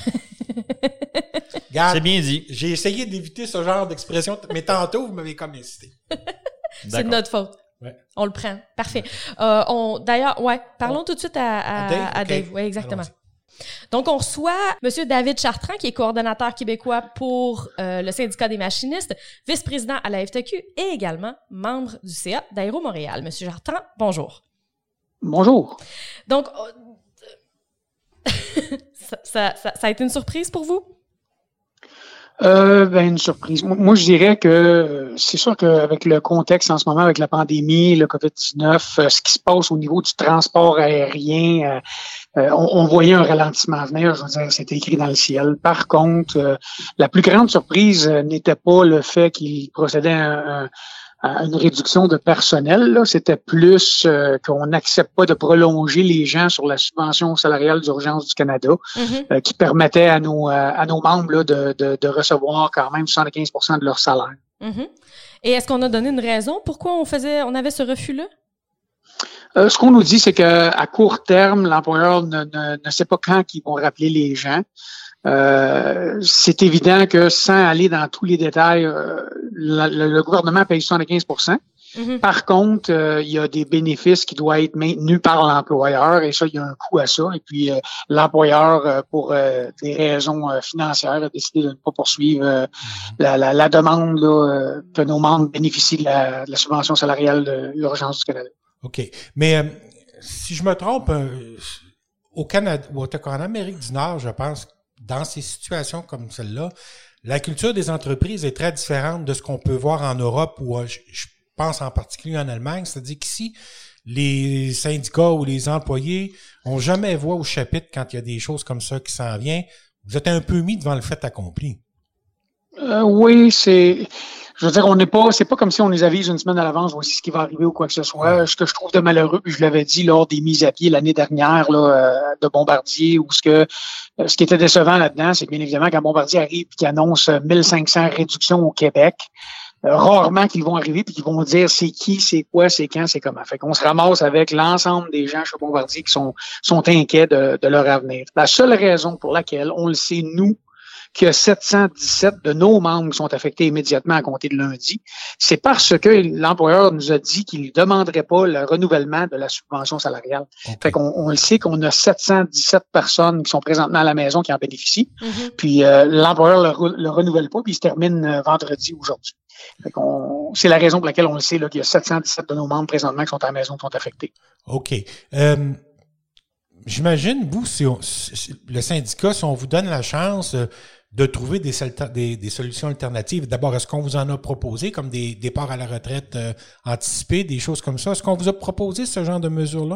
Speaker 2: Regarde,
Speaker 3: C'est bien dit.
Speaker 2: j'ai essayé d'éviter ce genre d'expression, mais tantôt, vous m'avez comme incité.
Speaker 1: C'est de
Speaker 3: D'accord.
Speaker 1: notre faute.
Speaker 2: Ouais.
Speaker 1: On le prend. Parfait. Euh, on, d'ailleurs, ouais, parlons
Speaker 2: On-
Speaker 1: tout de suite à, à,
Speaker 2: À Dave?
Speaker 1: à
Speaker 2: Ok.
Speaker 1: Dave. Oui, exactement.
Speaker 2: Allons-y.
Speaker 1: Donc, on reçoit M. David Chartrand, qui est coordonnateur québécois pour euh, le syndicat des machinistes, vice-président à la F T Q et également membre du C A d'Aéro Montréal. M. Chartrand, bonjour.
Speaker 5: Bonjour.
Speaker 1: Donc, euh, ça, ça, ça, ça a été une surprise pour vous?
Speaker 5: Euh, ben, une surprise. Moi, je dirais que c'est sûr qu'avec le contexte en ce moment, avec la pandémie, le covid dix-neuf, euh, ce qui se passe au niveau du transport aérien, euh, euh, on, on voyait un ralentissement venir. Je veux dire, c'était écrit dans le ciel. Par contre, euh, la plus grande surprise euh, n'était pas le fait qu'il procédait à, à une réduction de personnel. Là. C'était plus euh, qu'on n'accepte pas de prolonger les gens sur la subvention salariale d'urgence du Canada, mm-hmm. euh, qui permettait à nos à nos membres là, de, de, de recevoir quand même soixante-quinze pour cent de leur salaire.
Speaker 1: Mm-hmm. Et est-ce qu'on a donné une raison pourquoi on faisait, on avait ce refus-là?
Speaker 5: Euh, ce qu'on nous dit, c'est qu'à court terme, l'employeur ne, ne, ne sait pas quand ils vont rappeler les gens. Euh, c'est évident que sans aller dans tous les détails, euh, le, le gouvernement paye soixante-quinze pour cent. Mm-hmm. Par contre, euh, il y a des bénéfices qui doivent être maintenus par l'employeur et ça, il y a un coût à ça. Et puis, euh, l'employeur, euh, pour euh, des raisons euh, financières, a décidé de ne pas poursuivre euh, la, la, la demande là, euh, que nos membres bénéficient de la, de la subvention salariale de l'urgence du Canada.
Speaker 2: OK. Mais euh, si je me trompe, euh, au Canada, ou en Amérique du Nord, je pense, dans ces situations comme celle-là, la culture des entreprises est très différente de ce qu'on peut voir en Europe ou je, je pense en particulier en Allemagne. C'est-à-dire qu'ici, les syndicats ou les employés ont jamais voix au chapitre quand il y a des choses comme ça qui s'en viennent. Vous êtes un peu mis devant le fait accompli.
Speaker 5: Euh, oui, c'est... Je veux dire, on n'est pas, c'est pas comme si on les avise une semaine à l'avance, voici ce qui va arriver ou quoi que ce soit. Ce que je trouve de malheureux, puis je l'avais dit lors des mises à pied l'année dernière là, de Bombardier, où ce que ce qui était décevant là-dedans, c'est que bien évidemment quand Bombardier arrive et qu'il annonce mille cinq cents réductions au Québec, euh, rarement qu'ils vont arriver puis qu'ils vont dire c'est qui, c'est quoi, c'est quand, c'est comment. Fait qu'on se ramasse avec l'ensemble des gens chez Bombardier qui sont sont inquiets de, de leur avenir. La seule raison pour laquelle on le sait nous qu'il y a sept cent dix-sept de nos membres qui sont affectés immédiatement à compter de lundi, c'est parce que l'employeur nous a dit qu'il ne demanderait pas le renouvellement de la subvention salariale. Okay. Fait qu'on on le sait qu'on a sept cent dix-sept personnes qui sont présentement à la maison qui en bénéficient, mm-hmm. puis euh, l'employeur le, le renouvelle pas, puis il se termine euh, vendredi aujourd'hui. Fait qu'on, c'est la raison pour laquelle on le sait là, qu'il y a sept cent dix-sept de nos membres présentement qui sont à la maison qui sont affectés.
Speaker 2: OK. Euh, j'imagine, vous, si, on, si le syndicat, si on vous donne la chance euh, de trouver des, des, des solutions alternatives. D'abord, est-ce qu'on vous en a proposé, comme des départs à la retraite euh, anticipés, des choses comme ça? Est-ce qu'on vous a proposé ce genre de mesures-là?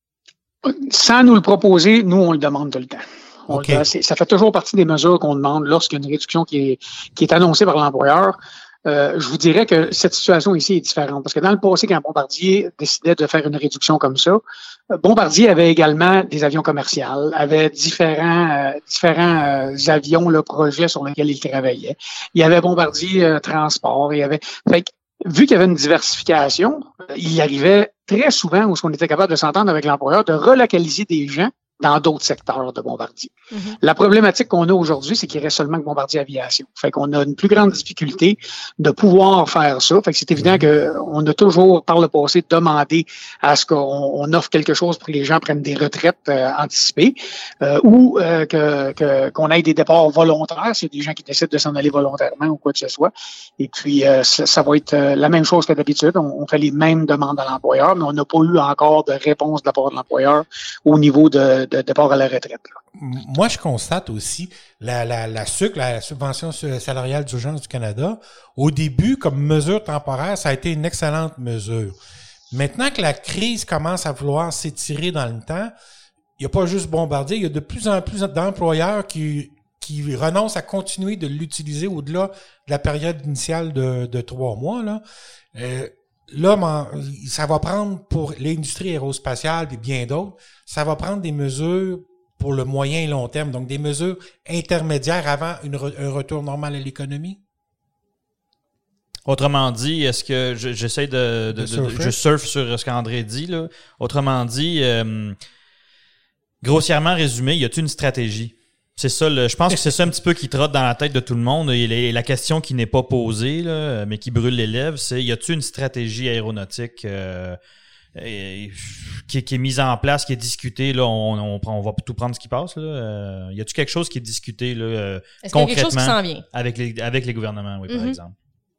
Speaker 5: Sans nous le proposer, nous, on le demande tout le temps. On
Speaker 2: okay.
Speaker 5: le, c'est, ça fait toujours partie des mesures qu'on demande lorsqu'il y a une réduction qui est, qui est annoncée par l'employeur. Euh, je vous dirais que cette situation ici est différente. Parce que dans le passé, quand Bombardier décidait de faire une réduction comme ça, Bombardier avait également des avions commerciaux, avait différents euh, différents euh, avions, le projet sur lequel il travaillait. Il y avait Bombardier euh, Transport, il y avait... Fait que, vu qu'il y avait une diversification, il y arrivait très souvent où on était capable de s'entendre avec l'employeur de relocaliser des gens dans d'autres secteurs de Bombardier. Mm-hmm. La problématique qu'on a aujourd'hui, c'est qu'il reste seulement que Bombardier Aviation. Fait qu'on a une plus grande difficulté de pouvoir faire ça. Fait que c'est évident qu'on a toujours, par le passé, demandé à ce qu'on on offre quelque chose pour que les gens prennent des retraites euh, anticipées euh, ou euh, que, que, qu'on ait des départs volontaires, s'il y a des gens qui décident de s'en aller volontairement ou quoi que ce soit. Et puis, euh, ça, ça va être euh, la même chose que d'habitude. On, on fait les mêmes demandes à l'employeur, mais on n'a pas eu encore de réponse de la part de l'employeur au niveau de de départ à la retraite. Là.
Speaker 2: Moi, je constate aussi la, la, la S U C, la subvention salariale d'urgence du Canada, au début, comme mesure temporaire, ça a été une excellente mesure. Maintenant que la crise commence à vouloir s'étirer dans le temps, il n'y a pas juste Bombardier, il y a de plus en plus d'employeurs qui, qui renoncent à continuer de l'utiliser au-delà de la période initiale de, de trois mois, là. Euh, Là, ça va prendre pour l'industrie aérospatiale et bien d'autres, ça va prendre des mesures pour le moyen et long terme, donc des mesures intermédiaires avant une re, un retour normal à l'économie.
Speaker 3: Autrement dit, est-ce que je, j'essaie de, de, de, de je surfe sur ce qu'André dit là. Autrement dit, euh, grossièrement résumé, y a-t-il une stratégie? C'est ça, le, je pense que c'est ça un petit peu qui trotte dans la tête de tout le monde. Et les, la question qui n'est pas posée, là, mais qui brûle les lèvres, c'est y a-t-il une stratégie aéronautique euh, et, qui, qui est mise en place, qui est discutée? Là, on, on, on va tout prendre ce qui passe. Là. Euh, y a-t-il quelque chose qui est discuté là,
Speaker 1: Est-ce
Speaker 3: concrètement
Speaker 1: qu'il y a quelque chose qui s'en vient?
Speaker 3: avec les avec les gouvernements, oui, mm-hmm. par exemple?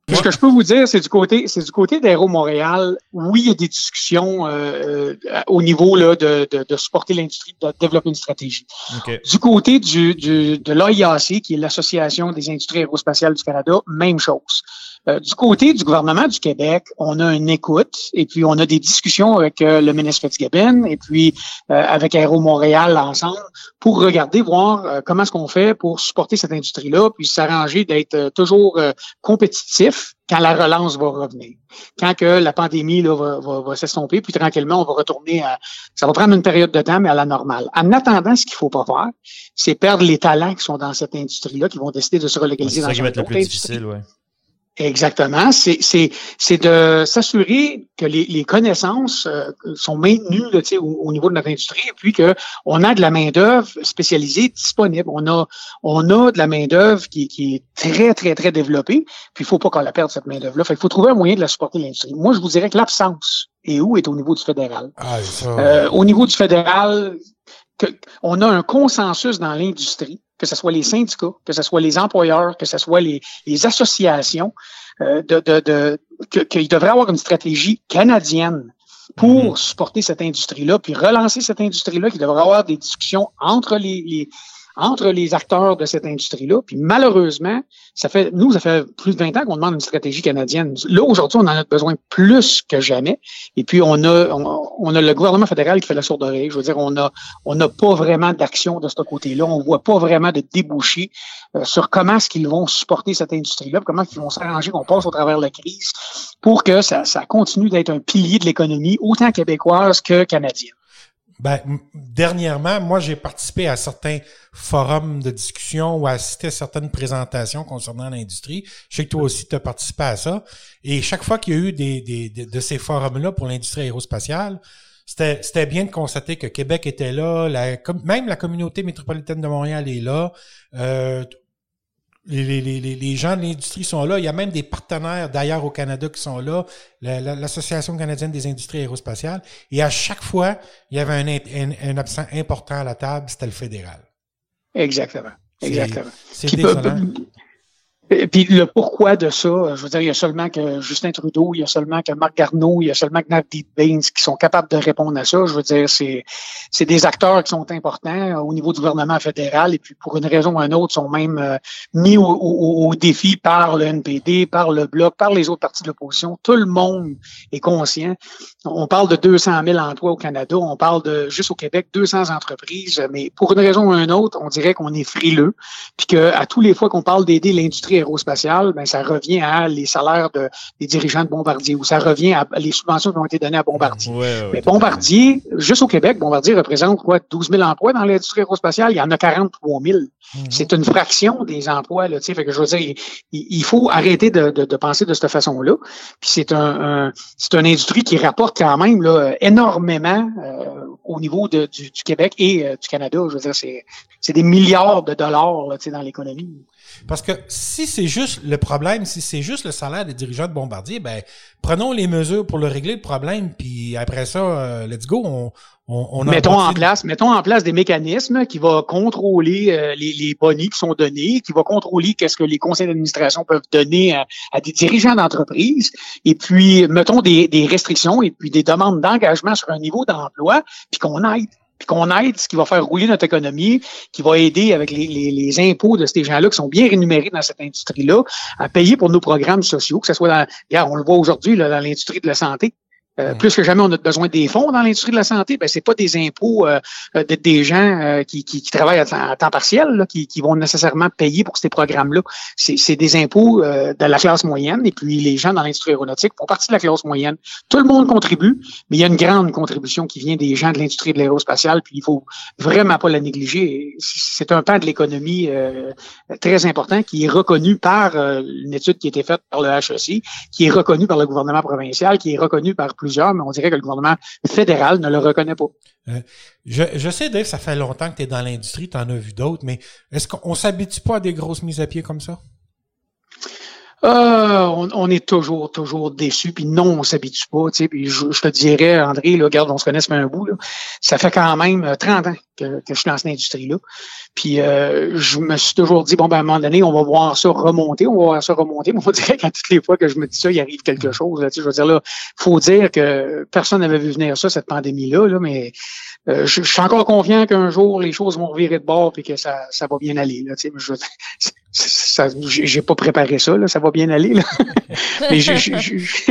Speaker 5: Ce que je peux vous dire, c'est du côté, c'est du côté d'Aéro Montréal. Oui, il y a des discussions euh, euh, au niveau là de, de, de supporter l'industrie, de développer une stratégie.
Speaker 3: Okay.
Speaker 5: Du côté du, du de l'A I A C, qui est l'Association des industries aérospatiales du Canada, même chose. Euh, du côté du gouvernement du Québec, on a une écoute et puis on a des discussions avec euh, le ministre Fitzgibbon et puis euh, avec Aéro Montréal ensemble pour regarder, voir euh, comment est-ce qu'on fait pour supporter cette industrie-là, puis s'arranger d'être euh, toujours euh, compétitif quand la relance va revenir. Quand que la pandémie là, va, va, va s'estomper, puis tranquillement, on va retourner à... Ça va prendre une période de temps, mais à la normale. En attendant, ce qu'il faut pas faire, c'est perdre les talents qui sont dans cette industrie-là, qui vont décider de se relocaliser
Speaker 3: dans
Speaker 5: dans
Speaker 3: une autre industrie. C'est ça qui va être le plus
Speaker 5: industrie.
Speaker 3: difficile, ouais.
Speaker 5: Exactement. C'est, c'est, c'est de s'assurer que les, les connaissances euh, sont maintenues là, au, au niveau de notre industrie et puis que on a de la main-d'œuvre spécialisée disponible. On a, on a de la main-d'œuvre qui, qui est très, très, très développée. Puis il faut pas qu'on la perde, cette main-d'œuvre-là. Fait qu'il faut trouver un moyen de la supporter l'industrie. Moi, je vous dirais que l'absence est où est au niveau du fédéral.
Speaker 2: Ah, ça...
Speaker 5: Euh, au niveau du fédéral, que, on a un consensus dans l'industrie, que ce soit les syndicats, que ce soit les employeurs, que ce soit les, les associations, euh, de, de, de, que, qu'il devrait avoir une stratégie canadienne pour mmh. supporter cette industrie-là, puis relancer cette industrie-là, qu'il devrait avoir des discussions entre les, les entre les acteurs de cette industrie-là. Puis malheureusement, ça fait nous, ça fait plus de vingt ans qu'on demande une stratégie canadienne. Là, aujourd'hui, on en a besoin plus que jamais. Et puis, on a on, on a le gouvernement fédéral qui fait la sourde oreille. Je veux dire, on a on n'a pas vraiment d'action de ce côté-là. On voit pas vraiment de débouchés euh, sur comment est-ce qu'ils vont supporter cette industrie-là, comment ils vont s'arranger qu'on passe au travers de la crise pour que ça, ça continue d'être un pilier de l'économie, autant québécoise que canadienne.
Speaker 2: Ben, dernièrement, moi, j'ai participé à certains forums de discussion ou assisté à certaines présentations concernant l'industrie. Je sais que toi aussi, tu as participé à ça. Et chaque fois qu'il y a eu des, des, des de ces forums-là pour l'industrie aérospatiale, c'était, c'était bien de constater que Québec était là, la, même la communauté métropolitaine de Montréal est là. Euh, Les, les, les, les gens de l'industrie sont là. Il y a même des partenaires d'ailleurs au Canada qui sont là, la, la, l'Association canadienne des industries aérospatiales. Et à chaque fois, il y avait un, un, un absent important à la table, c'était le fédéral.
Speaker 5: Exactement. Exactement.
Speaker 2: C'est, c'est désolant.
Speaker 5: Et puis le pourquoi de ça, je veux dire, il y a seulement que Justin Trudeau, il y a seulement que Marc Garneau, il y a seulement que Navdeep Bains qui sont capables de répondre à ça. Je veux dire, c'est c'est des acteurs qui sont importants au niveau du gouvernement fédéral et puis pour une raison ou une autre sont même euh, mis au, au, au défi par le N P D, par le Bloc, par les autres partis de l'opposition. Tout le monde est conscient. On parle de deux cent mille emplois au Canada, on parle de juste au Québec deux cents entreprises, mais pour une raison ou une autre, on dirait qu'on est frileux, puis que à tous les fois qu'on parle d'aider l'industrie aérospatiale, ben ça revient à les salaires de, des dirigeants de Bombardier ou ça revient à les subventions qui ont été données à Bombardier. Ouais, ouais, mais Bombardier, juste au Québec, Bombardier représente quoi, douze mille emplois dans l'industrie aérospatiale, il y en a quarante-trois mille. Mm-hmm. C'est une fraction des emplois, là, tu sais, fait que je veux dire, il, il faut arrêter de, de, de penser de cette façon-là. Puis c'est un, un c'est une industrie qui rapporte quand même là, énormément euh, au niveau de, du, du Québec et euh, du Canada. Je veux dire, c'est, c'est des milliards de dollars là, tu sais, dans l'économie.
Speaker 2: Parce que si c'est juste le problème, si c'est juste le salaire des dirigeants de Bombardier, ben prenons les mesures pour le régler le problème, puis après ça, euh, let's go, on, on, on
Speaker 5: mettons en place, mettons en place des mécanismes qui vont contrôler euh, les, les bonnies qui sont donnés, qui vont contrôler qu'est-ce que les conseils d'administration peuvent donner à, à des dirigeants d'entreprise, et puis mettons des, des restrictions et puis des demandes d'engagement sur un niveau d'emploi, puis qu'on aide. Puis qu'on aide ce qui va faire rouler notre économie, qui va aider avec les, les, les impôts de ces gens-là qui sont bien rémunérés dans cette industrie-là, à payer pour nos programmes sociaux, que ce soit dans, regarde, on le voit aujourd'hui là, dans l'industrie de la santé. Euh, plus que jamais, on a besoin des fonds dans l'industrie de la santé. Ben, c'est pas des impôts euh, de, des gens euh, qui, qui, qui travaillent à temps, à temps partiel là, qui, qui vont nécessairement payer pour ces programmes-là. C'est, c'est des impôts euh, de la classe moyenne. Et puis, les gens dans l'industrie aéronautique font partie de la classe moyenne. Tout le monde contribue, mais il y a une grande contribution qui vient des gens de l'industrie de l'aérospatiale. Puis, il faut vraiment pas la négliger. C'est un pan de l'économie euh, très important qui est reconnu par euh, une étude qui a été faite par le H E C, qui est reconnu par le gouvernement provincial, qui est reconnu par plusieurs, mais on dirait que le gouvernement fédéral ne le reconnaît pas.
Speaker 2: Euh, je, je sais, Dave, ça fait longtemps que tu es dans l'industrie, tu en as vu d'autres, mais est-ce qu'on s'habitue pas à des grosses mises à pied comme ça?
Speaker 5: Euh, on, on est toujours, toujours déçus. Puis non, on s'habitue pas. Tu sais. Puis je, je te dirais, André, là, regarde, on se connaît, ça fait un bout. Là. Ça fait quand même trente ans que, que je suis dans cette industrie-là. Puis euh, je me suis toujours dit, bon, ben, à un moment donné, on va voir ça remonter, on va voir ça remonter. Mais on dirait qu'à toutes les fois que je me dis ça, il arrive quelque chose. Là, tu sais, je veux dire, là, faut dire que personne n'avait vu venir ça, cette pandémie-là, là, mais euh, je, je suis encore confiant qu'un jour, les choses vont revirer de bord et que ça, ça va bien aller. Là, tu sais, je, ça, j'ai pas préparé ça, là, ça va bien aller. Là. mais je, je, je,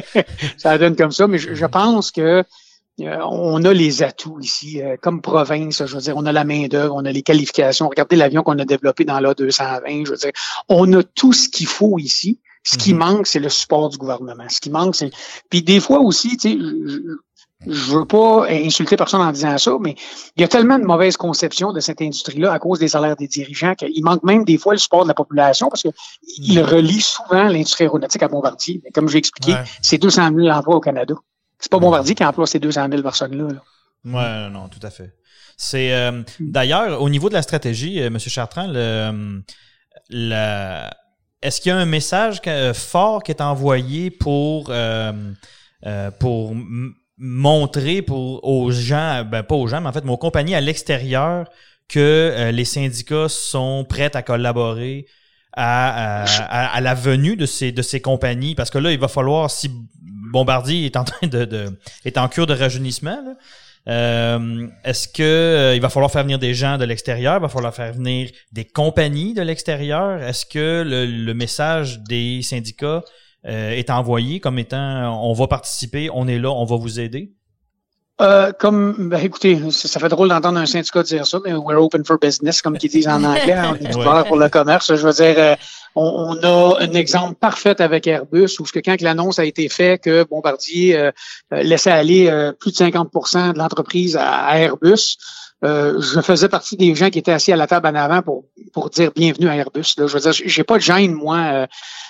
Speaker 5: ça donne comme ça, mais je, je pense que Euh, on a les atouts ici, euh, comme province, je veux dire, on a la main-d'œuvre, on a les qualifications. Regardez l'avion qu'on a développé dans l'A deux cent vingt, je veux dire, on a tout ce qu'il faut ici. Ce qui manque, c'est le support du gouvernement. Ce qui manque, c'est... Puis des fois aussi, tu sais, je, je veux pas insulter personne en disant ça, mais il y a tellement de mauvaises conceptions de cette industrie-là à cause des salaires des dirigeants qu'il manque même des fois le support de la population parce que il relie souvent l'industrie aéronautique à Bombardier. Mais comme j'ai expliqué, ouais. c'est deux cent mille emplois au Canada. C'est pas Bombardier qui emploie ces deux cent mille personnes-là. Là.
Speaker 3: Ouais, non, tout à fait. C'est euh, d'ailleurs au niveau de la stratégie, euh, M. Chartrand, le, le, est-ce qu'il y a un message que, fort qui est envoyé pour euh, euh, pour m- montrer pour aux gens, ben pas aux gens, mais en fait, mais aux compagnies à l'extérieur que euh, les syndicats sont prêts à collaborer à, à, à la venue de ces de ces compagnies, parce que là, il va falloir si Bombardier est en train de, de est en cure de rajeunissement. Là. Euh, est-ce que euh, il va falloir faire venir des gens de l'extérieur, il va falloir faire venir des compagnies de l'extérieur? Est-ce que le, le message des syndicats euh, est envoyé comme étant on va participer, on est là, on va vous aider?
Speaker 5: Euh, comme, ben, écoutez, ça, ça fait drôle d'entendre un syndicat dire ça, mais we're open for business, comme qu'ils disent en anglais, on est ouvert ouais. pour le commerce. Je veux dire, euh, on, on a un exemple parfait avec Airbus, où ce que quand l'annonce a été faite que Bombardier euh, laissait aller euh, plus de cinquante pour cent de l'entreprise à, à Airbus, euh, je faisais partie des gens qui étaient assis à la table en avant pour pour dire bienvenue à Airbus. Là. Je veux dire, j'ai pas de gêne, moi, euh,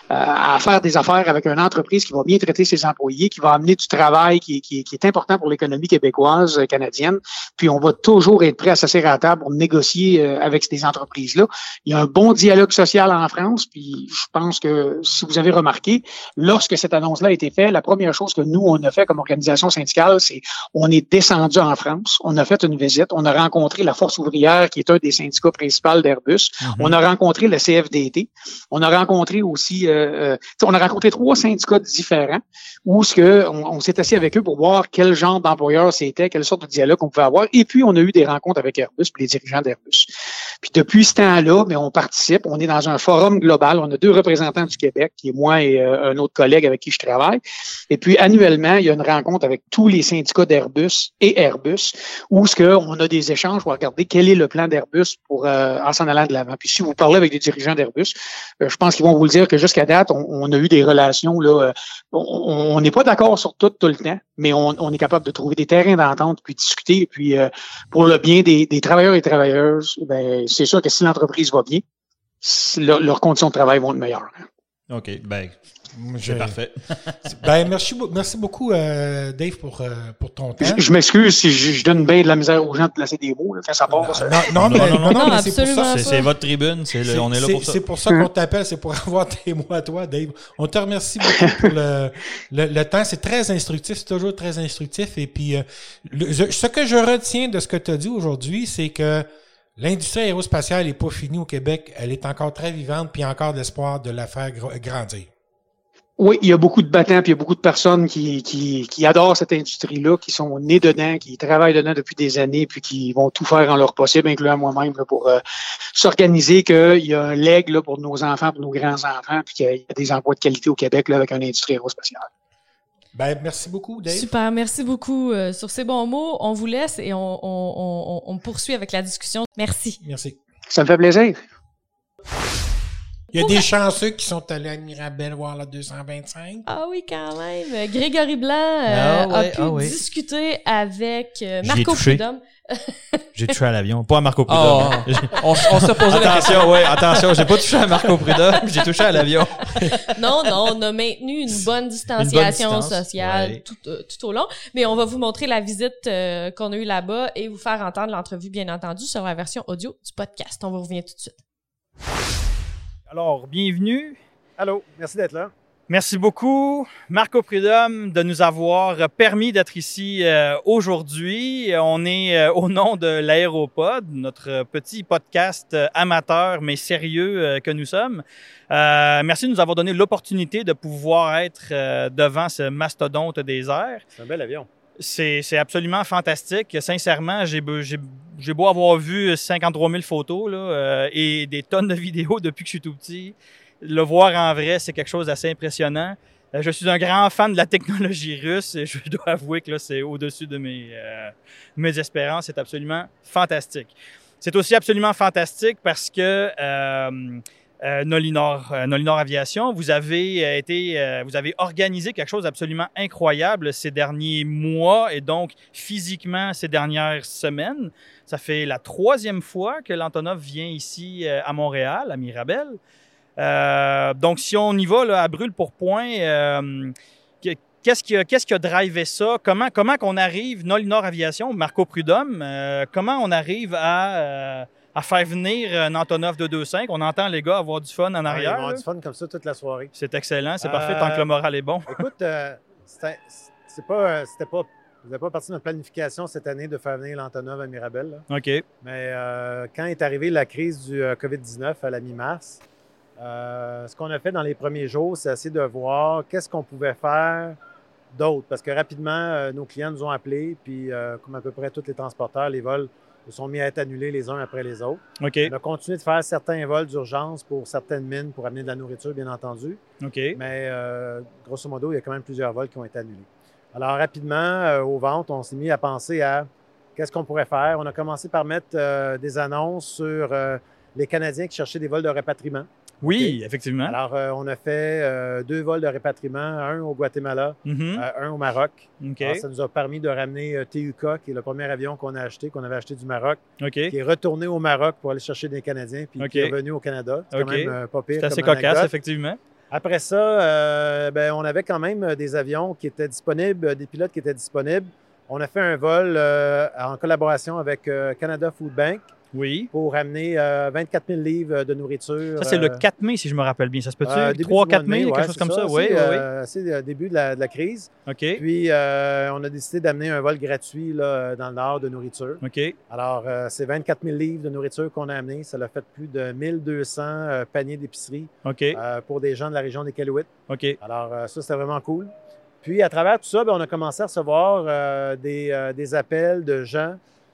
Speaker 5: à faire des affaires avec une entreprise qui va bien traiter ses employés, qui va amener du travail qui, qui, qui est important pour l'économie québécoise, euh, canadienne. Puis on va toujours être prêt à s'asseoir à la table pour négocier euh, avec ces entreprises-là. Il y a un bon dialogue social en France, puis je pense que si vous avez remarqué, lorsque cette annonce-là a été faite, la première chose que nous, on a fait comme organisation syndicale, c'est on est descendu en France, on a fait une visite, on a rencontré la Force ouvrière, qui est un des syndicats principaux d'Airbus, mm-hmm. on a rencontré le C F D T, on a rencontré aussi euh, Euh, on a rencontré trois syndicats différents où ce que on, on s'est assis avec eux pour voir quel genre d'employeur c'était, quelle sorte de dialogue on pouvait avoir. Et puis, on a eu des rencontres avec Airbus et les dirigeants d'Airbus. Puis, depuis ce temps-là, mais on participe. On est dans un forum global. On a deux représentants du Québec, qui est moi et euh, un autre collègue avec qui je travaille. Et puis, annuellement, il y a une rencontre avec tous les syndicats d'Airbus et Airbus où ce que on a des échanges pour regarder quel est le plan d'Airbus pour euh, en s'en allant de l'avant. Puis, si vous parlez avec des dirigeants d'Airbus, euh, je pense qu'ils vont vous le dire que jusqu'à date, on, on a eu des relations, là, euh, on n'est pas d'accord sur tout tout le temps, mais on, on est capable de trouver des terrains d'entente, puis discuter, puis euh, pour le bien des, des travailleurs et travailleuses, ben c'est sûr que si l'entreprise va bien, leur, leurs conditions de travail vont être meilleures.
Speaker 3: OK, ben c'est parfait.
Speaker 2: ben merci, merci beaucoup, euh, Dave, pour, euh, pour ton temps.
Speaker 5: Je, je m'excuse si je, je donne bien de la misère aux gens de placer des mots, là, quand ça part.
Speaker 2: Non,
Speaker 5: ça.
Speaker 2: non, non, non, mais, non, non, non,
Speaker 1: non
Speaker 2: mais c'est pour ça.
Speaker 3: C'est, c'est votre tribune, c'est le,
Speaker 2: c'est,
Speaker 3: on est là
Speaker 2: c'est,
Speaker 3: pour ça.
Speaker 2: C'est pour ça qu'on t'appelle, c'est pour avoir tes mots à toi, Dave. On te remercie beaucoup pour le, le, le temps. C'est très instructif, c'est toujours très instructif. Et puis, euh, le, ce que je retiens de ce que tu as dit aujourd'hui, c'est que l'industrie aérospatiale n'est pas finie au Québec. Elle est encore très vivante, puis il y a encore d'espoir de la faire grandir.
Speaker 5: Oui, il y a beaucoup de battants, puis il y a beaucoup de personnes qui, qui, qui adorent cette industrie-là, qui sont nés dedans, qui travaillent dedans depuis des années, puis qui vont tout faire en leur possible, incluant moi-même, là, pour euh, s'organiser qu'il y a un leg là, pour nos enfants, pour nos grands-enfants, puis qu'il y a des emplois de qualité au Québec là, avec une industrie aérospatiale.
Speaker 2: Ben, merci beaucoup, Dave.
Speaker 1: Super, merci beaucoup. Euh, sur ces bons mots, on vous laisse et on, on, on, on poursuit avec la discussion. Merci.
Speaker 2: Merci.
Speaker 5: Ça me fait plaisir.
Speaker 2: Il y a des chanceux qui sont allés à Mirabel voir la deux cent vingt-cinq.
Speaker 1: Ah oui, quand même. Grégory Blanc euh,
Speaker 3: ah ouais,
Speaker 1: a pu
Speaker 3: ah ouais.
Speaker 1: discuter avec euh, Marco Prudhomme.
Speaker 3: J'ai touché à l'avion, pas à Marco Prudhomme.
Speaker 4: Oh, on, on s'est posé la question.
Speaker 3: Attention, ouais, attention, j'ai pas touché à Marco Prudhomme, j'ai touché à l'avion.
Speaker 1: Non, non, on a maintenu une bonne distanciation
Speaker 3: une bonne distance,
Speaker 1: sociale
Speaker 3: ouais.
Speaker 1: tout, euh, tout au long. Mais on va vous montrer la visite euh, qu'on a eue là-bas et vous faire entendre l'entrevue, bien entendu, sur la version audio du podcast. On vous revient tout de suite.
Speaker 3: Alors, bienvenue
Speaker 6: Allô, merci d'être là.
Speaker 3: Merci beaucoup, Marco Prudhomme, de nous avoir permis d'être ici euh, aujourd'hui. On est euh, au nom de l'Aéropod, notre petit podcast euh, amateur mais sérieux euh, que nous sommes. Euh, merci de nous avoir donné l'opportunité de pouvoir être euh, devant ce mastodonte des airs.
Speaker 6: C'est un bel avion.
Speaker 3: C'est, c'est absolument fantastique. Sincèrement, j'ai, be, j'ai, j'ai beau avoir vu cinquante-trois mille photos là, euh, et des tonnes de vidéos depuis que je suis tout petit. Le voir en vrai, c'est quelque chose d'assez impressionnant. Euh, je suis un grand fan de la technologie russe et je dois avouer que là, c'est au-dessus de mes, euh, mes espérances. C'est absolument fantastique. C'est aussi absolument fantastique parce que euh, euh, Nolinor, euh, Nolinor Aviation, vous avez euh, été, euh, vous avez organisé quelque chose d'absolument incroyable ces derniers mois et donc physiquement ces dernières semaines. Ça fait la troisième fois que l'Antonov vient ici euh, à Montréal, à Mirabel. Euh, donc, si on y va là, à brûle pour point, euh, qu'est-ce qui a, qu'est-ce qui a drivé ça? Comment, comment qu'on arrive, Nolinor Aviation, Marco Prudhomme, euh, comment on arrive à, euh, à faire venir un Antonov deux deux cinq? On entend les gars avoir du fun en arrière.
Speaker 6: Ouais, ils vont avoir
Speaker 3: là.
Speaker 6: du fun comme ça toute la soirée.
Speaker 3: C'est excellent, c'est
Speaker 6: Euh,
Speaker 3: parfait tant que le moral est bon.
Speaker 6: Écoute, euh, c'était, c'est pas, c'était pas, vous n'avez pas partie de notre planification cette année de faire venir l'Antonov à Mirabel. Là.
Speaker 3: OK.
Speaker 6: Mais euh, quand est arrivée la crise du euh, covid dix-neuf à la mi-mars, Euh, ce qu'on a fait dans les premiers jours, c'est essayer de voir qu'est-ce qu'on pouvait faire d'autre. Parce que rapidement, euh, nos clients nous ont appelés, puis euh, comme à peu près tous les transporteurs, les vols se sont mis à être annulés les uns après les autres.
Speaker 3: OK.
Speaker 6: On a continué de faire certains vols d'urgence pour certaines mines pour amener de la nourriture, bien entendu.
Speaker 3: OK.
Speaker 6: Mais euh, grosso modo, il y a quand même plusieurs vols qui ont été annulés. Alors rapidement, euh, aux ventes, on s'est mis à penser à qu'est-ce qu'on pourrait faire. On a commencé par mettre euh, des annonces sur euh, les Canadiens qui cherchaient des vols de rapatriement.
Speaker 3: Oui,
Speaker 6: Okay.
Speaker 3: effectivement.
Speaker 6: Alors, euh, on a fait euh, deux vols de rapatriement, un au Guatemala,
Speaker 3: Mm-hmm.
Speaker 6: euh, un au Maroc.
Speaker 3: OK.
Speaker 6: Alors, ça nous a permis de ramener euh, T U K, qui est le premier avion qu'on a acheté, qu'on avait acheté du Maroc,
Speaker 3: OK.
Speaker 6: qui est retourné au Maroc pour aller chercher des Canadiens, puis
Speaker 3: OK.
Speaker 6: qui est revenu au Canada. C'est
Speaker 3: OK.
Speaker 6: quand même euh, pas pire.
Speaker 3: C'est assez
Speaker 6: comme
Speaker 3: cocasse,
Speaker 6: anecdote.
Speaker 3: effectivement.
Speaker 6: Après ça, euh, ben, on avait quand même des avions qui étaient disponibles, des pilotes qui étaient disponibles. On a fait un vol euh, en collaboration avec euh, Canada Food Bank
Speaker 3: Oui.
Speaker 6: pour amener euh, vingt-quatre mille livres de nourriture.
Speaker 3: Ça, c'est le
Speaker 6: euh,
Speaker 3: quatre mai, si je me rappelle bien. Ça se peut-tu?
Speaker 6: Euh, début
Speaker 3: trois
Speaker 6: du mois
Speaker 3: quatre
Speaker 6: de mai,
Speaker 3: mai,
Speaker 6: ouais,
Speaker 3: quelque chose
Speaker 6: c'est
Speaker 3: comme ça?
Speaker 6: C'est,
Speaker 3: Oui, oui, oui.
Speaker 6: euh, c'est le début de la, de la crise.
Speaker 3: OK.
Speaker 6: Puis, euh, on a décidé d'amener un vol gratuit là, dans le nord de nourriture.
Speaker 3: OK.
Speaker 6: Alors, euh, c'est vingt-quatre mille livres de nourriture qu'on a amené. Ça l'a fait plus de mille deux cents euh, paniers d'épicerie
Speaker 3: OK.
Speaker 6: euh, pour des gens de la région des Iqaluit.
Speaker 3: OK.
Speaker 6: Alors, euh, ça, c'était vraiment cool. Puis, à travers tout ça, ben, on a commencé à recevoir euh, des, euh, des appels de gens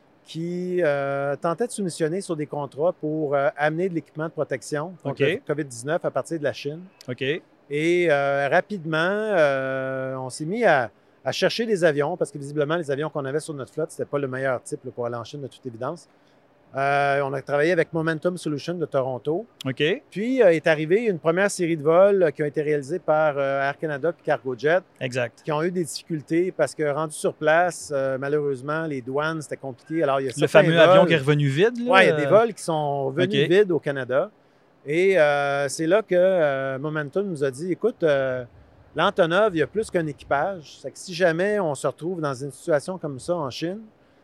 Speaker 6: qui euh, tentaient de soumissionner sur des contrats pour euh, amener de l'équipement de protection contre
Speaker 3: OK.
Speaker 6: le covid dix-neuf à partir de la Chine.
Speaker 3: OK.
Speaker 6: Et euh, rapidement, euh, on s'est mis à, à chercher des avions parce que visiblement, les avions qu'on avait sur notre flotte, c'était pas le meilleur type là, pour aller en Chine, de toute évidence. Euh, on a travaillé avec Momentum Solutions de Toronto.
Speaker 3: OK.
Speaker 6: Puis euh, est arrivée une première série de vols euh, qui ont été réalisés par euh, Air Canada et Cargojet,
Speaker 3: Exact.
Speaker 6: qui ont eu des difficultés parce que rendu sur place, euh, malheureusement, les douanes, c'était compliqué. Alors, il y a
Speaker 3: Le
Speaker 6: certains
Speaker 3: fameux
Speaker 6: vols-
Speaker 3: avion qui est revenu vide, là?
Speaker 6: Oui, il y a des vols qui sont venus
Speaker 3: OK.
Speaker 6: vides au Canada. Et euh, c'est là que euh, Momentum nous a dit, écoute, euh, l'Antonov, il y a plus qu'un équipage. C'est que si jamais on se retrouve dans une situation comme ça en Chine,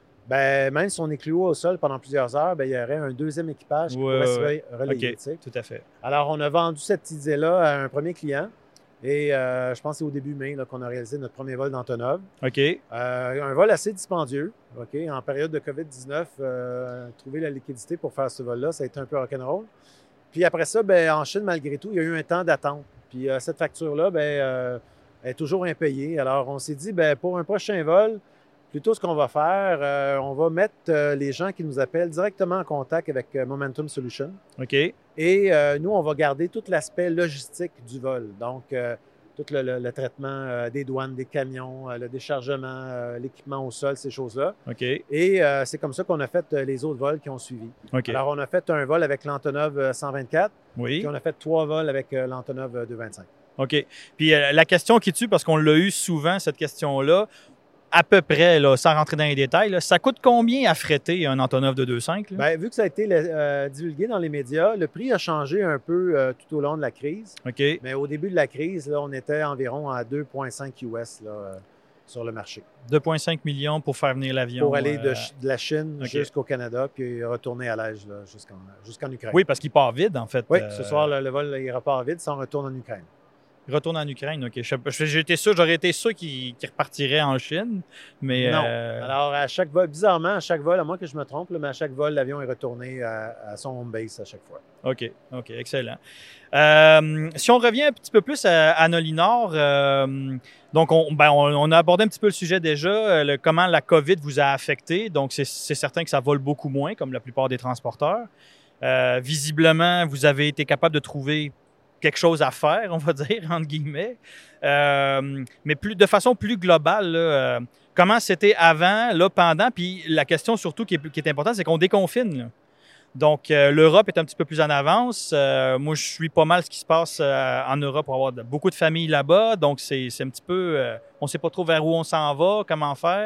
Speaker 6: ben, même si on est cloué au sol pendant plusieurs heures, ben, il y aurait un deuxième équipage qui
Speaker 3: Ouais,
Speaker 6: pourrait se
Speaker 3: ouais.
Speaker 6: relayer.
Speaker 3: OK.
Speaker 6: tu sais.
Speaker 3: Tout à fait.
Speaker 6: Alors, on a vendu cette idée-là à un premier client. Et euh, je pense que c'est au début mai là, qu'on a réalisé notre premier vol d'Antonov.
Speaker 3: OK.
Speaker 6: Euh, un vol assez dispendieux. OK? En période de covid dix-neuf, euh, trouver la liquidité pour faire ce vol-là, ça a été un peu rock'n'roll. Puis après ça, ben, en Chine, malgré tout, il y a eu un temps d'attente. Puis euh, cette facture-là, ben, euh, elle est toujours impayée. Alors, on s'est dit, ben, pour un prochain vol, plutôt ce qu'on va faire, euh, on va mettre euh, les gens qui nous appellent directement en contact avec euh, Momentum Solutions.
Speaker 3: OK.
Speaker 6: Et euh, nous, on va garder tout l'aspect logistique du vol. Donc, euh, tout le, le- le traitement euh, des douanes, des camions, euh, le déchargement, euh, l'équipement au sol, ces choses-là.
Speaker 3: OK.
Speaker 6: Et euh, c'est comme ça qu'on a fait euh, les autres vols qui ont suivi.
Speaker 3: OK.
Speaker 6: Alors, on a fait un vol avec l'Antonov euh, cent vingt-quatre,
Speaker 3: Oui.
Speaker 6: puis on a fait trois vols avec euh, l'Antonov euh, deux cent vingt-cinq.
Speaker 3: OK. Puis euh, la question qui tue, parce qu'on l'a eu souvent, cette question-là, à peu près, là, sans rentrer dans les détails, là, ça coûte combien à fretter un Antonov deux deux cinq? Là?
Speaker 6: Bien, vu que ça a été euh, divulgué dans les médias, le prix a changé un peu euh, tout au long de la crise.
Speaker 3: OK.
Speaker 6: Mais au début de la crise, là, on était environ à deux virgule cinq U S là, euh, sur le marché.
Speaker 3: deux virgule cinq millions pour faire venir l'avion.
Speaker 6: Pour aller de,
Speaker 3: euh,
Speaker 6: de la Chine
Speaker 3: ok.
Speaker 6: jusqu'au Canada, puis retourner à l'Aise jusqu'en, jusqu'en Ukraine.
Speaker 3: Oui, parce qu'il part vide, en fait.
Speaker 6: Oui,
Speaker 3: euh,
Speaker 6: ce soir, le, le vol il repart vide, ça on retourne en Ukraine.
Speaker 3: Il retourne en Ukraine, OK. Je- je- J'étais sûr, j'aurais été sûr qu'il qu'il repartirait en Chine, mais...
Speaker 6: Non.
Speaker 3: euh,
Speaker 6: Alors, à chaque vol, bizarrement, à chaque vol, à moins que je me trompe, là, mais à chaque vol, l'avion est retourné à, à son home base à chaque fois.
Speaker 3: OK, OK, excellent. Euh, si on revient un petit peu plus à, à Nolinor, euh, donc on, ben on, on a abordé un petit peu le sujet déjà, euh, le, comment la COVID vous a affecté. Donc, c'est c'est certain que ça vole beaucoup moins, comme la plupart des transporteurs. Euh, visiblement, vous avez été capable de trouver quelque chose à faire, on va dire, entre guillemets. Euh, mais plus, de façon plus globale, là, euh, comment c'était avant, là, pendant, puis la question surtout qui est, qui est importante, c'est qu'on déconfine, là. Donc, euh, l'Europe est un petit peu plus en avance. Euh, moi, je suis pas mal ce qui se passe euh, en Europe pour avoir de, beaucoup de familles là-bas. Donc, c'est c'est un petit peu... Euh, on sait pas trop vers où on s'en va, comment faire.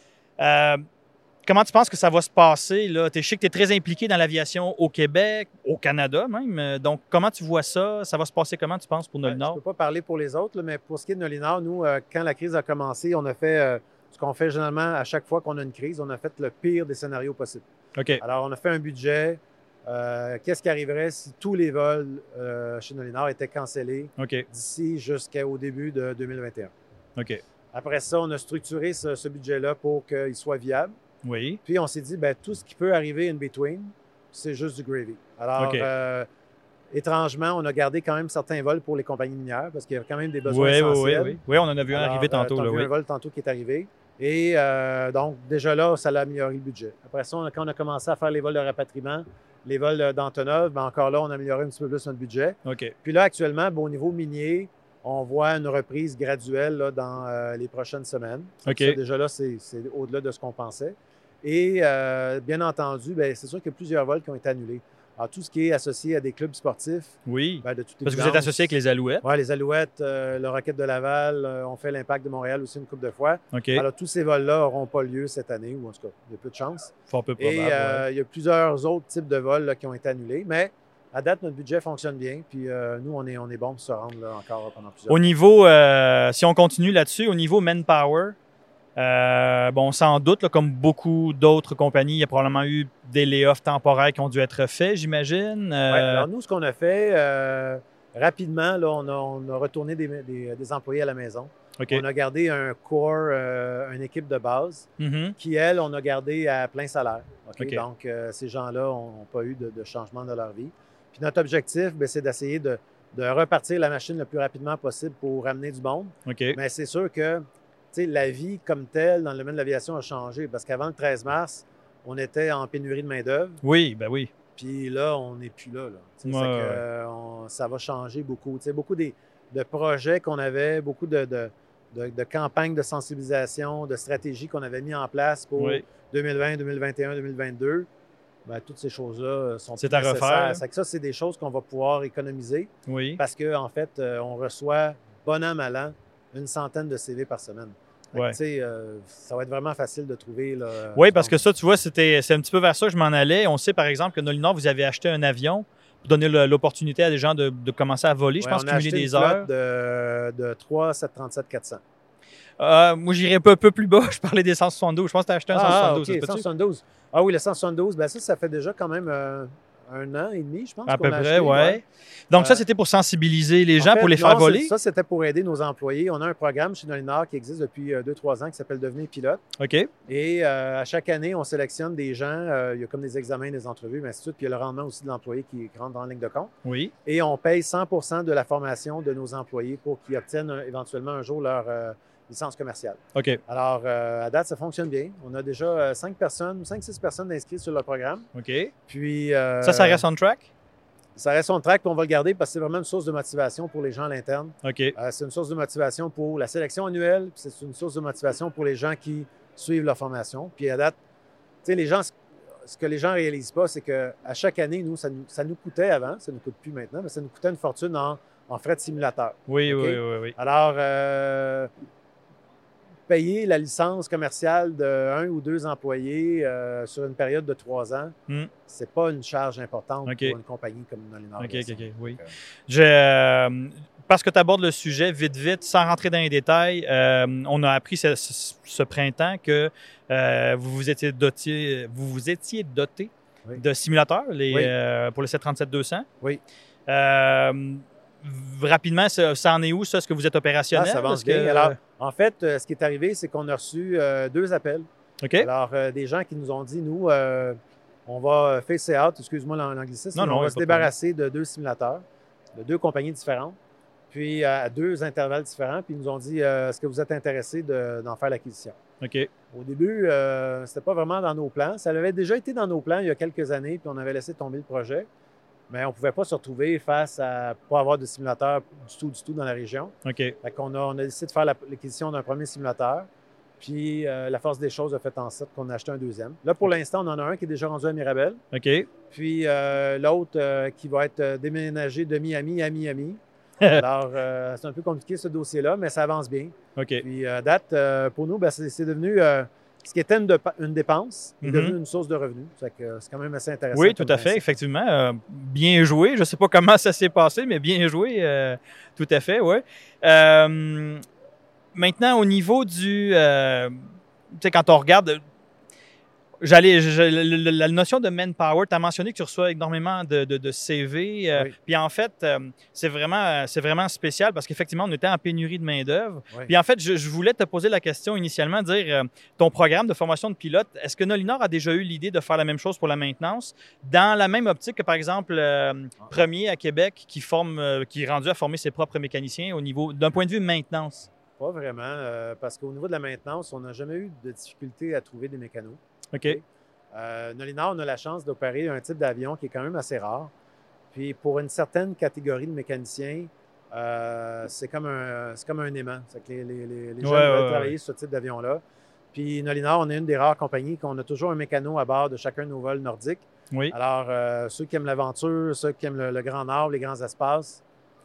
Speaker 3: Euh, comment tu penses que ça va se passer, là? Je sais que tu es très impliqué dans l'aviation au Québec, au Canada même. Donc, comment tu vois ça? Ça va se passer comment, tu penses, pour
Speaker 6: Ouais,
Speaker 3: Nolinor?
Speaker 6: je ne peux pas parler pour les autres, là, mais pour ce qui est de Nolinor, nous, euh, quand la crise a commencé, on a fait euh, ce qu'on fait généralement à chaque fois qu'on a une crise, on a fait le pire des scénarios possibles.
Speaker 3: OK.
Speaker 6: Alors, on a fait un budget. Euh, qu'est-ce qui arriverait si tous les vols euh, chez Nolinor étaient cancellés
Speaker 3: OK.
Speaker 6: d'ici jusqu'au début de deux mille vingt et un?
Speaker 3: OK.
Speaker 6: Après ça, on a structuré ce, ce budget-là pour qu'il soit viable.
Speaker 3: Oui.
Speaker 6: Puis, on s'est dit, ben, tout ce qui peut arriver in between, c'est juste du gravy. Alors,
Speaker 3: OK.
Speaker 6: euh, étrangement, on a gardé quand même certains vols pour les compagnies minières parce qu'il y avait quand même des besoins
Speaker 3: Oui, oui, oui,
Speaker 6: essentiels.
Speaker 3: oui. Oui, on en a vu un
Speaker 6: Alors,
Speaker 3: arriver tantôt.
Speaker 6: euh, t'as
Speaker 3: là,
Speaker 6: vu
Speaker 3: oui.
Speaker 6: un vol tantôt qui est arrivé. Et euh, donc, déjà là, ça a amélioré le budget. Après ça, on a- quand on a commencé à faire les vols de rapatriement, les vols d'Antonov, ben encore là, on a amélioré un petit peu plus notre budget.
Speaker 3: OK.
Speaker 6: Puis là, actuellement, ben, au niveau minier, on voit une reprise graduelle là, dans euh, les prochaines semaines.
Speaker 3: OK.
Speaker 6: Ça, déjà là, c'est c'est au-delà de ce qu'on pensait. Et euh, bien entendu, ben, c'est sûr qu'il y a plusieurs vols qui ont été annulés. Alors, tout ce qui est associé à des clubs sportifs,
Speaker 3: Oui.
Speaker 6: ben, de toute
Speaker 3: Parce que vous êtes
Speaker 6: évidence,
Speaker 3: associé avec les Alouettes.
Speaker 6: Oui, les Alouettes, euh, le Rocket de Laval, euh, on fait l'Impact de Montréal aussi une couple de fois.
Speaker 3: OK.
Speaker 6: Alors, tous ces vols-là n'auront pas lieu cette année, ou en tout cas, il y a peu de chance.
Speaker 3: Fort peu probable.
Speaker 6: Et
Speaker 3: ouais.
Speaker 6: euh, il y a plusieurs autres types de vols là, qui ont été annulés, mais à date, notre budget fonctionne bien, puis euh, nous, on est, on est bon pour se rendre là, encore pendant plusieurs
Speaker 3: Au niveau, euh, si on continue là-dessus, au niveau manpower, euh, bon, sans doute, là, comme beaucoup d'autres compagnies, il y a probablement eu des layoffs temporaires qui ont dû être faits, j'imagine. Euh,
Speaker 6: Ouais, alors nous, ce qu'on a fait, euh, rapidement, là, on, a, on a retourné des, des- des employés à la maison.
Speaker 3: OK.
Speaker 6: On a gardé un core, euh, une équipe de base,
Speaker 3: Mhm.
Speaker 6: qui, elle, on a gardé à plein salaire. OK?
Speaker 3: OK.
Speaker 6: Donc, euh, ces gens-là n'ont pas eu de, de changement dans leur vie. Puis notre objectif, ben, c'est d'essayer de, de repartir la machine le plus rapidement possible pour ramener du monde.
Speaker 3: OK.
Speaker 6: Mais c'est sûr que tu sais, la vie comme telle dans le domaine de l'aviation a changé parce qu'avant le treize mars, on était en pénurie de main-d'œuvre.
Speaker 3: Oui, ben oui.
Speaker 6: Puis là, on n'est plus là. là. Tu sais,
Speaker 3: Ouais,
Speaker 6: c'est que,
Speaker 3: ouais.
Speaker 6: euh, on- ça va changer beaucoup. Tu sais, beaucoup des, de projets qu'on avait, beaucoup de, de, de- de campagnes de sensibilisation, de stratégies qu'on avait mis en place pour
Speaker 3: Oui.
Speaker 6: deux mille vingt, deux mille vingt et un, deux mille vingt-deux. Ben, toutes ces choses-là sont
Speaker 3: C'est
Speaker 6: plus
Speaker 3: à refaire,
Speaker 6: nécessaires.
Speaker 3: là.
Speaker 6: C'est que ça, c'est des choses qu'on va pouvoir économiser
Speaker 3: Oui.
Speaker 6: parce qu'en en fait, euh, on reçoit, bon an, mal an, une centaine de C V par semaine. Fait que,
Speaker 3: Ouais.
Speaker 6: tu sais, euh, ça va être vraiment facile de trouver. Là,
Speaker 3: Oui, parce que ça, tu vois, c'était c'est un petit peu vers ça que je m'en allais. On sait, par exemple, que Nolinor, vous avez acheté un avion pour donner le- l'opportunité à des gens de, de commencer à voler. Je
Speaker 6: Ouais,
Speaker 3: pense
Speaker 6: on a
Speaker 3: cumuler
Speaker 6: acheté
Speaker 3: des
Speaker 6: une
Speaker 3: heures.
Speaker 6: flotte de, de trois sept cent trente-sept quatre cents.
Speaker 3: Euh, moi, j'irais un peu, un peu plus bas. Je parlais des cent soixante-douze. Je pense que tu as acheté un
Speaker 6: Ah,
Speaker 3: cent soixante-douze.
Speaker 6: OK,
Speaker 3: ça se peut-tu?
Speaker 6: cent soixante-douze. Ah oui, le cent soixante-douze, ben ça, ça fait déjà quand même euh, un an et demi, je pense.
Speaker 3: À
Speaker 6: qu'on
Speaker 3: peu
Speaker 6: a
Speaker 3: près,
Speaker 6: acheté,
Speaker 3: ouais. Donc, ça,
Speaker 6: Euh,
Speaker 3: c'était pour sensibiliser les
Speaker 6: En
Speaker 3: gens,
Speaker 6: fait,
Speaker 3: pour les
Speaker 6: non,
Speaker 3: faire voler.
Speaker 6: c'est- Ça, c'était pour aider nos employés. On a un programme chez Nolinor qui existe depuis deux trois ans qui s'appelle Devenir pilote.
Speaker 3: OK.
Speaker 6: Et euh, à chaque année, on sélectionne des gens. euh, il y a comme des examens, des entrevues, mais ainsi de suite. Puis il y a le rendement aussi de l'employé qui rentre en ligne de compte.
Speaker 3: Oui.
Speaker 6: Et on paye cent pour cent de la formation de nos employés pour qu'ils obtiennent euh, éventuellement un jour leur euh, licence commerciale.
Speaker 3: OK.
Speaker 6: Alors, euh, à date, ça fonctionne bien. On a déjà euh, cinq personnes, cinq six personnes inscrites sur le programme.
Speaker 3: OK.
Speaker 6: Puis, euh,
Speaker 3: Ça, ça reste on track?
Speaker 6: ça reste on track, puis on va le garder parce que c'est vraiment une source de motivation pour les gens à l'interne.
Speaker 3: OK.
Speaker 6: Euh, c'est une source de motivation pour la sélection annuelle, puis c'est une source de motivation pour les gens qui suivent leur formation. Puis à date, tu sais, les gens, ce que les gens ne réalisent pas, c'est qu'à chaque année, nous, ça nous, ça nous coûtait avant, ça ne nous coûte plus maintenant, mais ça nous coûtait une fortune en, en frais de simulateur.
Speaker 3: Oui,
Speaker 6: OK?
Speaker 3: oui, oui, oui.
Speaker 6: Alors, euh, payer la licence commerciale de un ou deux employés euh, sur une période de trois ans,
Speaker 3: Hmm.
Speaker 6: c'est pas une charge importante
Speaker 3: OK.
Speaker 6: pour une compagnie comme Nolinor.
Speaker 3: OK, OK, OK, oui.
Speaker 6: Donc, euh,
Speaker 3: Je, euh, parce que tu abordes le sujet vite, vite, sans rentrer dans les détails, euh, on a appris ce, ce, ce printemps que euh, vous vous étiez doté, vous vous étiez doté
Speaker 6: Oui.
Speaker 3: de simulateurs les,
Speaker 6: Oui.
Speaker 3: euh, pour le sept trente-sept deux cents.
Speaker 6: Oui.
Speaker 3: Euh, rapidement, ça, ça en est où, ça? Est-ce que vous êtes opérationnel?
Speaker 6: Ah, ça avance
Speaker 3: Est-ce que-
Speaker 6: bien. Alors, en fait, euh, ce qui est arrivé, c'est qu'on a reçu euh, deux appels.
Speaker 3: OK.
Speaker 6: Alors, euh, des gens qui nous ont dit, nous, euh, on va face out, excuse-moi l'anglicisme,
Speaker 3: Non,
Speaker 6: mais
Speaker 3: non,
Speaker 6: on
Speaker 3: y a
Speaker 6: va se
Speaker 3: pas de
Speaker 6: débarrasser de deux simulateurs, de deux compagnies différentes, puis euh, à deux intervalles différents, puis ils nous ont dit, euh, est-ce que vous êtes intéressés de- d'en faire l'acquisition?
Speaker 3: OK.
Speaker 6: Au début, euh, c'était pas vraiment dans nos plans. Ça avait déjà été dans nos plans il y a quelques années, puis on avait laissé tomber le projet. Mais on ne pouvait pas se retrouver face à pas avoir de simulateur du tout, du tout dans la région.
Speaker 3: OK.
Speaker 6: Fait qu'on a, on a décidé de faire la- l'acquisition d'un premier simulateur. Puis euh, la force des choses a fait en sorte qu'on a acheté un deuxième. Là, pour l'instant, on en a un qui est déjà rendu à Mirabel.
Speaker 3: OK.
Speaker 6: Puis euh, l'autre euh, qui va être euh, déménagé de Miami à Miami. Alors, euh, c'est un peu compliqué ce dossier-là, mais ça avance bien.
Speaker 3: OK.
Speaker 6: Puis à date, euh, pour nous, ben, c'est, c'est devenu euh, ce qui était une, de- une dépense, est
Speaker 3: Mhm.
Speaker 6: devenu une source de revenus. Fait que, euh, c'est quand même assez intéressant.
Speaker 3: Oui, tout
Speaker 6: comme
Speaker 3: à fait,
Speaker 6: principe.
Speaker 3: effectivement. Euh, bien joué. Je ne sais pas comment ça s'est passé, mais bien joué. euh, tout à fait, oui. Euh, maintenant, au niveau du... euh, tu sais, quand on regarde... J'allais, je- la, la- la notion de manpower, tu as mentionné que tu reçois énormément de, de, de C V. euh,
Speaker 6: Oui.
Speaker 3: Puis en fait, euh, c'est vraiment, c'est vraiment spécial parce qu'effectivement, on était en pénurie de main-d'œuvre.
Speaker 6: Oui.
Speaker 3: Puis en fait, je, je voulais te poser la question initialement, dire euh, ton programme de formation de pilote, est-ce que Nolinor a déjà eu l'idée de faire la même chose pour la maintenance dans la même optique que par exemple euh, Premier à Québec qui forme, euh, qui est rendu à former ses propres mécaniciens au niveau d'un point de vue maintenance?
Speaker 6: Pas vraiment, euh, parce qu'au niveau de la maintenance, on n'a jamais eu de difficulté à trouver des mécanos.
Speaker 3: OK.
Speaker 6: Euh, Nolinor, on a la chance d'opérer un type d'avion qui est quand même assez rare. Puis pour une certaine catégorie de mécaniciens, euh, c'est comme un, c'est comme un aimant. C'est que les, les, les, les gens
Speaker 3: Ouais,
Speaker 6: veulent
Speaker 3: ouais,
Speaker 6: travailler
Speaker 3: ouais.
Speaker 6: sur ce type d'avion-là. Puis Nolinor, on est une des rares compagnies qu'on a toujours un mécano à bord de chacun de nos vols nordiques.
Speaker 3: Oui.
Speaker 6: Alors, euh, ceux qui aiment l'aventure, ceux qui aiment le, le grand nord, les grands espaces,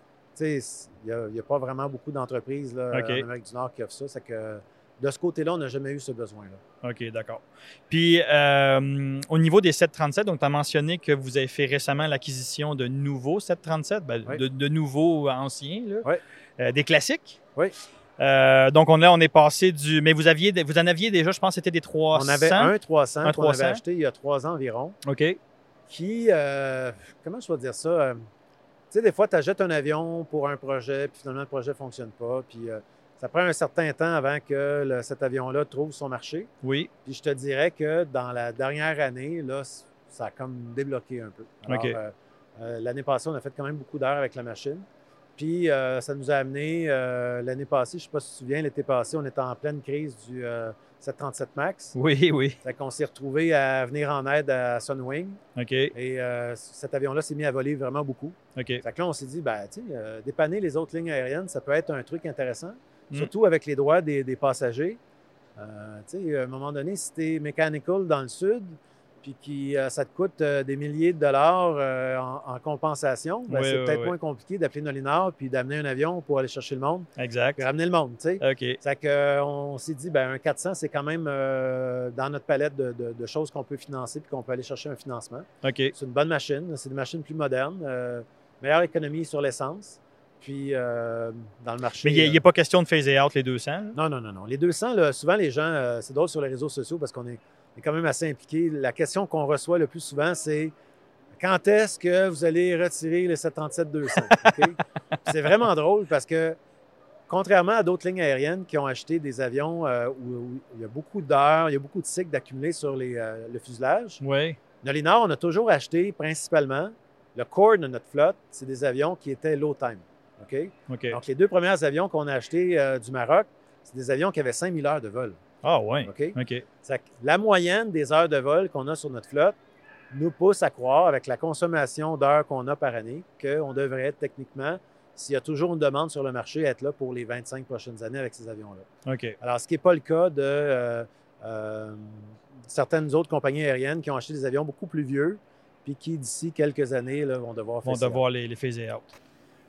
Speaker 6: tu sais, il n'y a, a pas vraiment beaucoup d'entreprises là,
Speaker 3: OK.
Speaker 6: en Amérique du Nord qui offrent ça. C'est que de ce côté-là, on n'a jamais eu ce besoin-là.
Speaker 3: OK, d'accord. Puis, euh, au niveau des sept trente-sept, donc tu as mentionné que vous avez fait récemment l'acquisition de nouveaux sept trente-sept, ben,
Speaker 6: Oui.
Speaker 3: de, de nouveaux anciens, là.
Speaker 6: Oui.
Speaker 3: Euh, des classiques.
Speaker 6: Oui.
Speaker 3: Euh, donc, on, là, on est passé du... Mais vous aviez, vous en aviez déjà, je pense, c'était des trois cents.
Speaker 6: On avait un trois cents
Speaker 3: Un
Speaker 6: qu'on
Speaker 3: trois cents.
Speaker 6: avait acheté il y a trois ans environ,
Speaker 3: OK.
Speaker 6: qui, euh, comment je dois dire ça? Euh, tu sais, des fois, tu achètes un avion pour un projet, puis finalement, le projet ne fonctionne pas, puis euh, ça prend un certain temps avant que le- cet avion-là trouve son marché.
Speaker 3: Oui.
Speaker 6: Puis je te dirais que dans la dernière année, là, c- ça a comme débloqué un peu. Alors,
Speaker 3: OK.
Speaker 6: euh, euh, l'année passée, on a fait quand même beaucoup d'heures avec la machine. Puis euh, ça nous a amené, euh, l'année passée, je ne sais pas si tu te souviens, l'été passé, on était en pleine crise du euh, sept trente-sept MAX.
Speaker 3: Oui, oui.
Speaker 6: Fait qu'on s'est retrouvé à venir en aide à Sunwing.
Speaker 3: OK.
Speaker 6: Et euh, cet avion-là s'est mis à voler vraiment beaucoup.
Speaker 3: OK.
Speaker 6: Fait que là, on s'est dit, ben, tu sais, euh, dépanner les autres lignes aériennes, ça peut être un truc intéressant,
Speaker 3: Mm.
Speaker 6: surtout avec les droits des, des passagers. Euh, tu sais, à un moment donné, si tu es mechanical dans le sud, puis qui euh, ça te coûte euh, des milliers de dollars euh, en, en compensation, ben,
Speaker 3: Oui,
Speaker 6: c'est
Speaker 3: oui,
Speaker 6: peut-être
Speaker 3: oui.
Speaker 6: moins compliqué d'appeler Nolinor puis d'amener un avion pour aller chercher le monde,
Speaker 3: Exact.
Speaker 6: puis ramener le monde, tu sais.
Speaker 3: OK.
Speaker 6: C'est que, euh, on s'est dit, ben, un quatre cents, c'est quand même euh, dans notre palette de, de- de choses qu'on peut financer puis qu'on peut aller chercher un financement.
Speaker 3: OK.
Speaker 6: C'est une bonne machine. C'est des machines plus modernes, euh, meilleure économie sur l'essence. Puis, euh, dans le marché.
Speaker 3: Mais il n'y a,
Speaker 6: euh,
Speaker 3: pas question de phaser out les deux cents. là?
Speaker 6: Non, non, non, non. Les deux cents, là, souvent, les gens, euh, c'est drôle sur les réseaux sociaux parce qu'on est, on est quand même assez impliqués. La question qu'on reçoit le plus souvent, c'est quand est-ce que vous allez retirer le sept trente-sept deux cents? OK? C'est vraiment drôle parce que, contrairement à d'autres lignes aériennes qui ont acheté des avions euh, où, où il y a beaucoup d'heures, il y a beaucoup de cycles d'accumuler sur les, euh, le fuselage,
Speaker 3: Oui.
Speaker 6: Nolinor, on a toujours acheté principalement le core de notre flotte, c'est des avions qui étaient low time. OK?
Speaker 3: OK.
Speaker 6: Donc, les deux premiers avions qu'on a achetés euh, du Maroc, c'est des avions qui avaient cinq mille heures de vol.
Speaker 3: Ah, ouais.
Speaker 6: OK?
Speaker 3: OK.
Speaker 6: Ça- la moyenne des heures de vol qu'on a sur notre flotte nous pousse à croire, avec la consommation d'heures qu'on a par année, qu'on devrait être techniquement, s'il y a toujours une demande sur le marché, être là pour les vingt-cinq prochaines années avec ces avions-là.
Speaker 3: OK.
Speaker 6: Alors, ce qui n'est pas le cas de euh, euh, certaines autres compagnies aériennes qui ont acheté des avions beaucoup plus vieux, puis qui, d'ici quelques années, là, vont devoir
Speaker 3: Vont
Speaker 6: faire ça.
Speaker 3: devoir les, les phaser out.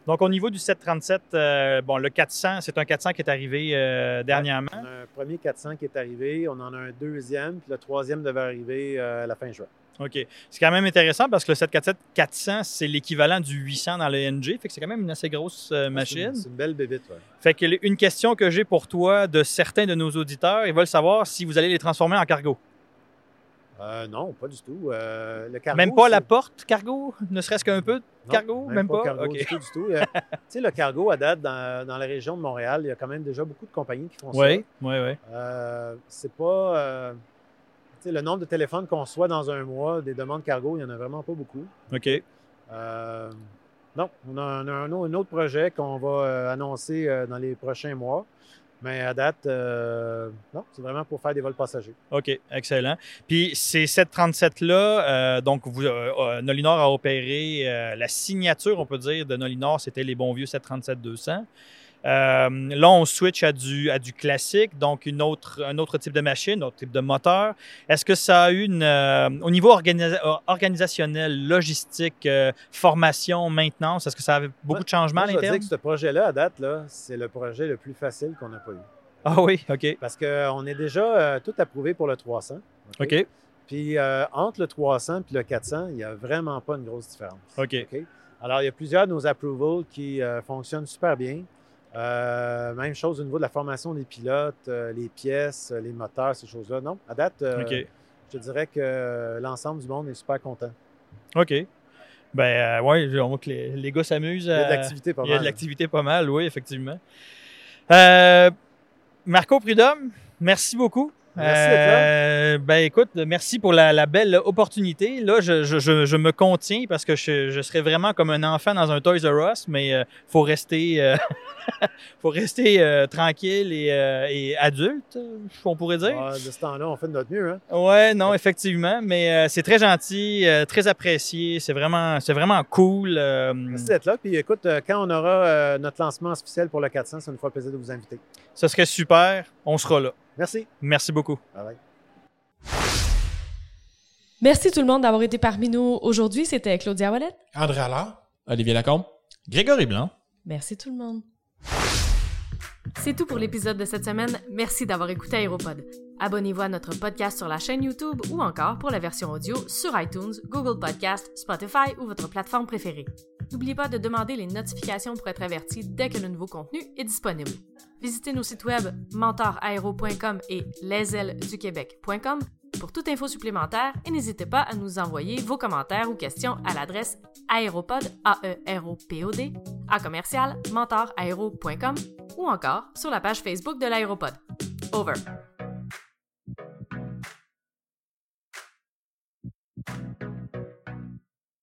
Speaker 3: Donc, au niveau du sept cent trente-sept, euh, bon, le quatre cents, c'est un quatre cents qui est arrivé euh, dernièrement.
Speaker 6: On a un premier quatre cents qui est arrivé, on en a un deuxième, puis le troisième devait arriver euh, à la fin juin.
Speaker 3: OK. C'est quand même intéressant parce que le sept cent quarante-sept quatre cents, c'est l'équivalent du huit cents dans le N G. Fait que c'est quand même une assez grosse euh, machine.
Speaker 6: C'est une, c'est une belle bébite, ouais.
Speaker 3: Fait que une question que j'ai pour toi de certains de nos auditeurs, ils veulent savoir si vous allez les transformer en cargo.
Speaker 6: Euh, non, pas du tout. Euh, le cargo,
Speaker 3: Même pas
Speaker 6: c'est...
Speaker 3: la porte cargo? Ne serait-ce qu'un peu de cargo?
Speaker 6: Non,
Speaker 3: même,
Speaker 6: même
Speaker 3: pas?
Speaker 6: cargo
Speaker 3: OK.
Speaker 6: du tout, du tout. Euh, tu sais, le cargo, à date, dans, dans la région de Montréal, il y a quand même déjà beaucoup de compagnies qui font
Speaker 3: Oui,
Speaker 6: ça.
Speaker 3: oui, oui.
Speaker 6: Euh, c'est pas... Euh, tu sais, le nombre de téléphones qu'on reçoit dans un mois, des demandes cargo, il n'y en a vraiment pas beaucoup.
Speaker 3: OK.
Speaker 6: Euh, non, on a, un, un, un autre projet qu'on va euh, annoncer euh, dans les prochains mois. Mais à date, euh, non, c'est vraiment pour faire des vols passagers.
Speaker 3: OK, excellent. Puis ces sept cent trente-sept-là, euh, donc vous, euh, euh, Nolinor a opéré euh, la signature, on peut dire, de Nolinor, c'était les bons vieux sept cent trente-sept deux cents. Euh, là, on switch à du, à du classique, donc une autre, un autre type de machine, un autre type de moteur. Est-ce que ça a eu une... Euh, au niveau organisa- organisationnel, logistique, euh, formation, maintenance, est-ce que ça avait beaucoup
Speaker 6: Moi,
Speaker 3: de changements
Speaker 6: moi,
Speaker 3: à
Speaker 6: je vais
Speaker 3: l'interne?
Speaker 6: dire que ce projet-là, à date, là, c'est le projet le plus facile qu'on n'a pas eu.
Speaker 3: Ah oui, OK.
Speaker 6: Parce qu'on est déjà euh, tout approuvé pour le trois cents. OK?
Speaker 3: OK,
Speaker 6: Puis euh, entre le trois cents et le quatre cents, il n'y a vraiment pas une grosse différence.
Speaker 3: OK.
Speaker 6: OK? Alors, il y a plusieurs de nos approvals qui euh, fonctionnent super bien. Euh, même chose au niveau de la formation des pilotes, euh, les pièces, euh, les moteurs, ces choses-là. Non, à date, euh,
Speaker 3: OK.
Speaker 6: je te dirais que euh, l'ensemble du monde est super content.
Speaker 3: OK. Ben, euh, ouais, on voit que les, les gars s'amusent.
Speaker 6: Il y a de
Speaker 3: à-
Speaker 6: l'activité pas
Speaker 3: Il y a de
Speaker 6: mal.
Speaker 3: l'activité pas mal, oui, effectivement. Euh, Marco Prudhomme, merci beaucoup.
Speaker 6: Merci d'être là.
Speaker 3: Euh, ben écoute, merci pour la, la belle opportunité. Là, je, je, je, je me contiens parce que je, je serais vraiment comme un enfant dans un Toys R Us, mais euh, faut rester, euh, faut rester euh, tranquille et, euh, et adulte, on pourrait dire.
Speaker 6: Ah, de ce temps-là, on fait de notre mieux. Hein?
Speaker 3: Ouais, non, effectivement, mais euh, c'est très gentil, euh, très apprécié, c'est vraiment, c'est vraiment cool. euh,
Speaker 6: Merci d'être là. Puis écoute, euh, quand on aura euh, notre lancement officiel pour le quatre cents, ça nous fera plaisir de vous inviter.
Speaker 3: Ce serait super, on sera là.
Speaker 6: Merci.
Speaker 3: Merci beaucoup.
Speaker 6: Bye bye.
Speaker 1: Merci tout le monde d'avoir été parmi nous aujourd'hui. C'était Claudia Wallet.
Speaker 2: André Allard.
Speaker 4: Olivier Lacombe.
Speaker 3: Grégory Blanc.
Speaker 1: Merci tout le monde.
Speaker 7: C'est tout pour l'épisode de cette semaine. Merci d'avoir écouté Aéropod. Abonnez-vous à notre podcast sur la chaîne YouTube ou encore pour la version audio sur iTunes, Google Podcast, Spotify ou votre plateforme préférée. N'oubliez pas de demander les notifications pour être averti dès que le nouveau contenu est disponible. Visitez nos sites web mentoraero point com et lesailesduquebec point com pour toute info supplémentaire et n'hésitez pas à nous envoyer vos commentaires ou questions à l'adresse aéropod, A E R O P O D, à commercial mentoraero point com ou encore sur la page Facebook de l'Aéropod. Over.